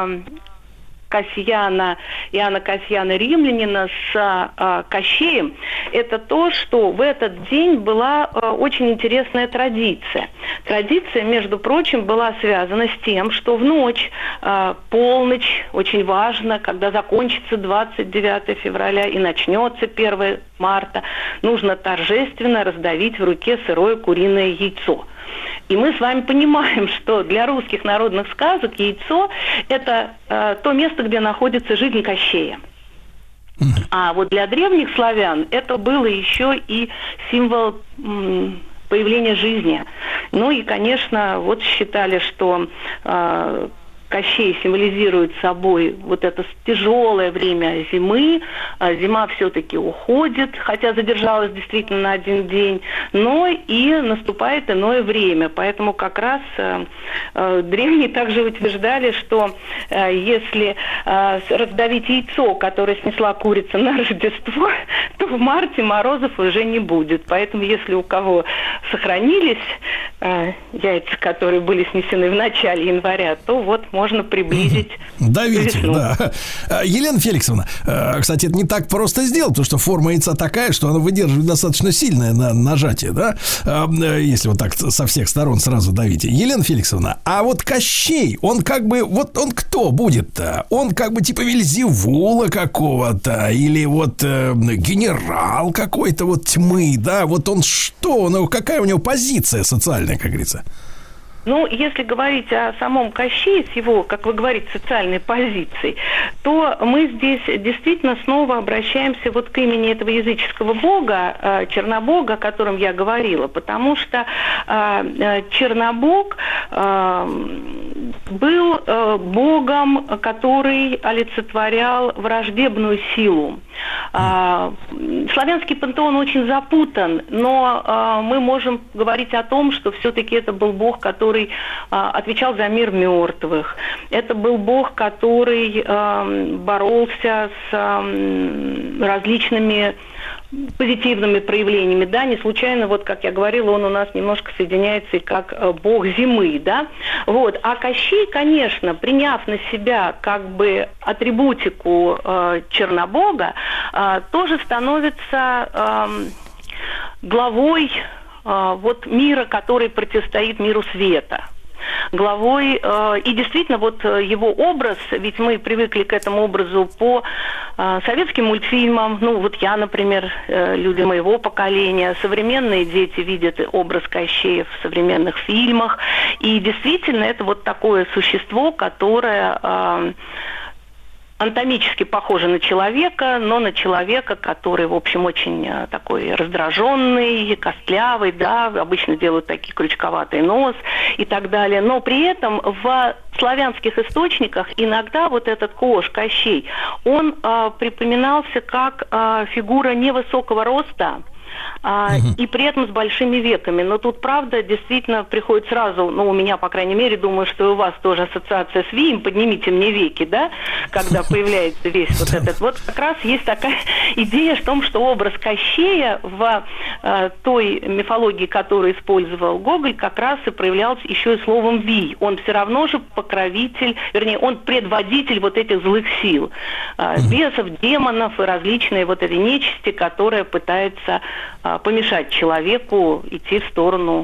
Иоанна Кассиана Римлянина с Кощеем, это то, что в этот день была очень интересная традиция. Традиция, между прочим, была связана с тем, что в ночь, полночь, очень важно, когда закончится 29 февраля и начнется 1 марта, нужно торжественно раздавить в руке сырое куриное яйцо. И мы с вами понимаем, что для русских народных сказок яйцо – это то место, где находится жизнь Кощея. А вот для древних славян это было еще и символ появления жизни. Ну и, конечно, вот считали, что Кощей символизирует собой вот это тяжелое время зимы. Зима все-таки уходит, хотя задержалась действительно на один день, но и наступает иное время. Поэтому как раз древние также утверждали, что если раздавить яйцо, которое снесла курица на Рождество, то в марте морозов уже не будет. Поэтому если у кого сохранились яйца, которые были снесены в начале января, то вот можно приблизить давите, весну. Да. Елена Феликсовна, кстати, это не так просто сделать, потому что форма яйца такая, что она выдерживает достаточно сильное нажатие, да, если вот так со всех сторон сразу давите. Елена Феликсовна, а вот Кощей, он как бы, вот он кто будет-то? Он как бы типа Вельзевула какого-то, или вот генерал какой-то вот тьмы, да, вот он что, какая у него позиция социальная, как говорится? Ну, если говорить о самом Кощее, с его, как вы говорите, социальной позицией, то мы здесь действительно снова обращаемся вот к имени этого языческого бога, Чернобога, о котором я говорила, потому что Чернобог был богом, который олицетворял враждебную силу. Славянский пантеон очень запутан, но мы можем говорить о том, что все-таки это был бог, который отвечал за мир мертвых. Это был бог, который боролся с различными позитивными проявлениями, да, не случайно, вот, как я говорила, он у нас немножко соединяется и как бог зимы, да, вот, а Кощей, конечно, приняв на себя, как бы, атрибутику Чернобога, тоже становится главой вот мира, который противостоит миру света. Главой, и действительно вот его образ, ведь мы привыкли к этому образу по советским мультфильмам, ну вот я, например, люди моего поколения, современные дети видят образ Кощея в современных фильмах, и действительно это вот такое существо, которое анатомически похоже на человека, но на человека, который, в общем, очень такой раздраженный, костлявый, да, обычно делают такие крючковатый нос и так далее. Но при этом в славянских источниках иногда вот этот Кош, Кощей, он припоминался как фигура невысокого роста, и при этом с большими веками. Но тут, правда, действительно приходит сразу, у меня, по крайней мере, думаю, что и у вас тоже ассоциация с Вием, поднимите мне веки, да, когда появляется весь вот этот. Вот как раз есть такая идея в том, что образ Кощея в той мифологии, которую использовал Гоголь, как раз и проявлялся еще и словом «вий». Он все равно же покровитель, вернее, он предводитель вот этих злых сил, бесов, демонов и различные вот эти нечисти, которые пытаются помешать человеку идти в сторону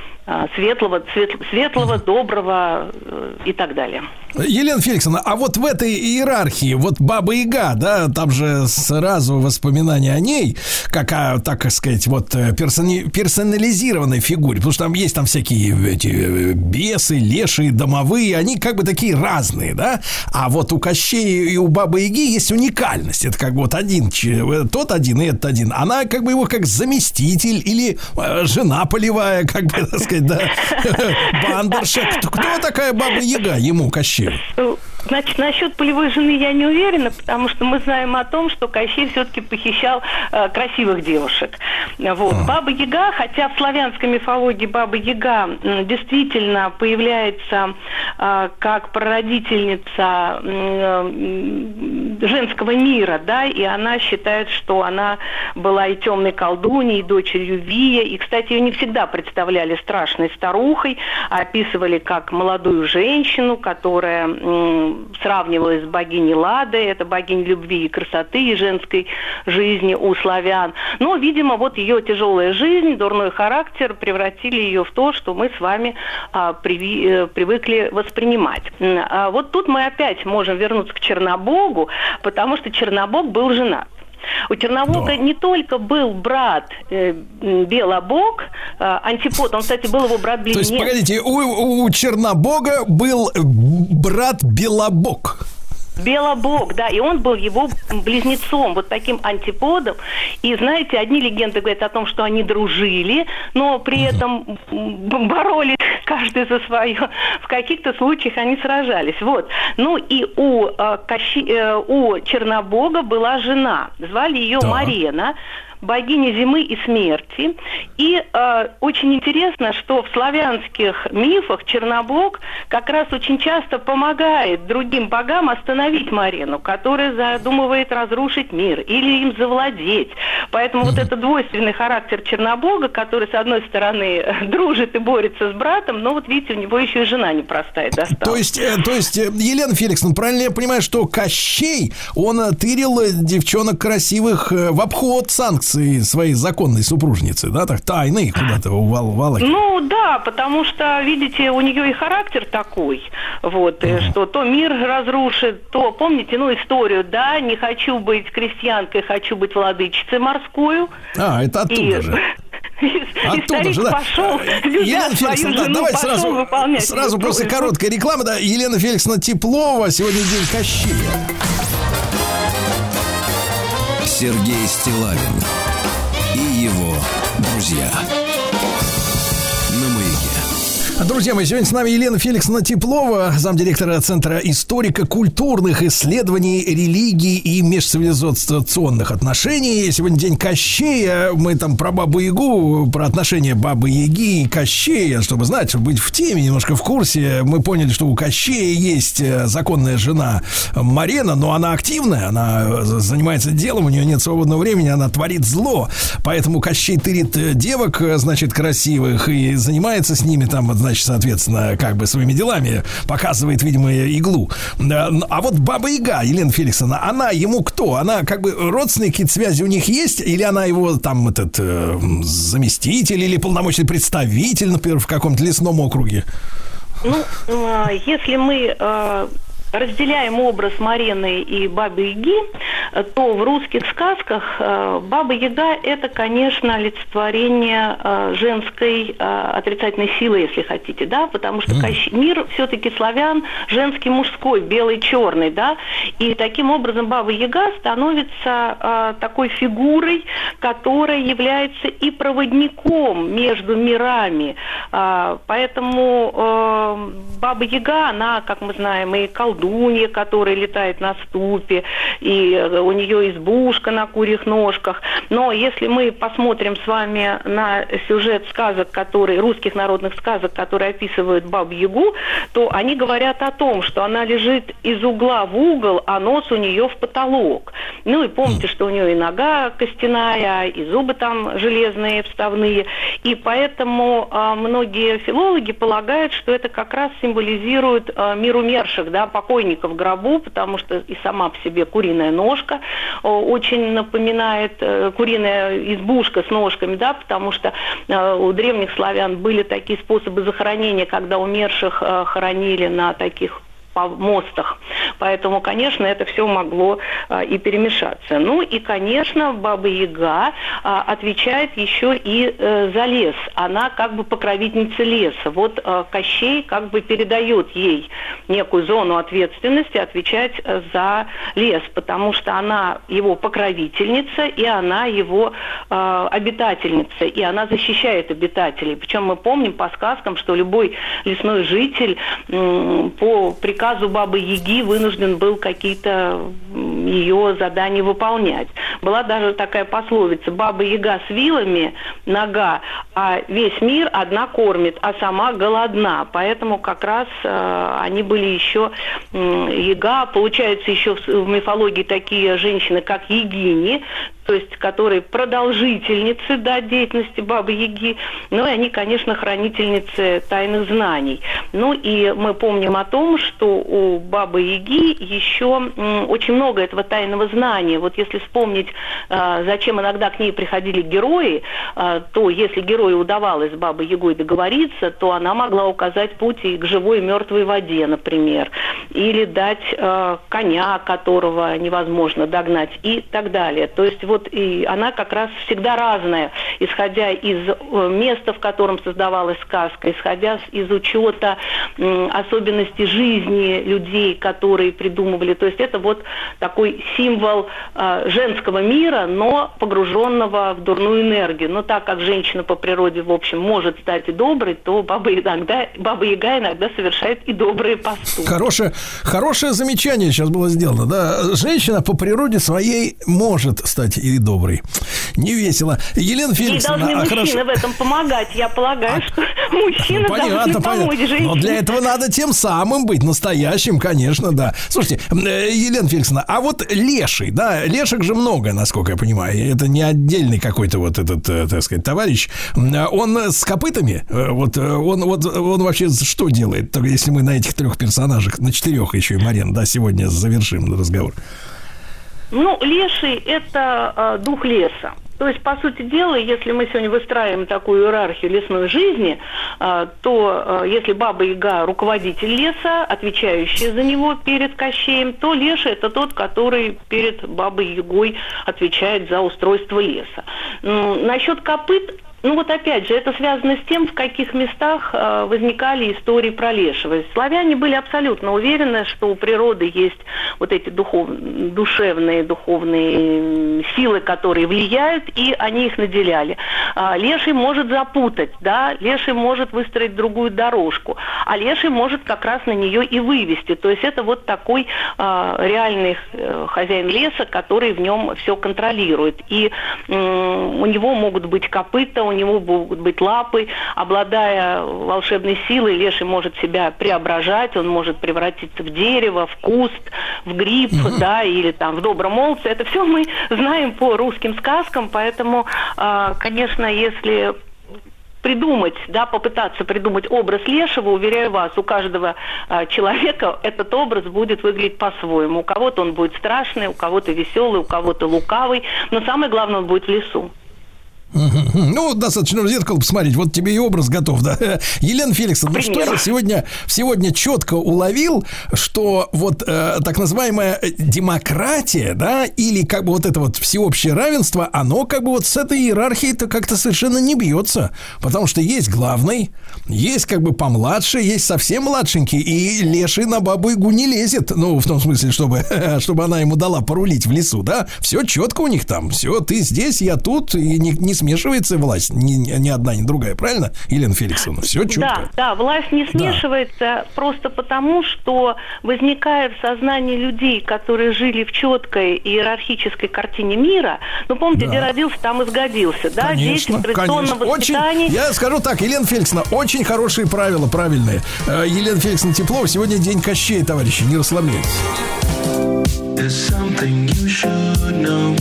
светлого, доброго и так далее. Елена Феликсовна, а вот в этой иерархии, вот Баба-Яга, да, там же сразу воспоминания о ней, как о, так сказать, вот персонализированной фигуре, потому что там есть там всякие эти бесы, лешие, домовые, они как бы такие разные, да, а вот у Кощея и у Бабы-Яги есть уникальность, это как бы вот один, тот один и этот один, она как бы его как заместитель или жена полевая, как бы, так сказать, да, бандерша. Кто такая Баба-Яга ему, Кощею? Значит, насчет полевой жены я не уверена, потому что мы знаем о том, что Кощей все-таки похищал красивых девушек. Вот. Баба-Яга, хотя в славянской мифологии Баба-Яга действительно появляется как прародительница женского мира, да, и она считает, что она была и темной колдуньей, и дочерью Вия, и, кстати, ее не всегда представляли страшной старухой, а описывали как молодую женщину, которая сравнивалась с богиней Ладой, это богиня любви и красоты и женской жизни у славян. Но, видимо, вот ее тяжелая жизнь, дурной характер превратили ее в то, что мы с вами привыкли воспринимать. Вот тут мы опять можем вернуться к Чернобогу, потому что Чернобог был женат. У Чернобога не только был брат Белобог, антипод, он, кстати, был его брат-близнец. То есть, погодите, у Чернобога был брат Белобог. Белобог, да, и он был его близнецом, вот таким антиподом. И, знаете, одни легенды говорят о том, что они дружили, но при этом боролись каждый за свое. В каких-то случаях они сражались. Вот. Ну и у Чернобога была жена. Звали ее Марена, богиня зимы и смерти. И очень интересно, что в славянских мифах Чернобог как раз очень часто помогает другим богам остановить Марену, которая задумывает разрушить мир или им завладеть. Поэтому вот этот двойственный характер Чернобога, который, с одной стороны, дружит и борется с братом, но вот видите, у него еще и жена непростая досталась. То есть, Елена Феликсовна, правильно я понимаю, что Кощей, он тырил девчонок красивых в обход санкций своей законной супружницы, да, так тайно их куда-то уволокли? Ну да, потому что, видите, у нее и характер такой, вот, что то мир разрушит, то, помните, историю, да, не хочу быть крестьянкой, хочу быть владычицей морскую. Это оттуда же. Оттуда же, да. Пошел, Елена Феликсовна, давайте сразу после короткой рекламы, да, Елена Феликсовна Теплова, сегодня день Кощея. Сергей Стиллавин и его друзья. Друзья мои, сегодня с нами Елена Феликсовна Теплова, замдиректора Центра историко-культурных исследований религии и межцивилизационных отношений. Сегодня день Кощея. Мы там про Бабу-Ягу, про отношения Бабы-Яги и Кощея, чтобы знать, чтобы быть в теме, немножко в курсе. Мы поняли, что у Кощея есть законная жена Марена, но она активная, она занимается делом, у нее нет свободного времени, она творит зло. Поэтому Кощей тырит девок, значит, красивых и занимается с ними там, значит, соответственно, как бы своими делами, показывает, видимо, иглу. А вот Баба-Яга, Елена Феликсовна, она ему кто? Она как бы родственные какие-то связи у них есть? Или она его там заместитель или полномочный представитель, например, в каком-то лесном округе? Если мы разделяем образ Марены и Бабы-Яги, то в русских сказках Баба-Яга – это, конечно, олицетворение женской отрицательной силы, если хотите, да, потому что мир все-таки славян женский, мужской, белый, черный, да, и таким образом Баба-Яга становится такой фигурой, которая является и проводником между мирами, поэтому Баба-Яга, она, как мы знаем, и колдунья, которая летает на ступе, и у нее избушка на курьих ножках. Но если мы посмотрим с вами на сюжет сказок, русских народных сказок, которые описывают Бабу-Ягу, то они говорят о том, что она лежит из угла в угол, а нос у нее в потолок. Ну и помните, что у нее и нога костяная, и зубы там железные, вставные. И поэтому многие филологи полагают, что это как раз символизирует мир умерших, да, покойников в гробу, потому что и сама по себе куриная ножка очень напоминает куриная избушка с ножками, да, потому что у древних славян были такие способы захоронения, когда умерших хоронили на таких мостах. Поэтому, конечно, это все могло и перемешаться. Ну и, конечно, Баба-Яга отвечает еще и за лес. Она как бы покровительница леса. Вот Кощей как бы передает ей некую зону ответственности отвечать за лес, потому что она его покровительница, и она его обитательница, и она защищает обитателей. Причем мы помним по сказкам, что любой лесной житель по приказу Бабы-Яги вынужден был какие-то ее задания выполнять. Была даже такая пословица: Баба-Яга с вилами нога, а весь мир одна кормит, а сама голодна. Поэтому как раз они были еще Яга. Получается, еще в мифологии такие женщины, как Ягини, то есть которые продолжительницы, да, деятельности Бабы-Яги, ну и они, конечно, хранительницы тайных знаний. Ну и мы помним о том, что у Бабы-Яги еще очень много этого тайного знания. Вот если вспомнить, зачем иногда к ней приходили герои, то если герою удавалось с Бабой-Ягой договориться, то она могла указать путь и к живой и мертвой воде, например, или дать коня, которого невозможно догнать, и так далее. То есть вот и она как раз всегда разная, исходя из места, в котором создавалась сказка, исходя из учета особенностей жизни людей, которые придумывали. То есть это вот такой символ женского мира, но погруженного в дурную энергию. Но так как женщина по природе, в общем, может стать и доброй, то Баба-Яга иногда совершает и добрые поступки. Хорошее замечание сейчас было сделано. Да? Женщина по природе своей может стать и добрый. Не весело. Елена Феликсовна... И должны мужчины в этом помогать. Я полагаю, что мужчины должны помочь женщине. Но для этого надо тем самым быть настоящим, конечно, да. Слушайте, Елена Феликсовна, а вот леший, да, лешек же много, насколько я понимаю. Это не отдельный какой-то вот этот, так сказать, товарищ. Он с копытами? Вот он вообще что делает? Только если мы на этих 3 персонажах, на 4 еще и Марин, да, сегодня завершим разговор. Ну, леший – это дух леса. То есть, по сути дела, если мы сегодня выстраиваем такую иерархию лесной жизни, то если Баба-Яга – руководитель леса, отвечающий за него перед Кощеем, то леший – это тот, который перед Бабой-Ягой отвечает за устройство леса. Насчет копыт – ну вот опять же, это связано с тем, в каких местах возникали истории про лешего. Славяне были абсолютно уверены, что у природы есть вот эти душевные силы, которые влияют, и они их наделяли. Леший может запутать, да, леший может выстроить другую дорожку, а леший может как раз на нее и вывести. То есть это вот такой реальный хозяин леса, который в нем все контролирует. И у него могут быть копыта, у него могут быть лапы. Обладая волшебной силой, леший может себя преображать, он может превратиться в дерево, в куст, в гриб, да, или там в добромолца. Это все мы знаем по русским сказкам, поэтому, конечно, если придумать, да, попытаться придумать образ лешего, уверяю вас, у каждого человека этот образ будет выглядеть по-своему. У кого-то он будет страшный, у кого-то веселый, у кого-то лукавый, но самое главное, он будет в лесу. Ну, достаточно в зеркало посмотреть. Вот тебе и образ готов, да. Елена Феликсовна, ну что я сегодня четко уловил, что вот так называемая демократия, да, или как бы вот это вот всеобщее равенство, оно как бы вот с этой иерархией-то как-то совершенно не бьется. Потому что есть главный, есть как бы помладше, есть совсем младшенький, и леший на Бабу-Ягу не лезет. Ну, в том смысле, чтобы она ему дала порулить в лесу, да. Все четко у них там. Все, ты здесь, я тут, и не смешивается власть, ни одна, ни другая, правильно, Елена Феликсовна? Все четко. Да, власть не смешивается просто потому, что возникает в сознании людей, которые жили в четкой иерархической картине мира. Ну, помните, где родился, там и сгодился. Да? Конечно, Здесь в традиционном воспитании... Я скажу так, Елена Феликсовна, очень хорошие правила, правильные. Елена Феликсовна Теплова, сегодня день Кощея, товарищи, не расслабляйтесь. There's something you should know.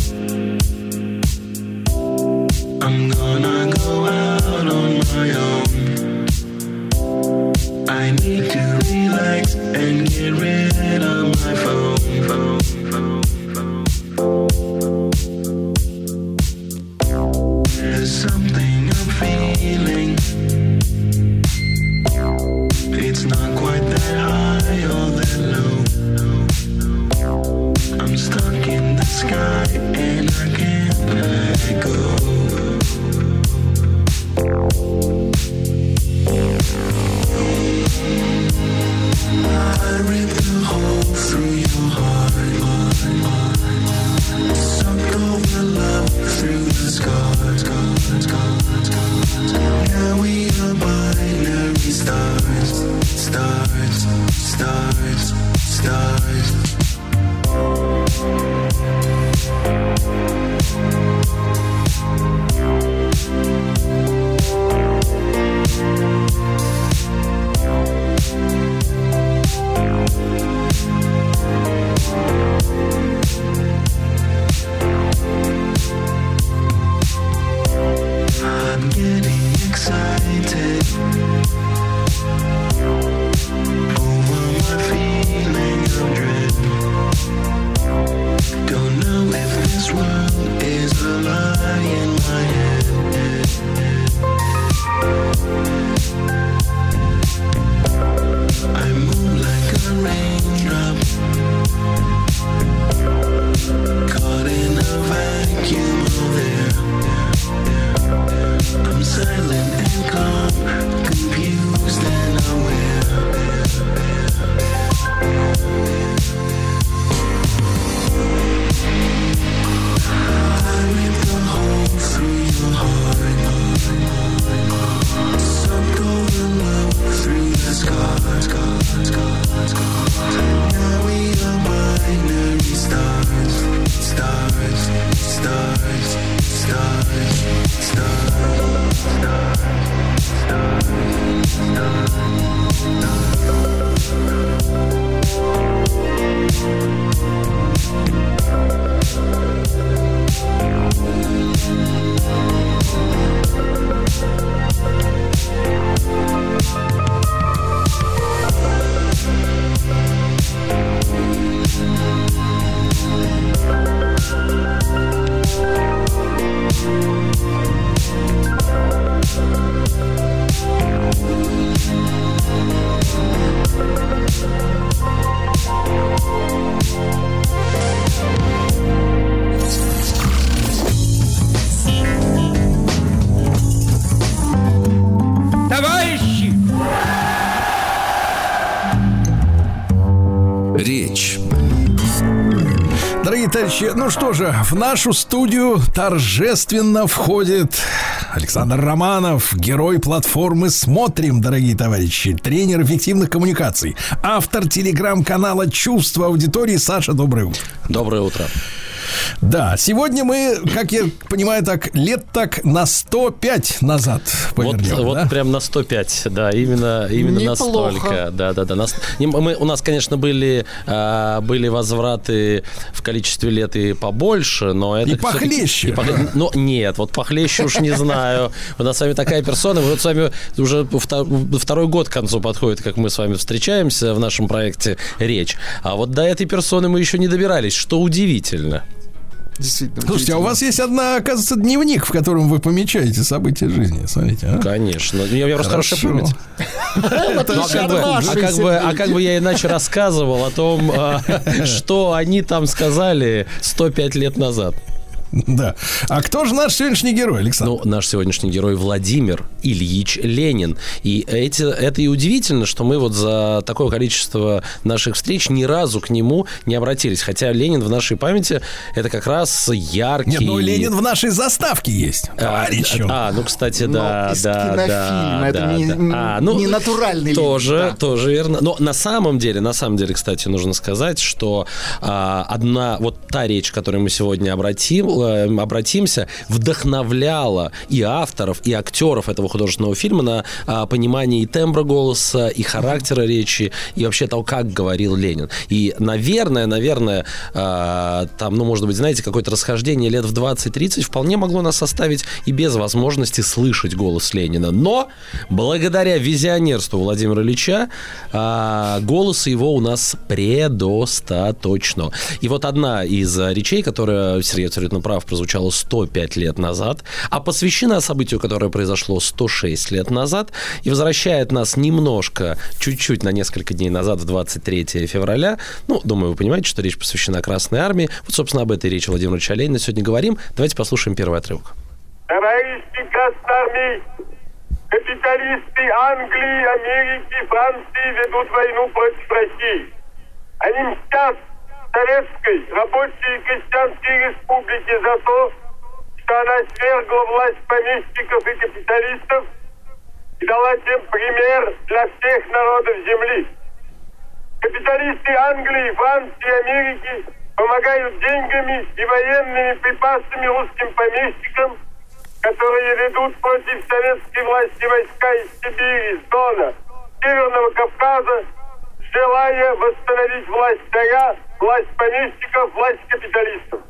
I'm gonna go out on my own. I need to relax and get rid of my phone. There's something I'm feeling. It's not quite that high or that low. I'm stuck in the sky and I can't let go. I ripped a hole through your heart. Sucked all the love through the scars. Now we are binary stars. Stars, stars, stars. I'm getting excited over my feeling of dread. Don't know if this world is a lie in my head. I move like a raindrop, caught in a vacuum of air. I'm silent and calm, confused and aware. I ripped the hole through your heart. Sucked all the love through the scars. Now we are binary stars. Stars, stars, stars, stars, Товарищи! Речь. Дорогие товарищи, ну что же, в нашу студию торжественно входит Александр Романов, герой платформы «Смотрим», дорогие товарищи, тренер эффективных коммуникаций, автор телеграм-канала «Чувство аудитории». Саша, доброе утро. Доброе утро. Да, сегодня мы, как я понимаю, так лет так на 105 назад повернем. Вот прям на 105, да, именно настолько. Да. У нас, конечно, были возвраты в количестве лет и побольше, но это... И похлеще. Но нет, вот похлеще уж не знаю. У нас с вами такая персона, мы вот с вами уже второй год к концу подходит, как мы с вами встречаемся в нашем проекте «Речь». А вот до этой персоны мы еще не добирались, что удивительно. Действительно. Слушайте, а у вас есть оказывается, дневник, в котором вы помечаете события жизни. Смотрите, а? Конечно. Я просто хорошая память. А как бы я иначе рассказывал о том, что они там сказали 105 лет назад? Да. А кто же наш сегодняшний герой, Александр? Ну, наш сегодняшний герой Владимир Ильич Ленин. И это и удивительно, что мы вот за такое количество наших встреч ни разу к нему не обратились. Хотя Ленин в нашей памяти это как раз яркий... Нет, ну Ленин в нашей заставке есть. Ну, кстати, да. Это не натуральный Ленин. Тоже верно. Но на самом деле, кстати, нужно сказать, что вот та речь, к которой мы сегодня обратимся, вдохновляла и авторов, и актеров этого художественного фильма на понимание и тембра голоса, и характера речи, и вообще того, как говорил Ленин. И, наверное, там, может быть, знаете, какое-то расхождение лет в 20-30 вполне могло нас оставить и без возможности слышать голос Ленина. Но благодаря визионерству Владимира Ильича голоса его у нас предостаточно. И вот одна из речей, которая, Сергей абсолютно прав, прозвучала 105 лет назад, а посвящена событию, которое произошло 106 лет назад, и возвращает нас немножко, чуть-чуть на несколько дней назад, в 23 февраля. Думаю, вы понимаете, что речь посвящена Красной Армии. Вот, собственно, об этой речи Владимира Ильича Ленина сегодня говорим. Давайте послушаем первый отрывок. Товарищи Красной Армии, капиталисты Англии, Америки, Франции ведут войну против России. Они мстят Советской рабочей и крестьянской республике за то, что она свергла власть помещиков и капиталистов и дала тем пример для всех народов земли. Капиталисты Англии, Франции и Америки помогают деньгами и военными припасами русским помещикам, которые ведут против советской власти войска из Сибири, с Дона, Северного Кавказа, желая восстановить власть царя, власть помещиков, власть капиталистов.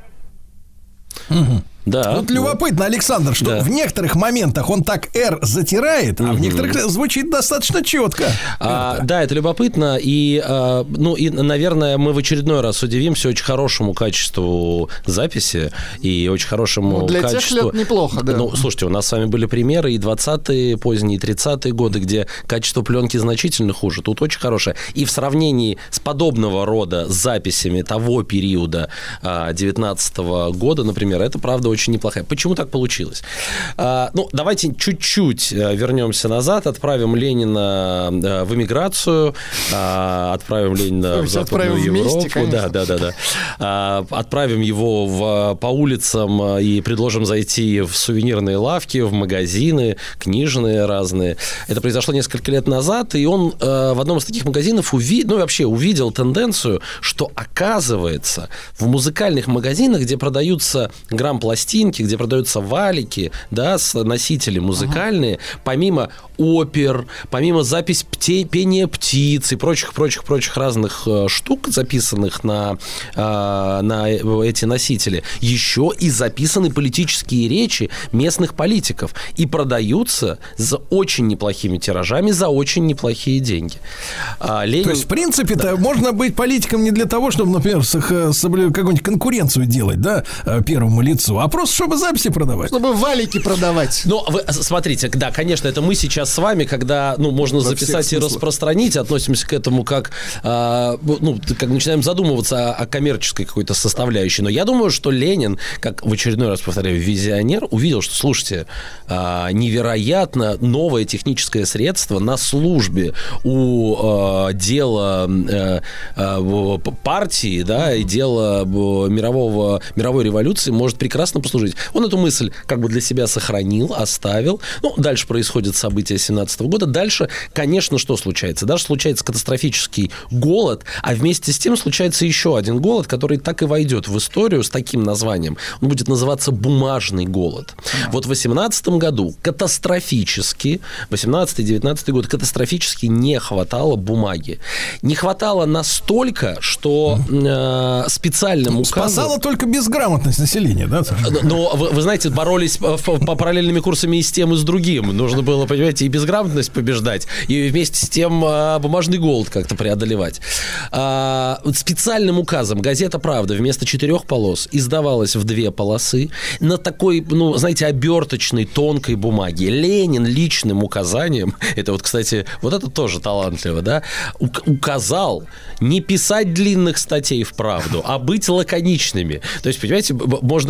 Да. Вот любопытно, Александр, что в некоторых моментах он так «Р» затирает, а в некоторых звучит достаточно четко. Да, это любопытно. И, наверное, мы в очередной раз удивимся очень хорошему качеству записи и очень хорошему для качеству... тех лет неплохо, да. Слушайте, у нас с вами были примеры и 20-е, поздние 30-е годы, где качество пленки значительно хуже. Тут очень хорошее. И в сравнении с подобного рода записями того периода 19-го года, например, это, правда, очень неплохая. Почему так получилось? Давайте чуть-чуть вернемся назад, отправим Ленина в эмиграцию, отправим Ленина в Западную Европу. Отправим его по улицам и предложим зайти в сувенирные лавки, в магазины, книжные разные. Это произошло несколько лет назад, и он в одном из таких магазинов увидел тенденцию, что, оказывается, в музыкальных магазинах, где продаются грамм-пластинки, где продаются валики, носители музыкальные, помимо опер, помимо запись пения птиц и прочих разных штук, записанных на эти носители, еще и записаны политические речи местных политиков и продаются за очень неплохими тиражами, за очень неплохие деньги. Ленин... То есть, в принципе-то, можно быть политиком не для того, чтобы, например, какую-нибудь конкуренцию делать, первому лицу, а просто чтобы записи продавать. Чтобы валики продавать. Вы смотрите, да, конечно, это мы сейчас с вами, когда, можно записать и распространить, относимся к этому как начинаем задумываться о коммерческой какой-то составляющей. Но я думаю, что Ленин, как в очередной раз повторяю, визионер, увидел, что, слушайте, невероятно новое техническое средство на службе у дела партии, и дела мировой революции может прекрасно послужить. Он эту мысль для себя сохранил, оставил. Дальше происходят события 17 года. Дальше, конечно, что случается? Дальше случается катастрофический голод, а вместе с тем случается еще один голод, который так и войдет в историю с таким названием. Он будет называться бумажный голод. Вот в 18 году катастрофически, 18-19 год катастрофически не хватало бумаги. Не хватало настолько, что специальным указом... Спасала только безграмотность населения, да? Но, вы знаете, боролись по параллельными курсами и с тем, и с другим. Нужно было, понимаете, и безграмотность побеждать, и вместе с тем бумажный голод как-то преодолевать. Специальным указом газета «Правда» вместо 4 полос издавалась в 2 полосы на такой, знаете, оберточной, тонкой бумаге. Ленин личным указанием, это вот, кстати, вот это тоже талантливо, да, указал не писать длинных статей в «Правду», а быть лаконичными. То есть, понимаете, можно как бы с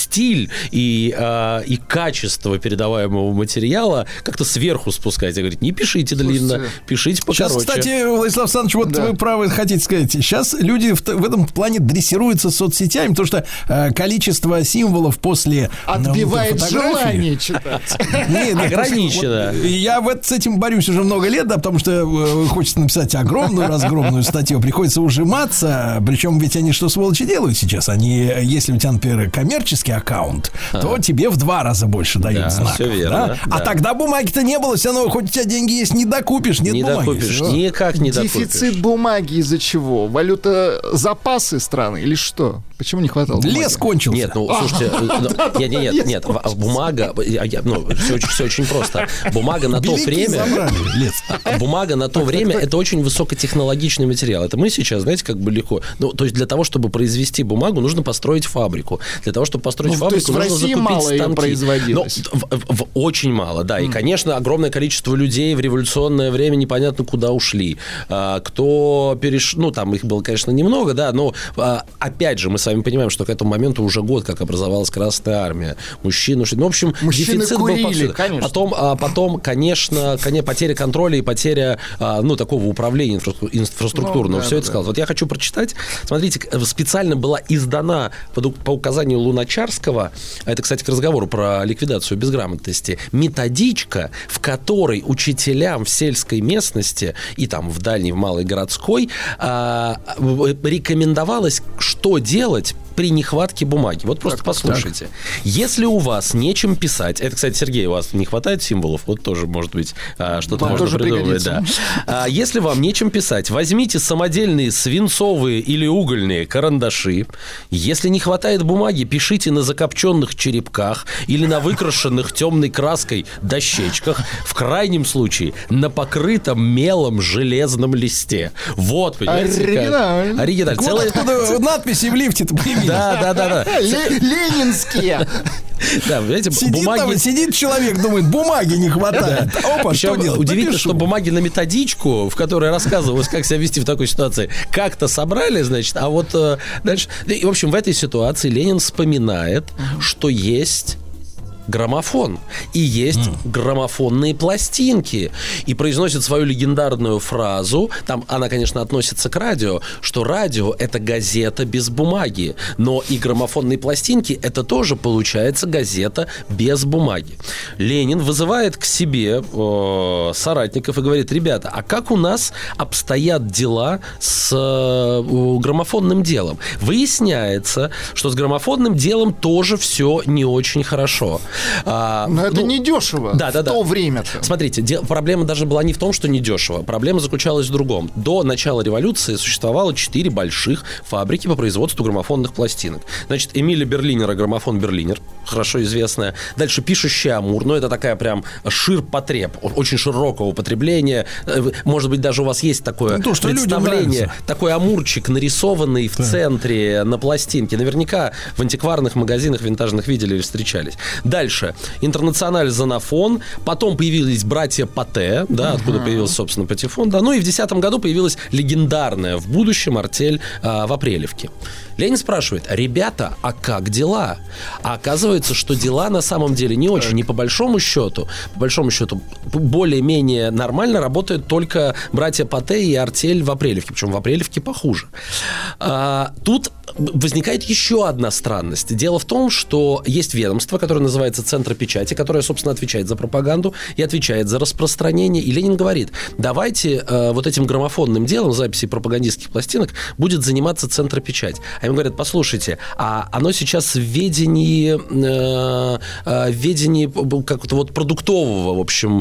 стиль и качество передаваемого материала как-то сверху спускать. Я говорю, не пишите длинно, пишите покороче. Сейчас, кстати, Владислав Александрович, вот вы правы, хотите сказать, сейчас люди в этом плане дрессируются соцсетями, потому что количество символов после отбивает желание читать. Ограничено. Я с этим борюсь уже много лет, да, потому что хочется написать огромную, разгромную статью, приходится ужиматься, причем ведь они что, сволочи, делают сейчас? Они, если у тебя, например, коммерческий аккаунт, то тебе в 2 раза больше дают знак. Все верно, да? А тогда бумаги-то не было, все равно, хоть у тебя деньги есть, не докупишь, нет бумаги. Докупишь, никак не докупишь. Дефицит бумаги из-за чего? Валюта запасы страны или что? Почему не хватало бумаги? Лес кончился. Нет, слушайте, нет, бумага, все очень просто. Бумага на то время, бумага на то время, это очень высокотехнологичный материал. Это мы сейчас, знаете, как бы легко. То есть для того, чтобы произвести бумагу, нужно построить фабрику. Для того, чтобы построить фабрику, нужно закупить мало станки. ее производилось. Очень мало, да. И, конечно, огромное количество людей в революционное время непонятно куда ушли. Кто перешел, там их было, конечно, немного, да, но опять же, мы с вами понимаем, что к этому моменту уже год, как образовалась Красная Армия. Мужчины ушли. В общем, дефицит курили, был повсюду. Конечно. Потом, конечно, потеря контроля и потеря такого управления инфраструктурного. Все это сказал. Вот я хочу прочитать. Смотрите, специально была издана по указанию Луначарского, это, кстати, к разговору про ликвидацию безграмотности, методичка, в которой учителям в сельской местности и там в дальней, в малой городской рекомендовалось, что делать при нехватке бумаги. Вот просто послушайте. Если у вас нечем писать, это, кстати, Сергей, у вас не хватает символов, вот тоже, может быть, что-то можно придумать. Да. Если вам нечем писать, возьмите самодельные свинцовые или угольные карандаши. Если не хватает бумаги, пишите на закопченных черепках или на выкрашенных темной краской дощечках, в крайнем случае на покрытом мелом железном листе. Вот, понимаете? Оригинально. Вот откуда надписи в лифте-то появились. Да. Ленинские. Да, понимаете, сидит человек, думает, бумаги не хватает. Опа, что делать? Удивительно, что бумаги на методичку, в которой рассказывалось, как себя вести в такой ситуации, как-то собрали, значит, а вот дальше... И, в общем, в этой ситуации Ленин вспоминает, что есть граммофон. И есть граммофонные пластинки. И произносит свою легендарную фразу, там она, конечно, относится к радио, что радио — это газета без бумаги. Но и граммофонные пластинки — это тоже, получается, газета без бумаги. Ленин вызывает к себе соратников и говорит: ребята, а как у нас обстоят дела с граммофонным делом? Выясняется, что с граммофонным делом тоже все не очень хорошо. Но это не дешево в то время-то. Смотрите, проблема даже была не в том, что не дешево. Проблема заключалась в другом. До начала революции существовало 4 больших фабрики по производству граммофонных пластинок. Значит, Эмиля Берлинера граммофон «Берлинер», хорошо известная. Дальше «Пишущий Амур», ну это такая прям ширпотреб, очень широкого употребления. Может быть, даже у вас есть такое представление, такой амурчик, нарисованный в центре на пластинке. Наверняка в антикварных магазинах винтажных видели или встречались. Дальше «Интернациональ», «Зонофон», потом появились братья Патэ, да, откуда появился, собственно, Патефон, да, ну и в 2010 году появилась легендарная в будущем артель в Апрелевке. Ленин спрашивает: ребята, а как дела? А оказывается, что дела на самом деле не очень. Не по большому счету, более-менее нормально работают только братья Патэ и артель в Апрелевке. Причем в Апрелевке похуже. Тут возникает еще одна странность. Дело в том, что есть ведомство, которое называется Центр печати, которое, собственно, отвечает за пропаганду и отвечает за распространение. И Ленин говорит: давайте вот этим граммофонным делом записи пропагандистских пластинок будет заниматься Центр печать. А ему говорят: послушайте, а оно сейчас в ведении как-то вот продуктового, в общем,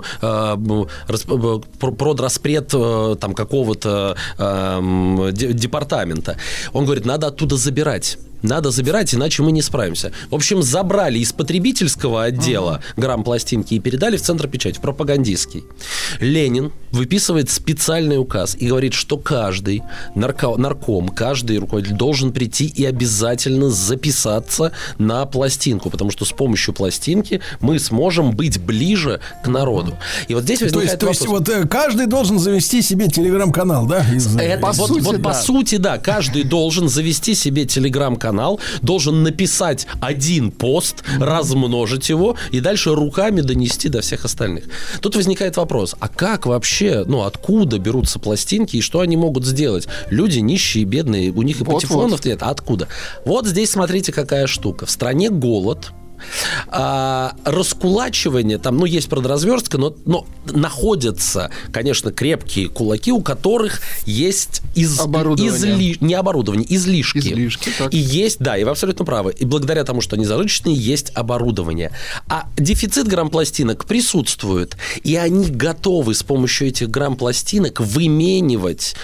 продроспред там какого-то департамента. Он говорит: надо оттуда забирать. Надо забирать, иначе мы не справимся. В общем, забрали из потребительского отдела грампластинки и передали в Центр печати, в пропагандистский. Ленин выписывает специальный указ и говорит, что каждый нарком, каждый руководитель должен прийти и обязательно записаться на пластинку, потому что с помощью пластинки мы сможем быть ближе к народу. И вот здесь возникает вопрос. То есть вот каждый должен завести себе телеграм-канал, да? По сути, да. Каждый должен завести себе телеграм-канал канал, должен написать один пост, размножить его и дальше руками донести до всех остальных. Тут возникает вопрос, а как вообще, откуда берутся пластинки и что они могут сделать? Люди нищие, бедные, у них и патефонов нет, а откуда? Вот здесь смотрите, какая штука. В стране голод. Раскулачивание, там, есть продразверстка, но находятся, конечно, крепкие кулаки, у которых есть не оборудование, излишки. И есть, да, и вы абсолютно правы. И благодаря тому, что они зажиточные, есть оборудование. А дефицит грампластинок присутствует, и они готовы с помощью этих грампластинок обменивать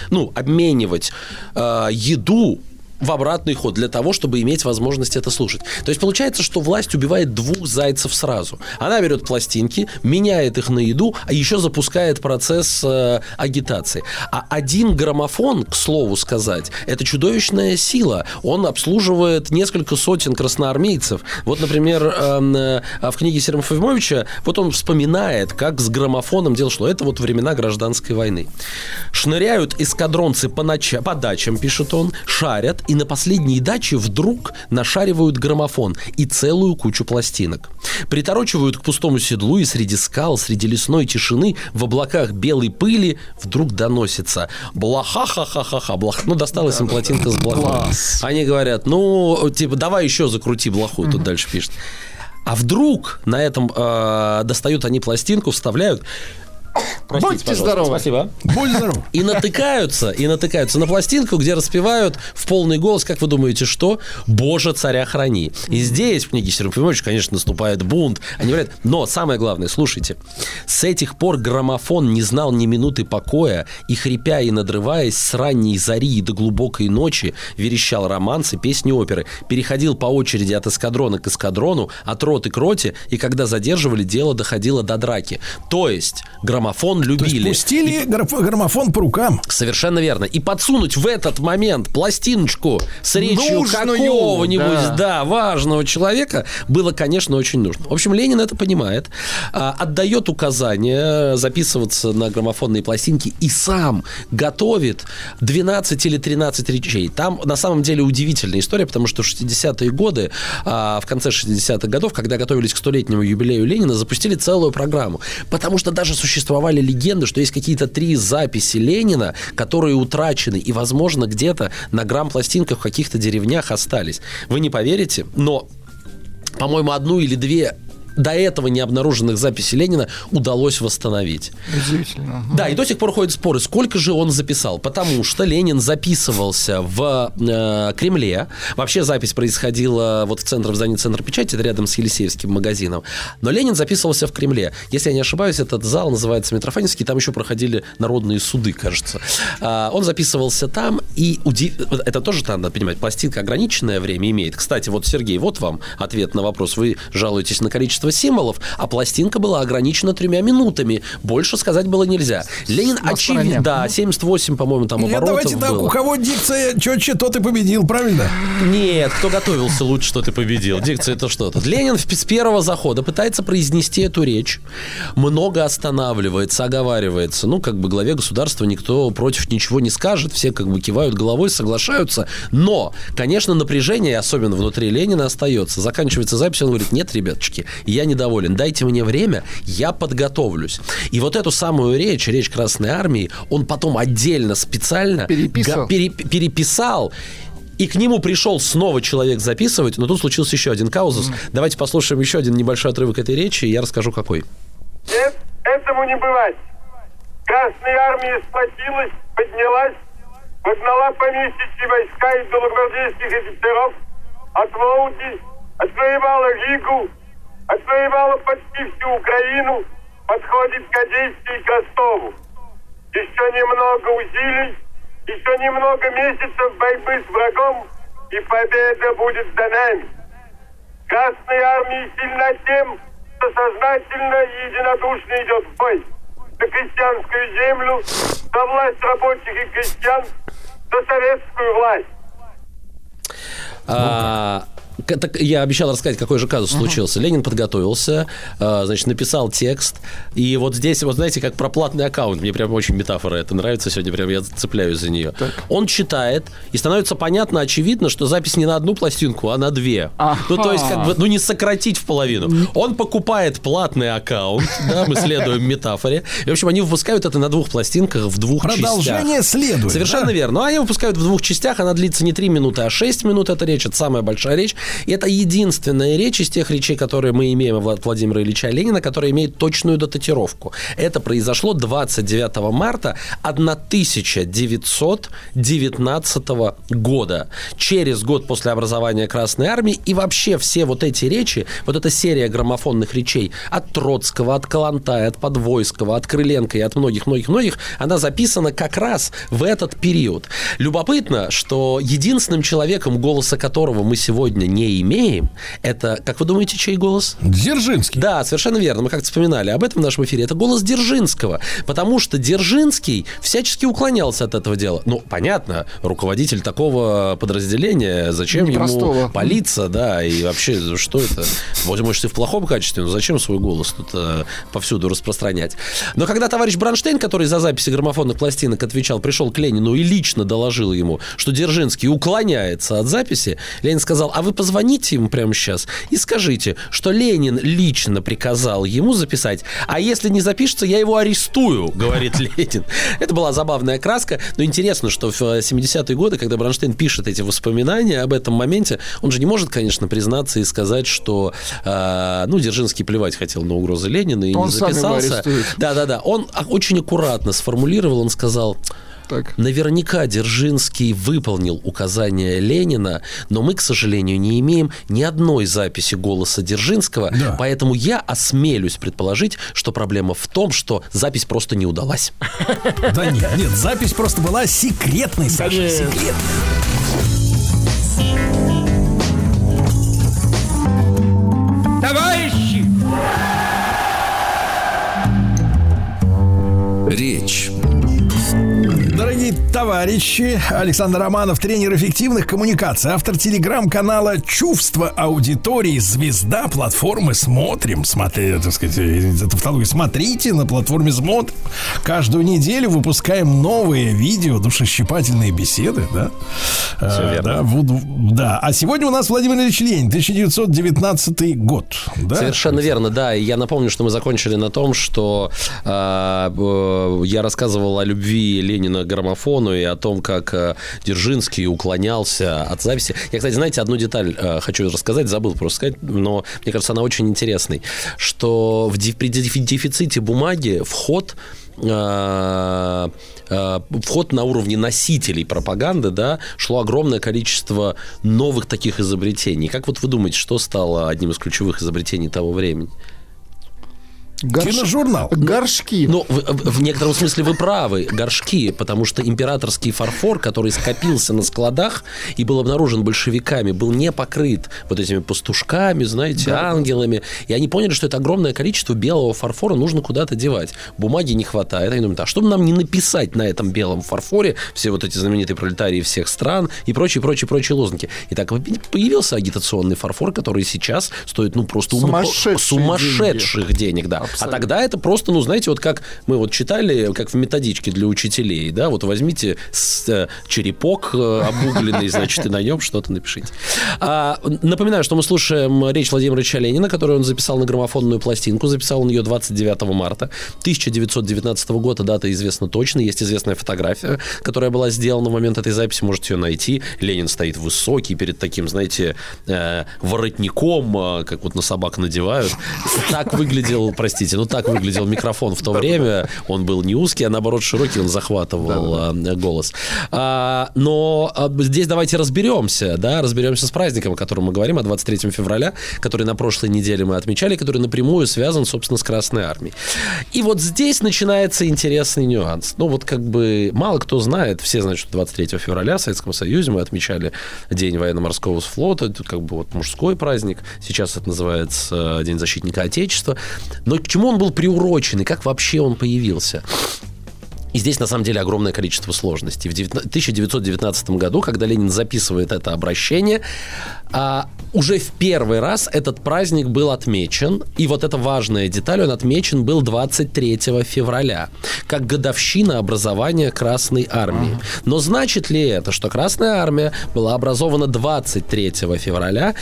еду в обратный ход для того, чтобы иметь возможность это слушать. То есть получается, что власть убивает двух зайцев сразу. Она берет пластинки, меняет их на еду, а еще запускает процесс агитации. А один граммофон, к слову сказать, это чудовищная сила. Он обслуживает несколько сотен красноармейцев. Вот, например, в книге Серафима Фимовича он вспоминает, как с граммофоном дело шло. Это времена гражданской войны. Шныряют эскадронцы по дачам, пишет он, шарят, и на последней даче вдруг нашаривают граммофон и целую кучу пластинок. Приторочивают к пустому седлу, и среди скал, среди лесной тишины, в облаках белой пыли вдруг доносится блаха-ха-ха-ха-ха. Досталась им пластинка с блохой. Они говорят, давай еще закрути блоху, тут дальше пишет. А вдруг на этом достают они пластинку, вставляют. Простите, будьте здоровы. Спасибо. Будь здоров. И натыкаются на пластинку, где распевают в полный голос, как вы думаете, что? «Боже, царя храни». И здесь, в книге Серафима Фимовича, конечно, наступает бунт. Они говорят, но самое главное, слушайте, с этих пор граммофон не знал ни минуты покоя, и, хрипя и надрываясь, с ранней зари и до глубокой ночи верещал романсы, песни, оперы, переходил по очереди от эскадрона к эскадрону, от роты к роте, и когда задерживали, дело доходило до драки. То есть граммофон любили. То есть пустили граммофон по рукам. Совершенно верно. И подсунуть в этот момент пластиночку с речью какого-нибудь важного человека было, конечно, очень нужно. В общем, Ленин это понимает, отдает указание записываться на граммофонные пластинки и сам готовит 12 или 13 речей. Там, на самом деле, удивительная история, потому что в 60-е годы, в конце 60-х годов, когда готовились к 100-летнему юбилею Ленина, запустили целую программу. Потому что даже существовали легенды, что есть какие-то 3 записи Ленина, которые утрачены и, возможно, где-то на грампластинках в каких-то деревнях остались. Вы не поверите, но, по-моему, 1 или 2 до этого не обнаруженных записей Ленина удалось восстановить. Удивительно. Да, и до сих пор ходят споры, сколько же он записал. Потому что Ленин записывался в Кремле. Вообще запись происходила в здании Центра печати, рядом с Елисеевским магазином. Но Ленин записывался в Кремле. Если я не ошибаюсь, этот зал называется Митрофаневский, там еще проходили народные суды, кажется. Он записывался там, и это тоже надо понимать, пластинка ограниченное время имеет. Кстати, Сергей, вам ответ на вопрос. Вы жалуетесь на количество символов, а пластинка была ограничена 3 минутами. Больше сказать было нельзя. Ленин, очевидно, 78, по-моему, там оборотов давайте так, было. У кого дикция четче, тот и победил, правильно? Нет, кто готовился лучше, тот и победил. Дикция это что-то. Ленин с первого захода пытается произнести эту речь. Много останавливается, оговаривается. Главе государства никто против ничего не скажет. Все кивают головой, соглашаются. Но, конечно, напряжение, особенно внутри Ленина, остается. Заканчивается запись, он говорит, нет, ребяточки, я недоволен, дайте мне время, я подготовлюсь. И эту самую речь Красной Армии, он потом отдельно, специально переписал. И к нему пришел снова человек записывать, но тут случился еще один казус. Давайте послушаем еще один небольшой отрывок этой речи, и я расскажу, какой. Нет, этому не бывать. Красная Армия сплотилась, поднялась, погнала поместья войска из белогвардейских офицеров от Волги, отвоевала Ригу, отвоевала почти всю Украину, подходит к Одессе и к Ростову. Еще немного усилий, еще немного месяцев борьбы с врагом, и победа будет за нами. Красная Армия сильна тем, что сознательно и единодушно идет в бой за крестьянскую землю, за власть рабочих и крестьян, за советскую власть. я обещал рассказать, какой же казус случился. Ленин подготовился, значит, написал текст. И вот здесь, вот знаете, как про платный аккаунт. Мне прям очень метафора это нравится. Сегодня прям я цепляюсь за нее. Так. Он читает, и становится понятно, очевидно, что запись не на одну пластинку, а на две. Ну, то есть, как бы, ну, не сократить в половину. Он покупает платный аккаунт, да, мы следуем метафоре. И, в общем, они выпускают это на 2 пластинках в 2 частях. Продолжение следует. Совершенно верно. Но они выпускают в 2 частях, она длится не 3 минуты, а 6 минут. Это речь, это самая большая речь. И это единственная речь из тех речей, которые мы имеем от Владимира Ильича Ленина, которая имеет точную датировку. Это произошло 29 марта 1919 года. Через год после образования Красной Армии. И вообще все вот эти речи, вот эта серия граммофонных речей от Троцкого, от Калантая, от Подвойского, от Крыленко и от многих-многих-многих, она записана как раз в этот период. Любопытно, что единственным человеком, голоса которого мы сегодня не имеем, это, как вы думаете, чей голос? Дзержинский. Да, совершенно верно. Мы как-то вспоминали об этом в нашем эфире. Это голос Дзержинского. Потому что Дзержинский всячески уклонялся от этого дела. Ну, понятно, руководитель такого подразделения, зачем ему палиться, да, и вообще, что это? Может, и в плохом качестве, но зачем свой голос тут повсюду распространять? Но когда товарищ Бронштейн, который за записи граммофонных пластинок отвечал, пришел к Ленину и лично доложил ему, что Дзержинский уклоняется от записи, Ленин сказал: а вы позвоните ему прямо сейчас и скажите, что Ленин лично приказал ему записать, а если не запишется, я его арестую, говорит Ленин. Это была забавная краска, но интересно, что в 70-е годы, когда Бронштейн пишет эти воспоминания об этом моменте, он же не может, конечно, признаться и сказать, что Дзержинский плевать хотел на угрозы Ленина и он не записался. Да. Он очень аккуратно сформулировал, он сказал: так. Наверняка Дзержинский выполнил указания Ленина, но мы, к сожалению, не имеем ни одной записи голоса Дзержинского, поэтому я осмелюсь предположить, что проблема в том, что запись просто не удалась. Да нет, запись просто была секретной, Саша, секретной. Товарищи! Речь. Дорогие товарищи, Александр Романов, тренер эффективных коммуникаций, автор телеграм-канала «Чувство аудитории», звезда платформы «Смотрим». Смотрите на платформе «Смотрим». Каждую неделю выпускаем новые видео, душещипательные беседы, да? Все верно. Да. А сегодня у нас Владимир Ильич Ленин, 1919 год. Да? Совершенно верно, да. И я напомню, что мы закончили на том, что я рассказывал о любви Ленина к граммофону и о том, как Дзержинский уклонялся от записи. Я, кстати, знаете, одну деталь хочу рассказать, забыл просто сказать, но мне кажется, она очень интересной, что при дефиците бумаги вход на уровне носителей пропаганды, да, шло огромное количество новых таких изобретений. Как вот вы думаете, что стало одним из ключевых изобретений того времени? Киножурнал. Горшки. Ну, в некотором смысле вы правы, горшки, потому что императорский фарфор, который скопился на складах и был обнаружен большевиками, был не покрыт вот этими пастушками, знаете, ангелами. И они поняли, что это огромное количество белого фарфора нужно куда-то девать. Бумаги не хватает. Они думают: а что бы нам не написать на этом белом фарфоре все вот эти знаменитые пролетарии всех стран и прочие лозунги. И так появился агитационный фарфор, который сейчас стоит, просто сумасшедших денег, да. Абсолютно. А тогда это просто, знаете, вот как мы вот читали, как в методичке для учителей, да, вот возьмите черепок обугленный, значит, и на нем что-то напишите. Напоминаю, что мы слушаем речь Владимира Ильича Ленина, которую он записал на граммофонную пластинку. Записал он ее 29 марта 1919 года. Дата известна точно. Есть известная фотография, которая была сделана в момент этой записи. Можете ее найти. Ленин стоит высокий перед таким, знаете, воротником, как вот на собак надевают. Так выглядел, так выглядел микрофон в то время. Он был не узкий, а наоборот широкий, он захватывал голос. Но здесь давайте разберемся с праздником, о котором мы говорим, о 23 февраля, который на прошлой неделе мы отмечали, который напрямую связан, собственно, с Красной Армией. И вот здесь начинается интересный нюанс. Мало кто знает, все знают, что 23 февраля в Советском Союзе мы отмечали День военно-морского флота, это мужской праздник, сейчас это называется День защитника Отечества. Но к чему он был приурочен и как вообще он появился? И здесь, на самом деле, огромное количество сложностей. В 1919 году, когда Ленин записывает это обращение, уже в первый раз этот праздник был отмечен, и вот эта важная деталь, он отмечен был 23 февраля, как годовщина образования Красной Армии. Но значит ли это, что Красная Армия была образована 23 февраля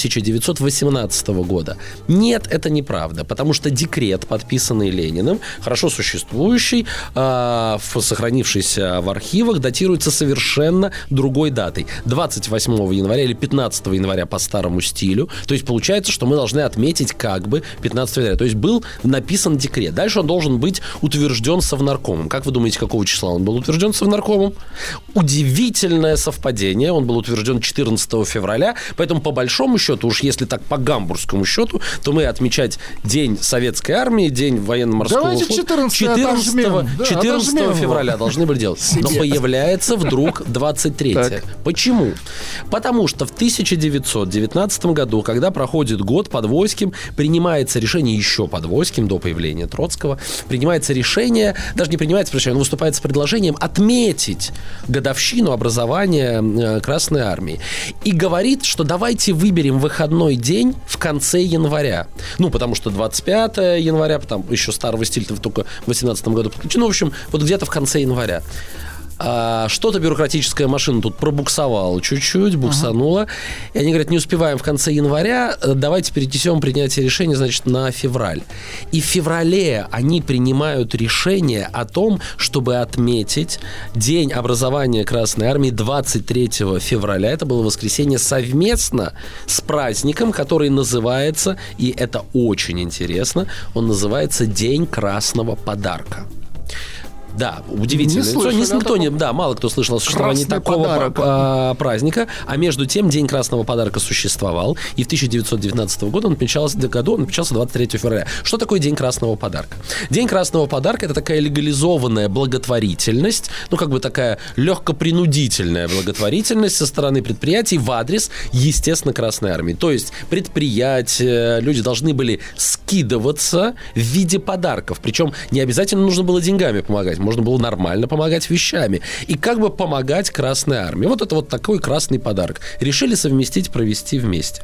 1918 года? Нет, это неправда, потому что декрет, подписанный Лениным, хорошо существующий, сохранившийся в архивах, датируется совершенно другой датой. 28 января или 15 января по старому стилю. То есть получается, что мы должны отметить как бы 15 января. То есть был написан декрет. Дальше он должен быть утвержден Совнаркомом. Как вы думаете, какого числа он был утвержден Совнаркомом? Удивительное совпадение. Он был утвержден 14 февраля. Поэтому по большому счету, уж если так по гамбургскому счету, то мы отмечать День Советской Армии, День военно-морского флота 14 февраля должны были делать. Но появляется вдруг 23-е. Почему? Потому что в 1919 году, когда проходит год, Подвойским принимается решение, еще Подвойским, до появления Троцкого, принимается решение, даже не принимается решение, но выступает с предложением отметить годовщину образования Красной Армии. И говорит, что давайте выберем выходной день в конце января. Ну, потому что 25 января, там еще старого стиля только в 18 году подключено. Ну, в общем, вот где-то в конце января. Что-то бюрократическая машина тут пробуксовала чуть-чуть, буксанула. И они говорят, не успеваем в конце января, давайте перенесем принятие решения, значит, на февраль. И в феврале они принимают решение о том, чтобы отметить День образования Красной Армии 23 февраля. Это было воскресенье совместно с праздником, который называется, и это очень интересно, он называется День Красного подарка. Да, удивительно. Мало кто слышал о существовании такого праздника. А между тем День Красного подарка существовал. И в 1919 году он отмечался 23 февраля. Что такое День Красного подарка? День Красного подарка — это такая легализованная благотворительность, ну, как бы такая легкопринудительная благотворительность со стороны предприятий в адрес, естественно, Красной Армии. То есть предприятия, люди должны были скидываться в виде подарков. Причем не обязательно нужно было деньгами помогать. Можно было нормально помогать вещами. И как бы помогать Красной Армии. Вот это вот такой красный подарок. Решили совместить, провести вместе.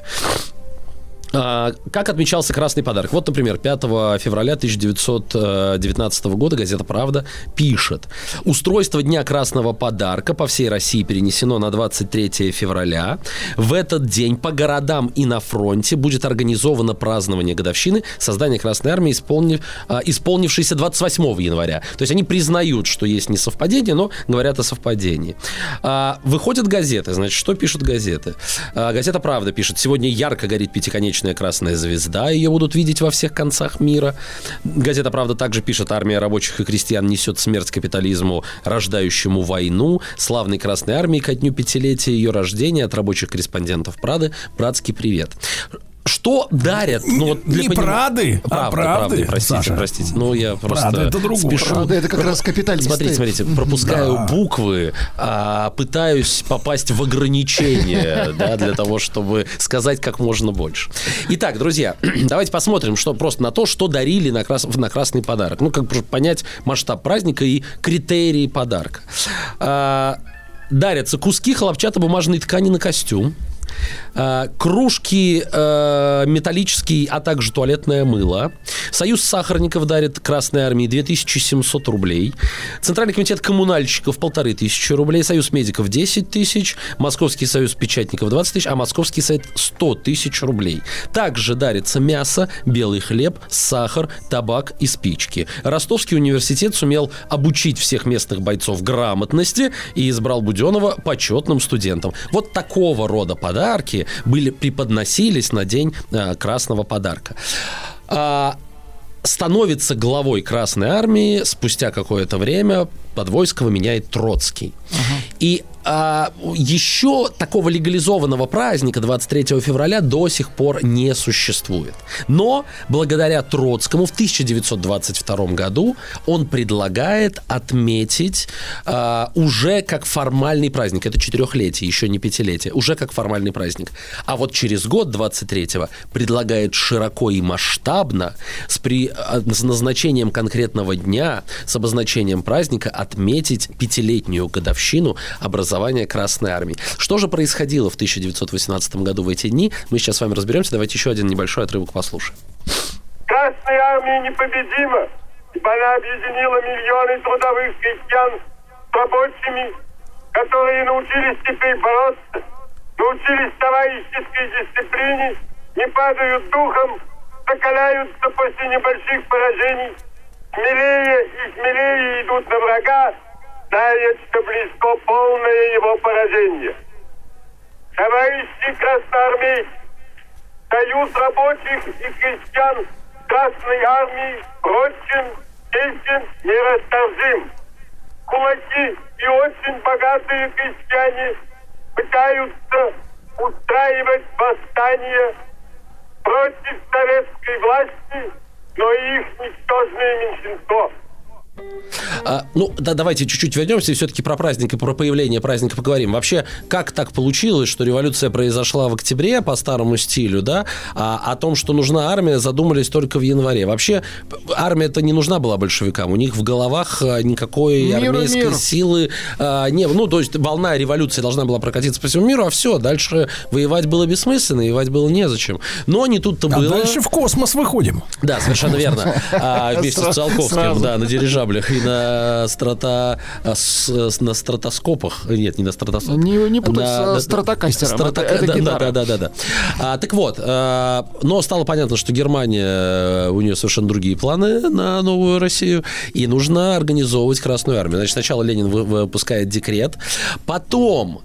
Как отмечался Красный подарок? Вот, например, 5 февраля 1919 года газета «Правда» пишет: устройство Дня Красного подарка по всей России перенесено на 23 февраля. В этот день по городам и на фронте будет организовано празднование годовщины создания Красной Армии, исполнившейся 28 января. То есть они признают, что есть несовпадение, но говорят о совпадении. Выходят газеты. Значит, что пишут газеты? Газета «Правда» пишет: сегодня ярко горит пятиконечная красная звезда, ее будут видеть во всех концах мира. Газета «Правда» также пишет: армия рабочих и крестьян несет смерть капитализму, рождающему войну. Славной Красной Армии ко дню пятилетия ее рождения от рабочих корреспондентов Прады братский привет. Что дарят? Ну, вот для Прады, правды. Простите. Ну, я просто это спешу. Правда, это как раз капиталисты. Смотрите, пропускаю буквы, пытаюсь попасть в ограничения, для того, чтобы сказать как можно больше. Итак, друзья, давайте посмотрим просто на то, что дарили на красный подарок. Ну, как бы понять масштаб праздника и критерии подарка. Дарятся куски хлопчатобумажной ткани на костюм, кружки металлические, а также туалетное мыло. Союз сахарников дарит Красной Армии 2700 рублей. Центральный комитет коммунальщиков 1500 рублей. Союз медиков 10 тысяч. Московский союз печатников 20 тысяч. А Московский совет 100 тысяч рублей. Также дарится мясо, белый хлеб, сахар, табак и спички. Ростовский университет сумел обучить всех местных бойцов грамотности и избрал Буденова почетным студентом. Вот такого рода подарки преподносились на День Красного подарка. Становится главой Красной Армии спустя какое-то время Подвойского меняет Троцкий. И еще такого легализованного праздника 23 февраля до сих пор не существует. Но благодаря Троцкому в 1922 году он предлагает отметить уже как формальный праздник. Это 4-летие, еще не 5-летие. Уже как формальный праздник. А вот через год, 23-го, предлагает широко и масштабно с назначением конкретного дня, с обозначением праздника отметить 5-летнюю годовщину образования Красной Армии. Что же происходило в 1918 году в эти дни? Мы сейчас с вами разберемся. Давайте еще один небольшой отрывок послушаем. Красная Армия непобедима, ибо она объединила миллионы трудовых крестьян с рабочими, которые научились теперь бороться, научились товарищеской дисциплине, не падают духом, закаляются после небольших поражений, смелее и смелее идут на врага, зная, что близко полное его поражение. Товарищи красноармейцы, союз рабочих и крестьян Красной Армии прочен, честен, нерасторжим. Кулаки и очень богатые крестьяне пытаются устраивать восстание против советской власти, но их ничтожное меньшинство. Давайте чуть-чуть вернемся и все-таки про праздник и про появление праздника поговорим. Вообще, как так получилось, что революция произошла в октябре по старому стилю, да, а о том, что нужна армия, задумались только в январе. Вообще, армия-то не нужна была большевикам. У них в головах никакой армейской силы не было. То есть волна революции должна была прокатиться по всему миру, а все, дальше воевать было бессмысленно, воевать было незачем. Но не тут-то было. Дальше в космос выходим. Да, совершенно верно. Вместе с Циолковским, да, на дирижаблях и на стратоскопах. Нет, не на стратоскопах. Не путай с стратокастером. Да. Так вот, но стало понятно, что Германия, у нее совершенно другие планы на новую Россию, и нужно организовывать Красную Армию. Значит, сначала Ленин выпускает декрет, потом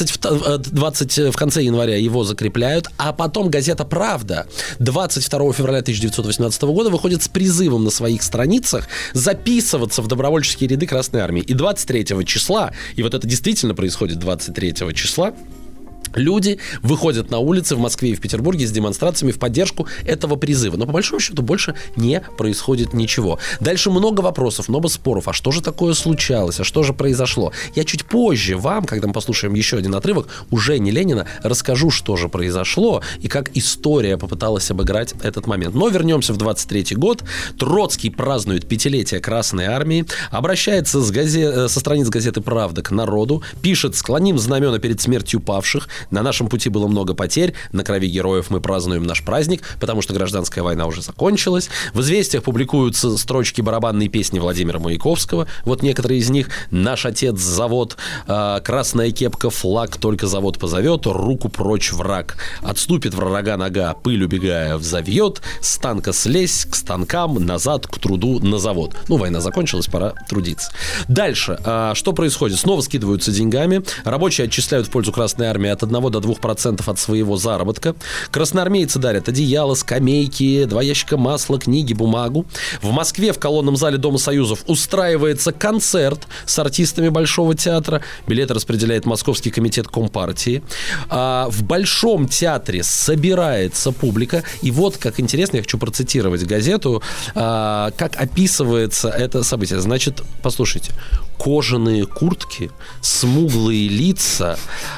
в конце января его закрепляют, а потом газета «Правда» 22 февраля 1918 года выходит с призывом на своих страницах записываться в добровольческие ряды Красной Армии. И 23 числа, и вот это действительно происходит 23 числа, люди выходят на улицы в Москве и в Петербурге с демонстрациями в поддержку этого призыва. Но по большому счету больше не происходит ничего. Дальше много вопросов, много споров. А что же такое случалось? А что же произошло? Я чуть позже вам, когда мы послушаем еще один отрывок, уже не Ленина, расскажу, что же произошло и как история попыталась обыграть этот момент. Но вернемся в 23 год. Троцкий празднует 5-летие Красной Армии, обращается со страниц газеты «Правда» к народу, пишет: «Склоним знамена перед смертью павших. На нашем пути было много потерь, на крови героев мы празднуем наш праздник, потому что гражданская война уже закончилась». В «Известиях» публикуются строчки барабанной песни Владимира Маяковского. Вот некоторые из них: «Наш отец завод, красная кепка, флаг, только завод позовет, руку прочь враг. Отступит врага нога, пыль убегая взовьет, с танка слезь к станкам, назад к труду на завод». Война закончилась, пора трудиться. Дальше. Что происходит? Снова скидываются деньгами. Рабочие отчисляют в пользу Красной Армии от 1 до 2% от своего заработка. Красноармейцы дарят одеяло, скамейки, 2 ящика масла, книги, бумагу. В Москве в колонном зале Дома Союзов устраивается концерт с артистами Большого театра. Билеты распределяет Московский комитет Компартии. В Большом театре собирается публика. И вот, как интересно, я хочу процитировать газету, как описывается это событие. Значит, послушайте. Кожаные куртки, смуглые лица,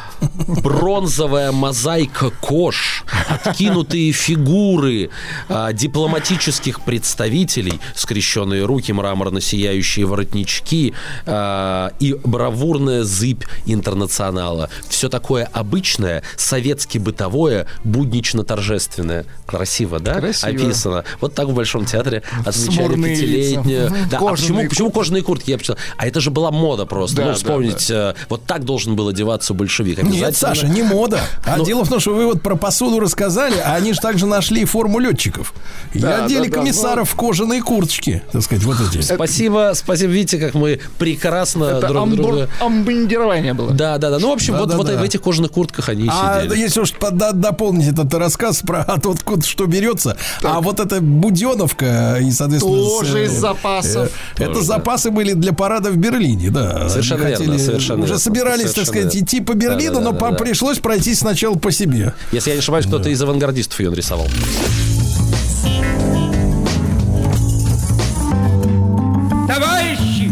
бронзовая мозаика кож, откинутые фигуры дипломатических представителей, скрещенные руки, мраморно сияющие воротнички и бравурная зыбь интернационала. Все такое обычное, советски бытовое, буднично-торжественное. Красиво, да? Красиво. Описано. Вот так в Большом театре отмечали 5-летнюю. Да, почему кожаные куртки? Я почитал. А это же была мода просто. Вспомнить, вот так должен был одеваться большевик. обязательно. Нет, Саша, не мода. А дело в том, что вы вот про посуду рассказали, а они же также нашли форму летчиков. И одели комиссаров в кожаные курточки, так сказать, вот эти. Спасибо, видите, как мы прекрасно друг друга... Амбандирование было. Да. Ну, в общем, в этих кожаных куртках они сидели. Если уж дополнить этот рассказ про откуда что берется, а вот эта буденовка и, соответственно... Тоже из запасов. Это запасы были для парада в Берлине, да. Совершенно верно. Уже собирались, так сказать, идти по Берлину, но пришлось пройтись сначала по себе. Если я не ошибаюсь, кто-то из авангардистов ее нарисовал. Товарищи!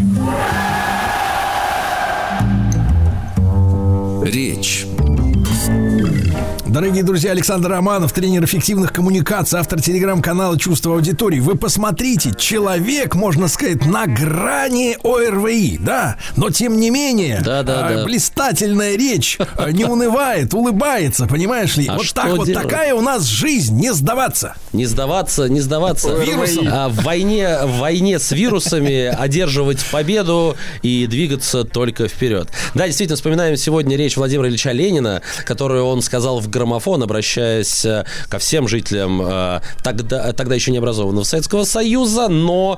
Речь. Дорогие друзья, Александр Романов, тренер эффективных коммуникаций, автор телеграм-канала «Чувство аудитории». Вы посмотрите, человек, можно сказать, на грани ОРВИ, да? Но, тем не менее, блистательная речь, не унывает, улыбается, понимаешь ли? Вот так вот, такая у нас жизнь, не сдаваться. Не сдаваться. Вирусом. В войне с вирусами одерживать победу и двигаться только вперед. Да, действительно, вспоминаем сегодня речь Владимира Ильича Ленина, которую он сказал в граммофон, обращаясь ко всем жителям тогда еще не образованного Советского Союза, но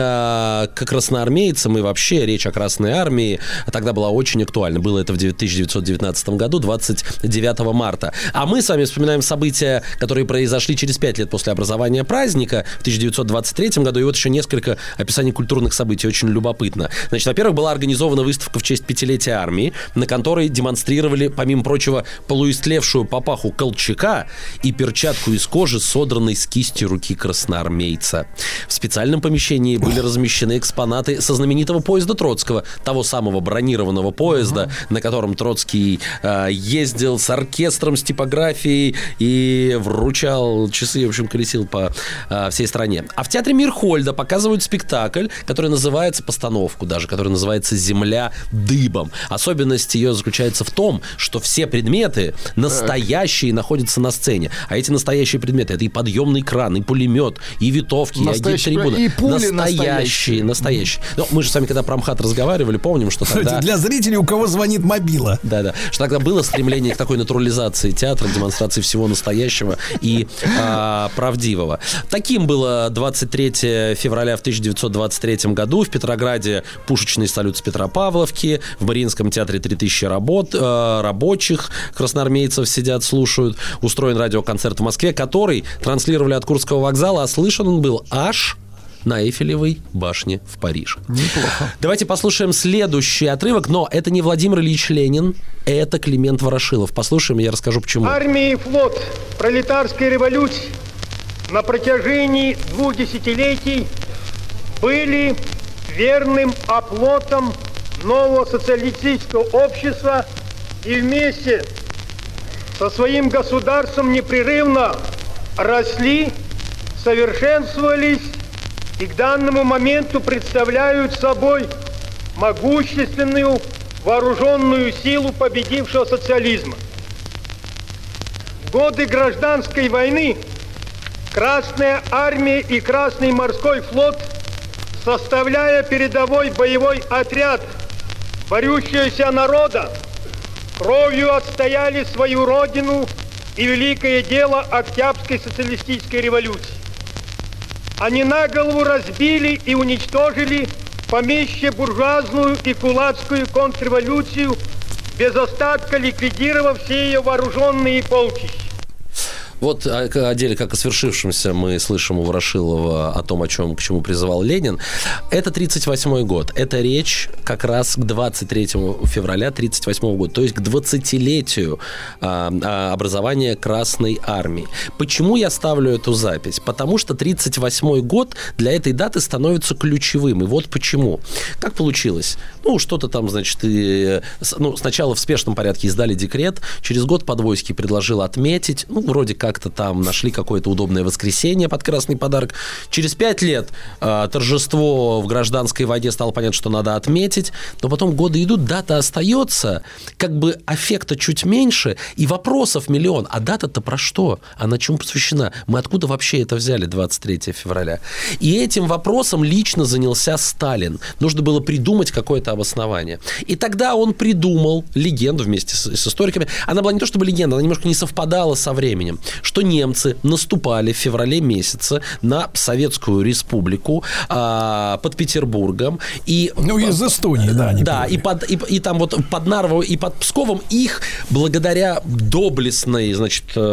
к красноармейцам и вообще речь о Красной Армии тогда была очень актуальна. Было это в 1919 году, 29 марта. А мы с вами вспоминаем события, которые произошли через 5 лет после образования праздника в 1923 году. И вот еще несколько описаний культурных событий. Очень любопытно. Значит, во-первых, была организована выставка в честь 5-летия армии, на которой демонстрировали, помимо прочего, полуистлевшую папаху Колчака и перчатку из кожи, содранной с кисти руки красноармейца. В специальном помещении были размещены экспонаты со знаменитого поезда Троцкого, того самого бронированного поезда, на котором Троцкий ездил с оркестром, с типографией и вручал часы, в общем, колесил по всей стране. А в театре Мирхольда показывают спектакль, который называется, постановку даже, который называется «Земля дыбом». Особенность ее заключается в том, что все предметы настоящие находятся на сцене. А эти настоящие предметы — это и подъемный кран, и пулемет, и винтовки, и агиттрибуны. И пули настоящие. Но мы же с вами, когда про МХАТ разговаривали, помним, что тогда... Для зрителей, у кого звонит мобила. Да. Что тогда было стремление к такой натурализации театра, демонстрации всего настоящего и правдивого. Таким было 23 февраля в 1923 году. В Петрограде пушечный салют с Петропавловки. В Мариинском театре 3000 рабочих красноармейцев сидят, слушают. Устроен радиоконцерт в Москве, который транслировали от Курского вокзала, а слышен он был аж на Эйфелевой башне в Париже. Неплохо. Давайте послушаем следующий отрывок, но это не Владимир Ильич Ленин, это Климент Ворошилов. Послушаем, я расскажу, почему. Армия и флот пролетарской революции на протяжении 2 десятилетий были верным оплотом нового социалистического общества и вместе со своим государством непрерывно росли, совершенствовались и к данному моменту представляют собой могущественную вооруженную силу победившего социализма. В годы гражданской войны Красная армия и Красный морской флот, составляя передовой боевой отряд борющегося народа, кровью отстояли свою родину и великое дело Октябрьской социалистической революции. Они на голову разбили и уничтожили помещебуржуазную и кулацкую контрреволюцию, без остатка ликвидировав все ее вооруженные полчища. Вот о деле, как о свершившемся, мы слышим у Ворошилова о том, к чему призывал Ленин. Это 1938 год. Это речь как раз к 23 февраля 1938 года, то есть к 20-летию образования Красной армии. Почему я ставлю эту запись? Потому что 1938 год для этой даты становится ключевым. И вот почему. Как получилось? Что-то там, значит, сначала в спешном порядке издали декрет, через год Подвойский предложил отметить, вроде как как-то там нашли какое-то удобное воскресенье под красный подарок. Через 5 лет торжество в гражданской войне стало понятно, что надо отметить, но потом годы идут, дата остается, как бы аффекта чуть меньше, и вопросов миллион. А дата-то про что? Она чему посвящена? Мы откуда вообще это взяли, 23 февраля? И этим вопросом лично занялся Сталин. Нужно было придумать какое-то обоснование. И тогда он придумал легенду вместе с историками. Она была не то чтобы легенда, она немножко не совпадала со временем, что немцы наступали в феврале месяце на Советскую Республику под Петербургом. И, из Эстонии, да. Да, и там вот под Нарвой и под Псковом их благодаря доблестным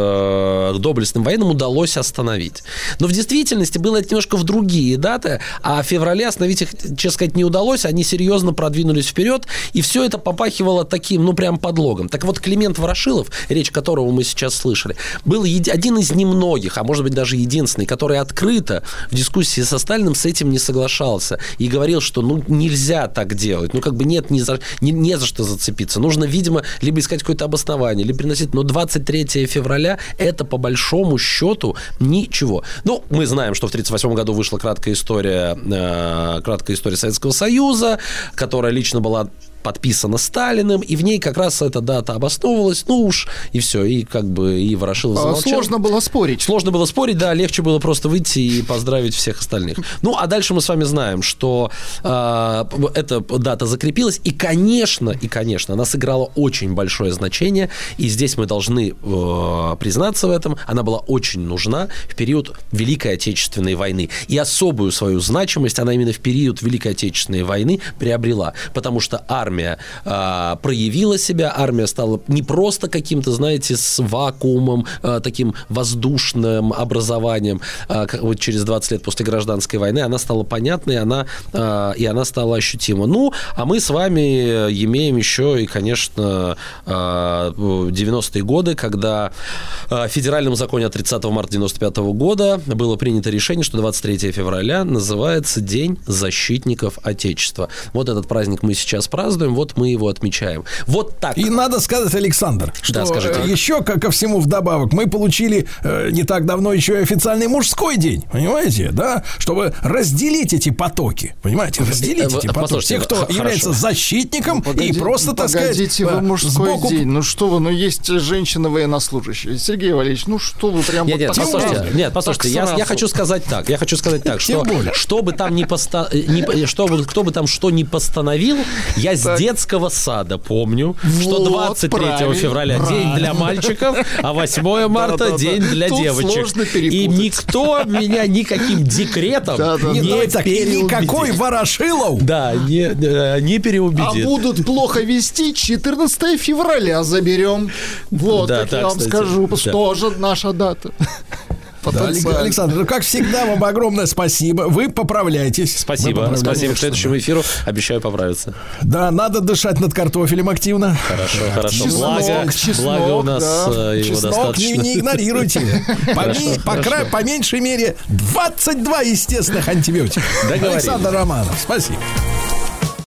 военным удалось остановить. Но в действительности было это немножко в другие даты, а в феврале остановить их, честно сказать, не удалось, они серьезно продвинулись вперед, и все это попахивало таким, прям подлогом. Так вот, Климент Ворошилов, речь которого мы сейчас слышали, был один из немногих, а может быть даже единственный, который открыто в дискуссии со Сталиным с этим не соглашался и говорил, что нельзя так делать, нет не за что зацепиться. Нужно, видимо, либо искать какое-то обоснование, либо приносить. Но 23 февраля это по большому счету ничего. Мы знаем, что в 1938 году вышла краткая история Советского Союза, которая лично была подписана Сталиным, и в ней как раз эта дата обосновывалась, и все, и и Ворошилов замолчал. Сложно было спорить. Да, легче было просто выйти и поздравить всех остальных. А дальше мы с вами знаем, что эта дата закрепилась, и, конечно, она сыграла очень большое значение, и здесь мы должны признаться в этом, она была очень нужна в период Великой Отечественной войны, и особую свою значимость она именно в период Великой Отечественной войны приобрела, потому что армия проявила себя, армия стала не просто каким-то, с вакуумом, таким воздушным образованием, вот через 20 лет после гражданской войны, она стала понятной, и она стала ощутима. А мы с вами имеем еще и, конечно, 90-е годы, когда в федеральном законе от 30 марта 95 года было принято решение, что 23 февраля называется День защитников Отечества. Вот этот праздник мы сейчас празднуем, вот мы его отмечаем. Вот так. И надо сказать, Александр, что еще ко всему вдобавок мы получили не так давно еще и официальный мужской день, понимаете, да? Чтобы разделить эти потоки, понимаете, разделить эти потоки. Те, кто является защитником и просто, так сказать, вы мужской день, что вы, есть женщины-военнослушающие. Сергей Валерьевич, что вы прям послушайте, я хочу сказать так, что бы там кто бы там что ни постановил, я с детского сада помню, что 23 февраля день для мальчиков, а 8 марта день для девочек. И никто меня никаким декретом не переубедит. Никакой Ворошилов не переубедит. А будут плохо вести, 14 февраля заберем. Вот, так я вам скажу, тоже наша дата. Да, Александр, как всегда, вам огромное спасибо. Вы поправляйтесь. Спасибо. К следующему эфиру обещаю поправиться. Да, надо дышать над картофелем активно. Хорошо. Благо у нас его достаточно. Не игнорируйте. По меньшей мере 22 естественных антибиотика. Александр Романов, спасибо.